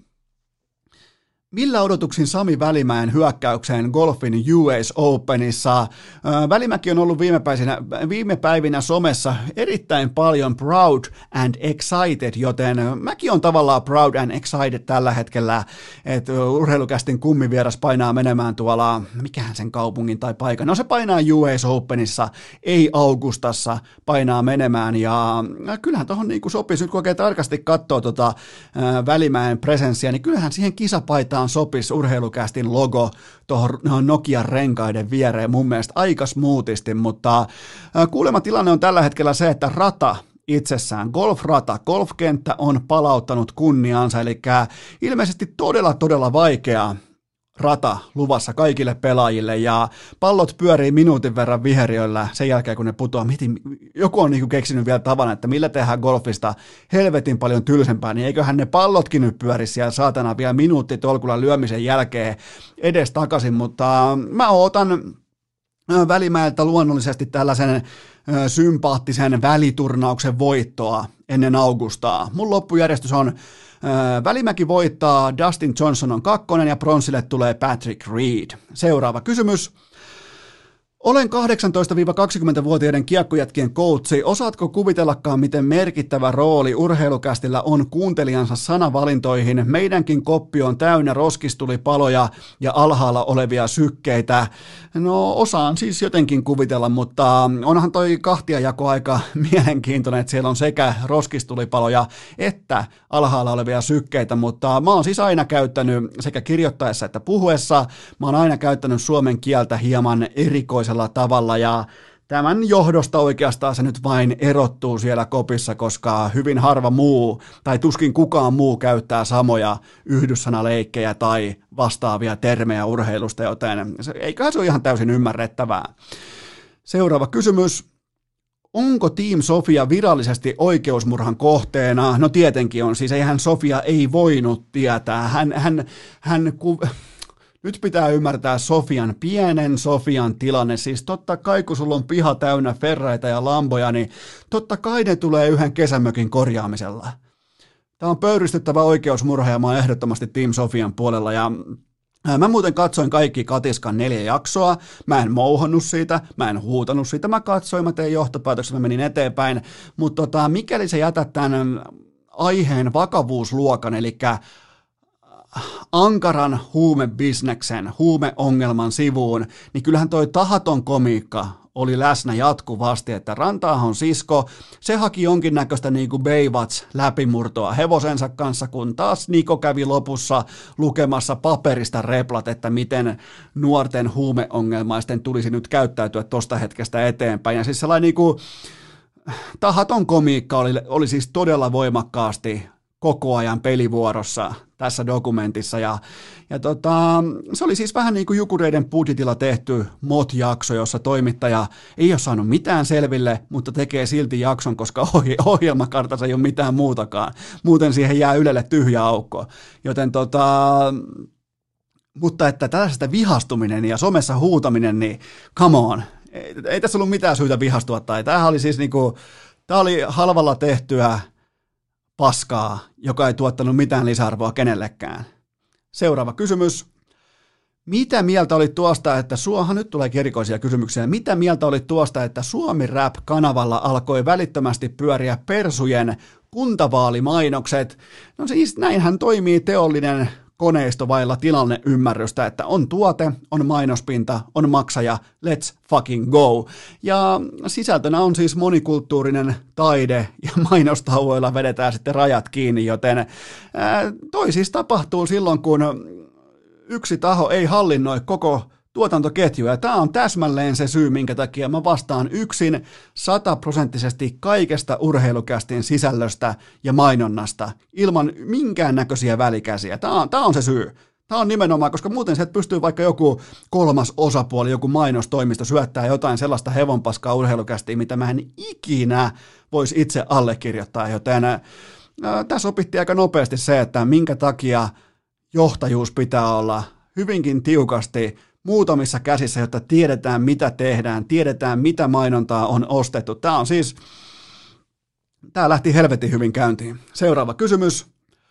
Millä odotuksin Sami Välimäen hyökkäykseen golfin U S Openissa? Välimäki on ollut viime päivinä, viime päivinä somessa erittäin paljon proud and excited, joten mäkin on tavallaan proud and excited tällä hetkellä, että urheilukästin kummivieras painaa menemään tuolla, mikähän sen kaupungin tai paikan, no se painaa U S Openissa, ei Augustassa, painaa menemään ja kyllähän tuohon niin kuin sopisi, nyt kun oikein tarkasti katsoo tota Välimäen presenssiä, niin kyllähän siihen kisapaitaan sopisi urheilukästin logo tuohon Nokian renkaiden viereen mun mielestä aika smoothisti, mutta kuulemma tilanne on tällä hetkellä se, että rata itsessään, golfrata, golfkenttä on palauttanut kunniaansa, eli ilmeisesti todella todella vaikea rata luvassa kaikille pelaajille ja pallot pyörii minuutin verran viheriöllä sen jälkeen, kun ne putoaa. Mietin, joku on niin keksinyt vielä tavan, että millä tehdään golfista helvetin paljon tylsempää, niin eiköhän ne pallotkin nyt pyörisi siellä saatana vielä minuutti tolkulla lyömisen jälkeen edes takaisin, mutta mä ootan Välimäeltä luonnollisesti tällaisen sympaattisen väliturnauksen voittoa ennen Augustaa. Mun loppujärjestys on Välimäki voittaa, Dustin Johnson on kakkonen ja pronssille tulee Patrick Reed. Seuraava kysymys. Olen kahdeksantoista-kaksikymmentävuotiaiden kiekkojätkien coachi. Osaatko kuvitellakaan, miten merkittävä rooli urheilukästillä on kuuntelijansa sanavalintoihin? Meidänkin koppi on täynnä roskistulipaloja ja alhaalla olevia sykkeitä. No osaan siis jotenkin kuvitella, mutta onhan toi kahtiajako aika mielenkiintoinen, että siellä on sekä roskistulipaloja että alhaalla olevia sykkeitä, mutta mä oon siis aina käyttänyt sekä kirjoittaessa että puhuessa, mä oon aina käyttänyt suomen kieltä hieman erikoisella tavalla ja tämän johdosta oikeastaan se nyt vain erottuu siellä kopissa, koska hyvin harva muu tai tuskin kukaan muu käyttää samoja yhdyssanaleikkejä tai vastaavia termejä urheilusta, joten eiköhän se ole ihan täysin ymmärrettävää. Seuraava kysymys. Onko Team Sofia virallisesti oikeusmurhan kohteena? No tietenkin on, siis eihän Sofia ei voinut tietää. Hän, hän, hän ku... Nyt pitää ymmärtää Sofian, pienen Sofian tilanne, siis totta kai kun sulla on piha täynnä Ferraita ja Lamboja, niin totta kai ne tulee yhden kesämökin korjaamisella. Tämä on pöyristyttävä oikeusmurha ja mä oon ehdottomasti Team Sofian puolella ja mä muuten katsoin kaikki Katiskan neljä jaksoa, mä en mouhonnut siitä, mä en huutanut siitä, mä katsoin, mä tein johtopäätöksen, mä menin eteenpäin, mutta tota, mikäli sä jätät tämän aiheen vakavuusluokan, eli ankaran huumebisneksen, huumeongelman sivuun, niin kyllähän toi tahaton komiikka oli läsnä jatkuvasti, että Rantaahon sisko, se haki jonkinnäköistä niin kuin Baywatch läpimurtoa hevosensa kanssa, kun taas Niko kävi lopussa lukemassa paperista replat, että miten nuorten huumeongelmaisten tulisi nyt käyttäytyä tosta hetkestä eteenpäin. Ja siis sellainen niin kuin tahaton komiikka oli, oli siis todella voimakkaasti koko ajan pelivuorossa tässä dokumentissa. Ja, ja tota, se oli siis vähän niin kuin Jukureiden budjetilla tehty M O T-jakso, jossa toimittaja ei ole saanut mitään selville, mutta tekee silti jakson, koska ohjelmakartassa ei ole mitään muutakaan. Muuten siihen jää Ylelle tyhjä aukko. Joten tota... Mutta että tällaisesta vihastuminen ja somessa huutaminen, niin come on, ei, ei tässä ollut mitään syytä vihastua. Tai tämähän oli siis niinku, tämä oli halvalla tehtyä paskaa, joka ei tuottanut mitään lisäarvoa kenellekään. Seuraava kysymys. Mitä mieltä olit tuosta, että Suohan nyt tulee erikoisia kysymyksiä. Mitä mieltä olit tuosta, että Suomi Rap-kanavalla alkoi välittömästi pyöriä persujen kuntavaalimainokset? No siis näinhän toimii teollinen koneisto vailla tilanneymmärrystä, että on tuote, on mainospinta, on maksaja, let's fucking go. Ja sisältönä on siis monikulttuurinen taide ja mainostauoilla vedetään sitten rajat kiinni, joten ää, toi siis tapahtuu silloin, kun yksi taho ei hallinnoi koko tuotantoketjuja. Tämä on täsmälleen se syy, minkä takia mä vastaan yksin sataprosenttisesti kaikesta urheilukästin sisällöstä ja mainonnasta ilman minkäännäköisiä välikäsiä. Tämä on, tämä on se syy. Tämä on nimenomaan, koska muuten se, että pystyy vaikka joku kolmas osapuoli, joku mainostoimisto syöttää jotain sellaista hevonpaskaa urheilukästiin, mitä mä en ikinä voisi itse allekirjoittaa, joten ää, tässä opittiin aika nopeasti se, että minkä takia johtajuus pitää olla hyvinkin tiukasti muutamissa käsissä, jotta tiedetään, mitä tehdään, tiedetään, mitä mainontaa on ostettu. Tämä on siis, tämä lähti helvetin hyvin käyntiin. Seuraava kysymys.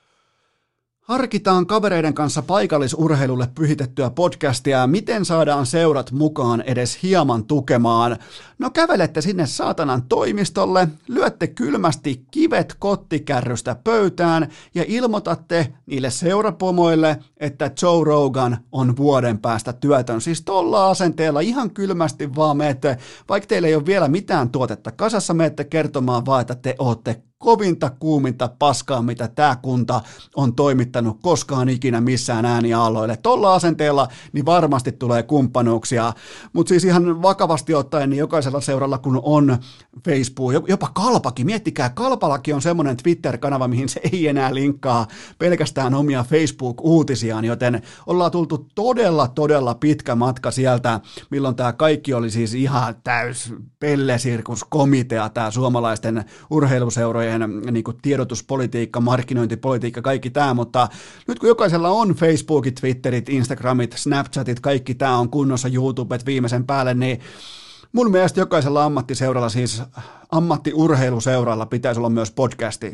Harkitaan kavereiden kanssa paikallisurheilulle pyhitettyä podcastia. Miten saadaan seurat mukaan edes hieman tukemaan? No kävelette sinne saatanan toimistolle, lyötte kylmästi kivet kottikärrystä pöytään ja ilmoitatte niille seurapomoille, että Joe Rogan on vuoden päästä työtön. Siis tuolla asenteella ihan kylmästi vaan menette, vaikka teillä ei ole vielä mitään tuotetta kasassa, menette kertomaan vaan, että te ootte kovinta kuuminta paskaa, mitä tämä kunta on toimittanut koskaan ikinä missään ääniaalloille. Tuolla asenteella niin varmasti tulee kumppanuuksia, mutta siis ihan vakavasti ottaen, niin jokaisella seuralla kun on Facebook, jopa Kalpakin, miettikää, Kalpallakin on semmoinen Twitter-kanava, mihin se ei enää linkkaa pelkästään omia Facebook-uutisiaan, joten ollaan tultu todella, todella pitkä matka sieltä, milloin tämä kaikki oli siis ihan täys pellesirkuskomitea, tämä suomalaisten urheiluseurojen niin kuin tiedotuspolitiikka, markkinointipolitiikka, kaikki tämä, mutta nyt kun jokaisella on Facebookit, Twitterit, Instagramit, Snapchatit, kaikki tämä on kunnossa, YouTubet viimeisen päälle, niin mun mielestä jokaisella ammattiseuralla, siis ammattiurheiluseuralla pitäisi olla myös podcasti.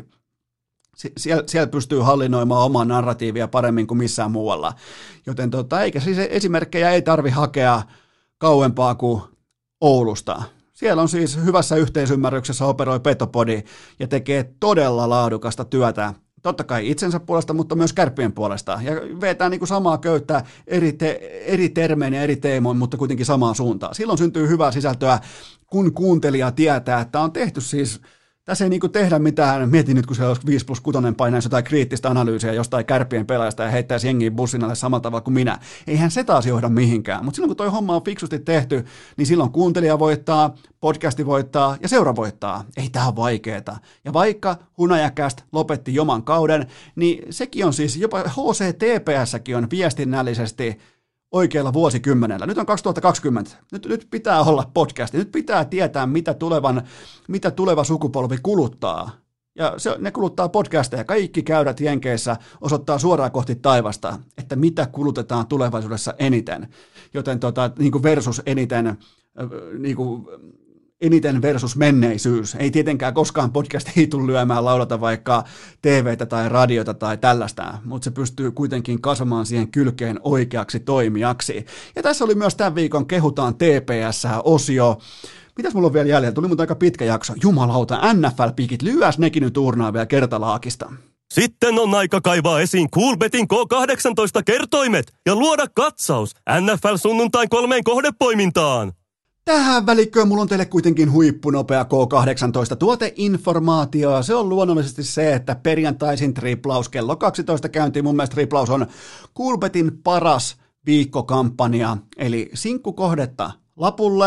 Siellä, siellä pystyy hallinnoimaan omaa narratiivia paremmin kuin missään muualla, joten tota, eikä siis esimerkkejä ei tarvi hakea kauempaa kuin Oulusta. Siellä on siis hyvässä yhteisymmärryksessä operoi Petopodi ja tekee todella laadukasta työtä. Totta kai itsensä puolesta, mutta myös Kärppien puolesta. Ja vetää niin kuin samaa köyttä eri, te- eri termein ja eri teemoin, mutta kuitenkin samaan suuntaan. Silloin syntyy hyvää sisältöä, kun kuuntelija tietää, että on tehty siis. Tässä ei niinku tehdä mitään, mietin nyt kun se olisi viisi plus kuusi painaisi jotain kriittistä analyysiä jostain Kärppien pelaajasta ja heittäisi jengiin bussin alle samalla tavalla kuin minä. Eihän se taas johda mihinkään, mutta silloin kun toi homma on fiksusti tehty, niin silloin kuuntelija voittaa, podcasti voittaa ja seura voittaa. Ei tää ole vaikeeta. Ja vaikka Hunajakäst lopetti joman kauden, niin sekin on siis, jopa H C T P S:kin on viestinnällisesti oikealla vuosikymmenellä. Nyt on kaksituhattakaksikymmentä. Nyt, nyt pitää olla podcasti. Nyt pitää tietää, mitä, tulevan, mitä tuleva sukupolvi kuluttaa. Ja se, ne kuluttaa podcasteja. Kaikki käydät Jenkeissä osoittaa suoraan kohti taivasta, että mitä kulutetaan tulevaisuudessa eniten. Joten tota, niin kuin versus eniten, niin kuin eniten versus menneisyys. Ei tietenkään koskaan podcast ei tule lyömään laulata vaikka T V:tä tai radiota tai tällaista, mutta se pystyy kuitenkin kasvamaan siihen kylkeen oikeaksi toimijaksi. Ja tässä oli myös tämän viikon Kehutaan T P S-osio. Mitäs mulla on vielä jäljellä? Tuli mun aika pitkä jakso. Jumalauta, N F L-pikit, lyös nekin nyt urnaa vielä kertalaakista. Sitten on aika kaivaa esiin Coolbetin K kahdeksantoista kertoimet ja luoda katsaus N F L sunnuntain kolmeen kohdepoimintaan. Tähän välikköön mulla on teille kuitenkin huippunopea K kahdeksantoista tuoteinformaatio. Se on luonnollisesti se, että perjantaisin triplaus kello kaksitoista käyntiin. Mun mielestä triplaus on Coolbetin paras viikkokampanja, eli sinkkukohdetta lapulle,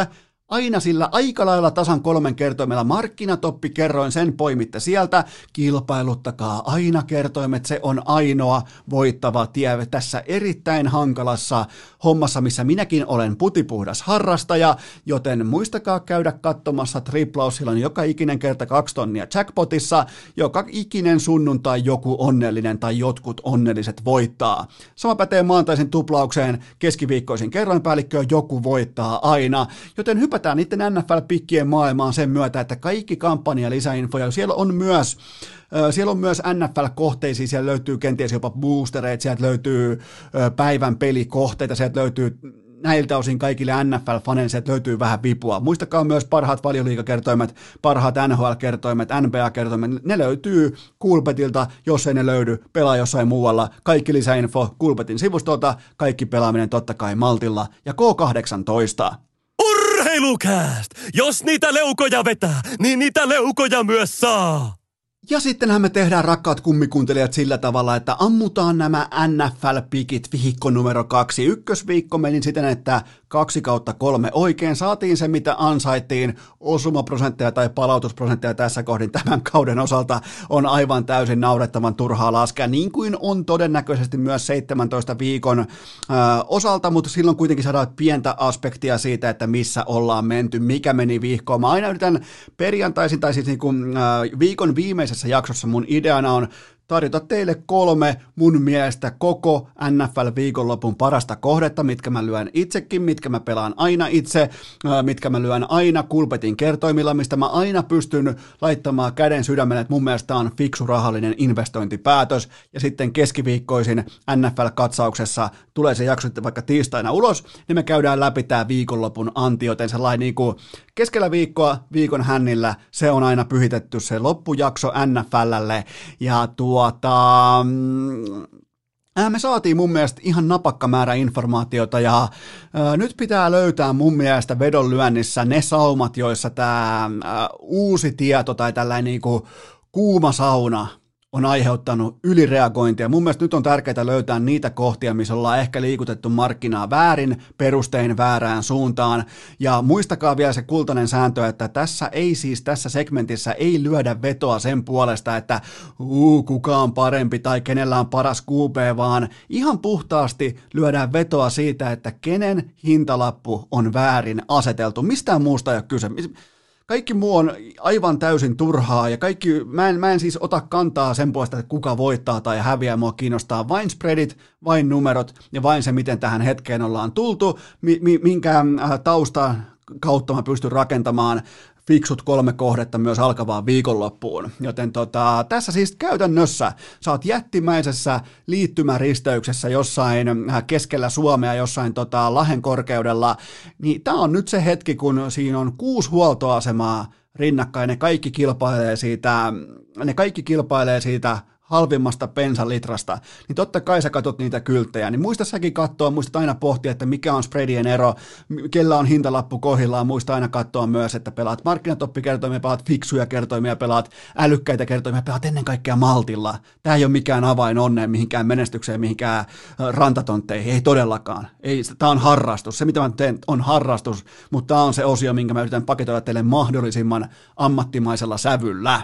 aina sillä aika lailla tasan kolmen kertoimella. Markkinatoppi kerroin, sen poimitte sieltä. Kilpailuttakaa aina kertoimet, se on ainoa voittava tie tässä erittäin hankalassa hommassa, missä minäkin olen putipuhdas harrastaja, joten muistakaa käydä katsomassa triplaus, sillä on joka ikinen kerta kaksi tonnia jackpotissa, joka ikinen sunnuntai joku onnellinen tai jotkut onnelliset voittaa. Sama pätee maantaisen tuplaukseen, keskiviikkoisin kerroinpäällikköön joku voittaa aina, joten hypätään niiden N F L-pikkien maailmaan sen myötä, että kaikki kampanja lisäinfoja, siellä on myös Siellä on myös N F L-kohteisia, siellä löytyy kenties jopa boostereita, sieltä löytyy päivän pelikohteita, sieltä löytyy näiltä osin kaikille N F L-faneille, sieltä löytyy vähän vipua. Muistakaa myös parhaat valioliigakertoimet, parhaat N H L-kertoimet, N B A-kertoimet, ne löytyy Coolbetilta, jos ei ne löydy, pelaa jossain muualla. Kaikki lisäinfo Coolbetin sivustolta, kaikki pelaaminen totta kai Maltilla ja K kahdeksantoista. Urheilukääst! Jos niitä leukoja vetää, niin niitä leukoja myös saa! Ja sittenhän me tehdään, rakkaat kummikuuntelijat, sillä tavalla, että ammutaan nämä N F L-pikit viikko numero kaksi. Ykkösviikko meni siten, että kaksi kautta kolme oikein. Saatiin se, mitä ansaittiin. Osumaprosentteja tai palautusprosentteja tässä kohdin tämän kauden osalta on aivan täysin naurettavan turhaa laskea, niin kuin on todennäköisesti myös seitsemäntoista viikon ö, osalta, mutta silloin kuitenkin saadaan pientä aspektia siitä, että missä ollaan menty, mikä meni viikkoon. Mä aina yritän perjantaisin tai siis niin kuin, ö, viikon viimeisessä jaksossa mun ideana on tarjota teille kolme mun mielestä koko N F L-viikonlopun parasta kohdetta, mitkä mä lyön itsekin, mitkä mä pelaan aina itse, mitkä mä lyön aina Coolbetin kertoimilla, mistä mä aina pystyn laittamaan käden sydämelle, että mun mielestä on fiksu rahallinen investointipäätös, ja sitten keskiviikkoisin N F L-katsauksessa tulee se jakso vaikka tiistaina ulos, niin me käydään läpi tää viikonlopun anti, joten sellainen niin kuin keskellä viikkoa, viikon hännillä, se on aina pyhitetty se loppujakso N F L:lle, ja tuo Tuota, me saatiin mun mielestä ihan napakka määrä informaatiota ja ää, nyt pitää löytää mun mielestä vedonlyönnissä ne saumat, joissa tämä uusi tieto tai tällainen niinku kuuma sauna on aiheuttanut ylireagointia. Mun mielestä nyt on tärkeää löytää niitä kohtia, missä ollaan ehkä liikutettu markkinaa väärin, perustein väärään suuntaan. Ja muistakaa vielä se kultainen sääntö, että tässä ei siis tässä segmentissä ei lyödä vetoa sen puolesta, että uu, kuka on parempi tai kenellä on paras Q B, vaan ihan puhtaasti lyödään vetoa siitä, että kenen hintalappu on väärin aseteltu. Mistään muusta ei ole kyse. Kaikki muu on aivan täysin turhaa ja kaikki, mä en, mä en siis ota kantaa sen puolesta, että kuka voittaa tai häviää, mua kiinnostaa vain spreadit, vain numerot ja vain se, miten tähän hetkeen ollaan tultu, mi, minkä tausta kautta mä pystyn rakentamaan fiksut kolme kohdetta myös alkavaan viikonloppuun. Joten tota, tässä siis käytännössä sä oot jättimäisessä liittymäristeyksessä jossain keskellä Suomea, jossain tota, Lahen korkeudella, niin tää on nyt se hetki, kun siinä on kuusi huoltoasemaa rinnakkain, ne kaikki kilpailee siitä, ne kaikki kilpailee siitä halvimmasta bensalitrasta, niin totta kai sä katot niitä kylttejä, niin muista säkin katsoa, muista aina pohtia, että mikä on spreadien ero, kellä on hintalappu kohdillaan, muista aina katsoa myös, että pelaat markkinatoppikertoimia, pelaat fiksuja kertoimia, pelaat älykkäitä kertoimia, pelaat ennen kaikkea maltilla. Tämä ei ole mikään avain onneen, mihinkään menestykseen, mihinkään rantatontteihin, ei todellakaan. Ei, tämä on harrastus, se mitä mä teen on harrastus, mutta tämä on se osio, minkä mä yritän paketoida teille mahdollisimman ammattimaisella sävyllä.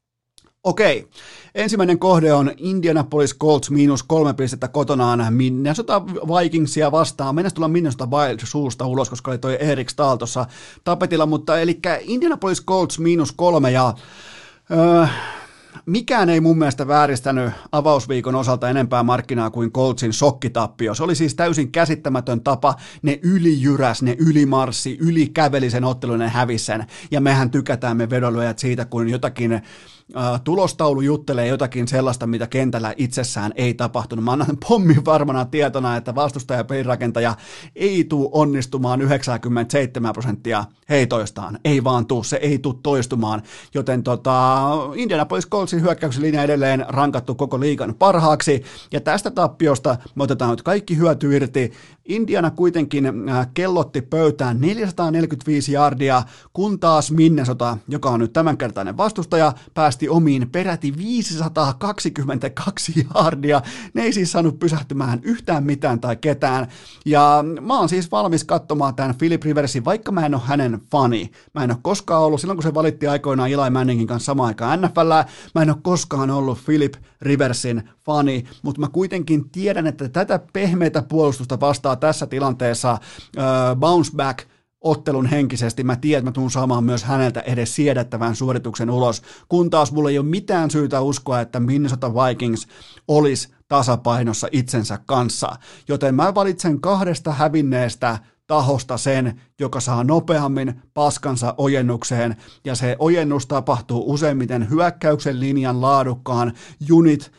Okei, ensimmäinen kohde on Indianapolis Colts miinus kolme pistettä kotonaan Minnesota Vikingsia vastaan. Mennäisi tulla Minnesota Wild suusta ulos, koska oli toi Erik Stahl tuossa tapetilla, mutta eli Indianapolis Colts miinus kolme ja öö, mikään ei mun mielestä vääristänyt avausviikon osalta enempää markkinaa kuin Coltsin shokkitappio. Se oli siis täysin käsittämätön tapa, ne ylijyräs, ne ylimarssi, ylikäveli sen ottelun, ne hävisi sen. Ja mehän tykätään me vedonlyöjät siitä, kun jotakin Uh, tulostaulu juttelee jotakin sellaista, mitä kentällä itsessään ei tapahtunut. Mä annan pommin varmana tietona, että vastustaja pelirakentaja ei tule onnistumaan yhdeksänkymmentäseitsemän prosenttia heitoistaan. Ei vaan tuu, se ei tule toistumaan. Joten tota, Indianapolis Coltsin hyökkäyksen linja edelleen rankattu koko liigan parhaaksi. Ja tästä tappiosta me otetaan nyt kaikki hyöty irti. Indiana kuitenkin kellotti pöytään neljäsataaneljäkymmentäviisi yardia, kun taas Minnesota, joka on nyt tämänkertainen vastustaja, päästi omiin peräti viisisataakaksikymmentäkaksi yardia. Ne ei siis saanut pysähtymään yhtään mitään tai ketään. Ja mä oon siis valmis katsomaan tämän Philip Riversin, vaikka mä en ole hänen fani. Mä en ole koskaan ollut, silloin kun se valitti aikoinaan Eli Manningin kanssa samaan aikaan N F L, mä en ole koskaan ollut Philip Riversin fani, mutta mä kuitenkin tiedän, että tätä pehmeitä puolustusta vastaa tässä tilanteessa uh, bounce back ottelun henkisesti. Mä tiedän, että mä tuun saamaan myös häneltä edes siedettävän suorituksen ulos, kun taas mulla ei ole mitään syytä uskoa, että Minnesota Vikings olisi tasapainossa itsensä kanssa. Joten mä valitsen kahdesta hävinneestä tahosta sen, joka saa nopeammin paskansa ojennukseen, ja se ojennus tapahtuu useimmiten hyökkäyksen linjan laadukkaan unit,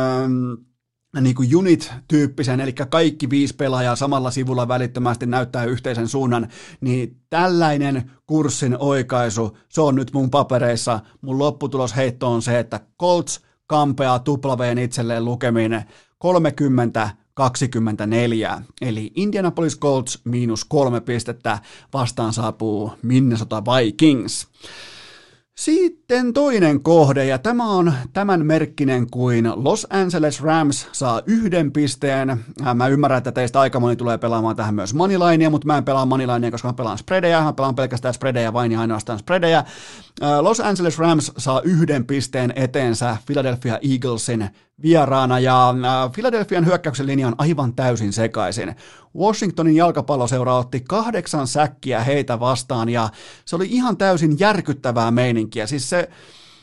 ähm, niin kuin unit-tyyppisen, eli kaikki viisi pelaajaa samalla sivulla välittömästi näyttää yhteisen suunnan, niin tällainen kurssin oikaisu, se on nyt mun papereissa. Mun lopputulosheitto on se, että Colts kampeaa tuplaveen itselleen lukemin kolmekymmentä kaksikymmentäneljä, eli Indianapolis Colts miinus kolme pistettä, vastaan saapuu Minnesota Vikings. Sitten toinen kohde, ja tämä on tämän merkkinen kuin Los Angeles Rams saa yhden pisteen. Mä ymmärrän, että teistä aika moni tulee pelaamaan tähän myös moneylinea, mutta mä en pelaa moneylinea, koska mä pelaan spreadejä, mä pelaan pelkästään spreadejä, vain ja ainoastaan spreadejä. Los Angeles Rams saa yhden pisteen eteensä Philadelphia Eaglesin vieraana, ja Philadelphian hyökkäyksen linja on aivan täysin sekaisin. Washingtonin jalkapalloseura otti kahdeksan säkkiä heitä vastaan, ja se oli ihan täysin järkyttävää meininkiä. Siis se,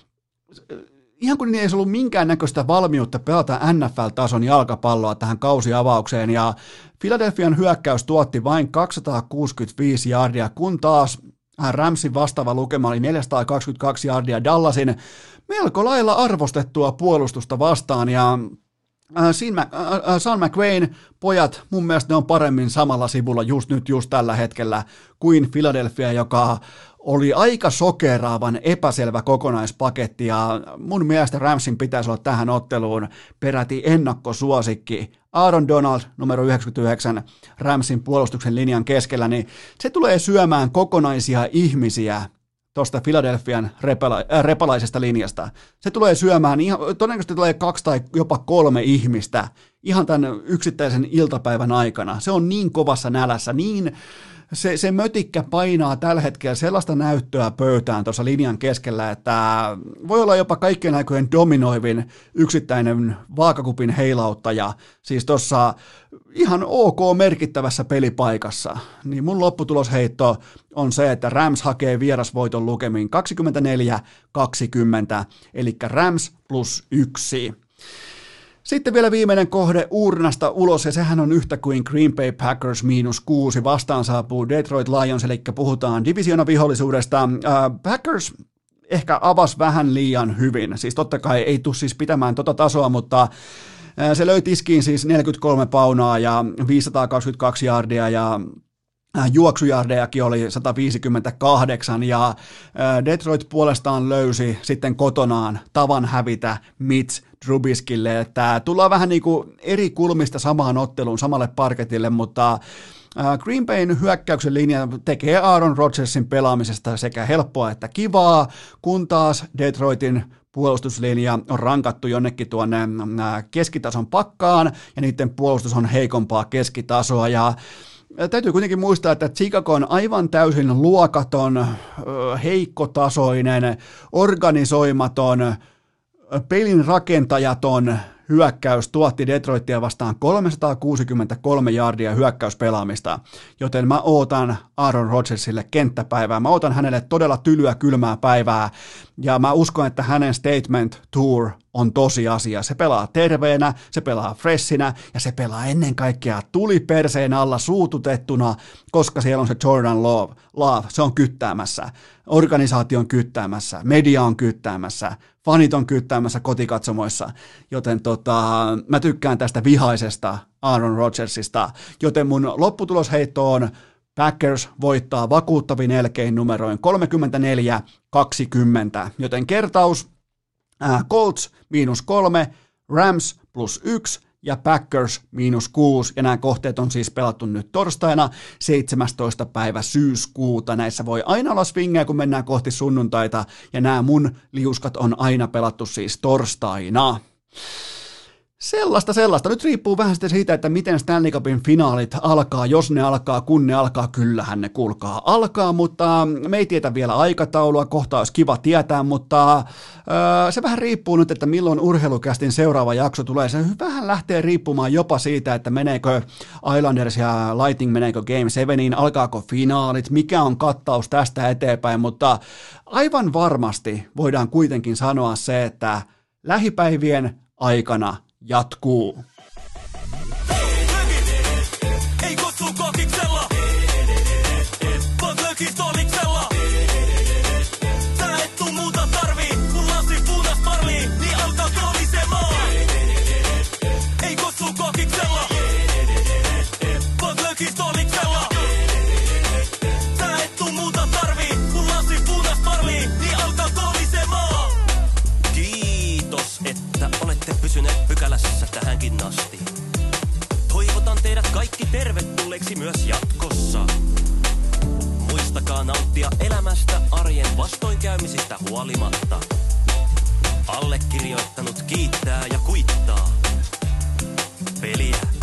ihan kuin ei olisi ollut minkäännäköistä valmiutta pelata N F L-tason jalkapalloa tähän kausiavaukseen, ja Philadelphian hyökkäys tuotti vain kaksisataakuusikymmentäviisi yardia, kun taas Ramsin vastaava lukema oli neljäsataakaksikymmentäkaksi yardia Dallasin melko lailla arvostettua puolustusta vastaan, ja Sean McVayn pojat, mun mielestä ne on paremmin samalla sivulla just nyt, just tällä hetkellä, kuin Philadelphia, joka oli aika sokeraavan epäselvä kokonaispaketti, ja mun mielestä Ramsin pitäisi olla tähän otteluun peräti ennakkosuosikki. Aaron Donald, numero yhdeksänkymmentäyhdeksän, Ramsin puolustuksen linjan keskellä, niin se tulee syömään kokonaisia ihmisiä tuosta Philadelphian repala- äh, repalaisesta linjasta. Se tulee syömään, ihan, todennäköisesti tulee kaksi tai jopa kolme ihmistä ihan tämän yksittäisen iltapäivän aikana. Se on niin kovassa nälässä, niin se, se mötikkä painaa tällä hetkellä sellaista näyttöä pöytään tuossa linjan keskellä, että voi olla jopa kaikkien aikojen dominoivin yksittäinen vaakakupin heilauttaja, siis tuossa ihan ok merkittävässä pelipaikassa. Niin mun lopputulosheitto on se, että Rams hakee vierasvoiton lukemin kaksikymmentäneljä kaksikymmentä, eli Rams plus yksi. Sitten vielä viimeinen kohde urnasta ulos, ja sehän on yhtä kuin Green Bay Packers miinus kuusi. Vastaan saapuu Detroit Lions, eli puhutaan divisionavihollisuudesta. Äh, Packers ehkä avasi vähän liian hyvin, siis totta kai ei tule siis pitämään tota tasoa, mutta äh, se löi tiskiin siis neljäkymmentäkolme paunaa ja viisisataakaksikymmentäkaksi yardia, ja juoksujardejakin oli sata viisikymmentäkahdeksan, ja Detroit puolestaan löysi sitten kotonaan tavan hävitä Mitch Trubiskylle, että tullaan vähän niin kuin eri kulmista samaan otteluun, samalle parketille, mutta Green Bayn hyökkäyksen linja tekee Aaron Rodgersin pelaamisesta sekä helppoa että kivaa, kun taas Detroitin puolustuslinja on rankattu jonnekin tuonne keskitason pakkaan, ja niiden puolustus on heikompaa keskitasoa, ja täytyy kuitenkin muistaa, että Chicago on aivan täysin luokaton, heikkotasoinen, organisoimaton, pelin rakentajaton hyökkäys tuotti Detroitia vastaan kolmesataakuusikymmentäkolme yardia hyökkäyspelaamista, joten mä ootan Aaron Rodgersille kenttäpäivää, mä ootan hänelle todella tylyä kylmää päivää, ja mä uskon, että hänen statement tour on tosiasia. Se pelaa terveenä, se pelaa freshinä, ja se pelaa ennen kaikkea tuliperseen alla suututettuna, koska siellä on se Jordan Love, Love se on kyttäämässä, organisaatio on kyttäämässä, media on kyttäämässä, fanit on kyttäämässä kotikatsomoissa, joten tota, mä tykkään tästä vihaisesta Aaron Rodgersista, joten mun lopputulosheitto on Packers voittaa vakuuttavin elkein numeroin kolmekymmentäneljä kaksikymmentä, joten kertaus, äh, Colts miinus kolme, Rams plus yksi ja Packers miinus kuusi, ja nämä kohteet on siis pelattu nyt torstaina seitsemästoista päivä syyskuuta. Näissä voi aina olla swingejä, kun mennään kohti sunnuntaita, ja nämä mun liuskat on aina pelattu siis torstaina. Sellaista, sellaista. Nyt riippuu vähän sitten siitä, että miten Stanley Cupin finaalit alkaa, jos ne alkaa, kun ne alkaa, kyllähän ne kuulkaa alkaa, mutta me ei tiedä vielä aikataulua, kohta olisi kiva tietää, mutta öö, se vähän riippuu nyt, että milloin Urheilukästin seuraava jakso tulee. Se vähän lähtee riippumaan jopa siitä, että meneekö Islanders ja Lightning, meneekö Game seitsemän, alkaako finaalit, mikä on kattaus tästä eteenpäin, mutta aivan varmasti voidaan kuitenkin sanoa se, että lähipäivien aikana jatkuu. Ei kutsu kokiksella, vaan lökistoliksella. Sä et tuu muuta tarvii, kun lasi punas parlii, niin alkaa kolisemaan. Ei kutsu kokiksella, vaan lökistoliksella. Sä et tuu muuta tarvii, kun lasi punas parlii, niin alkaa kolisemaan. Kiitos, että olette pysyneet pykälässä tähänkin asti. Toivotan teidät kaikki tervetulleeksi myös jatkossa. Muistakaa nauttia elämästä arjen vastoinkäymisistä huolimatta. Allekirjoittanut kiittää ja kuittaa. Peliä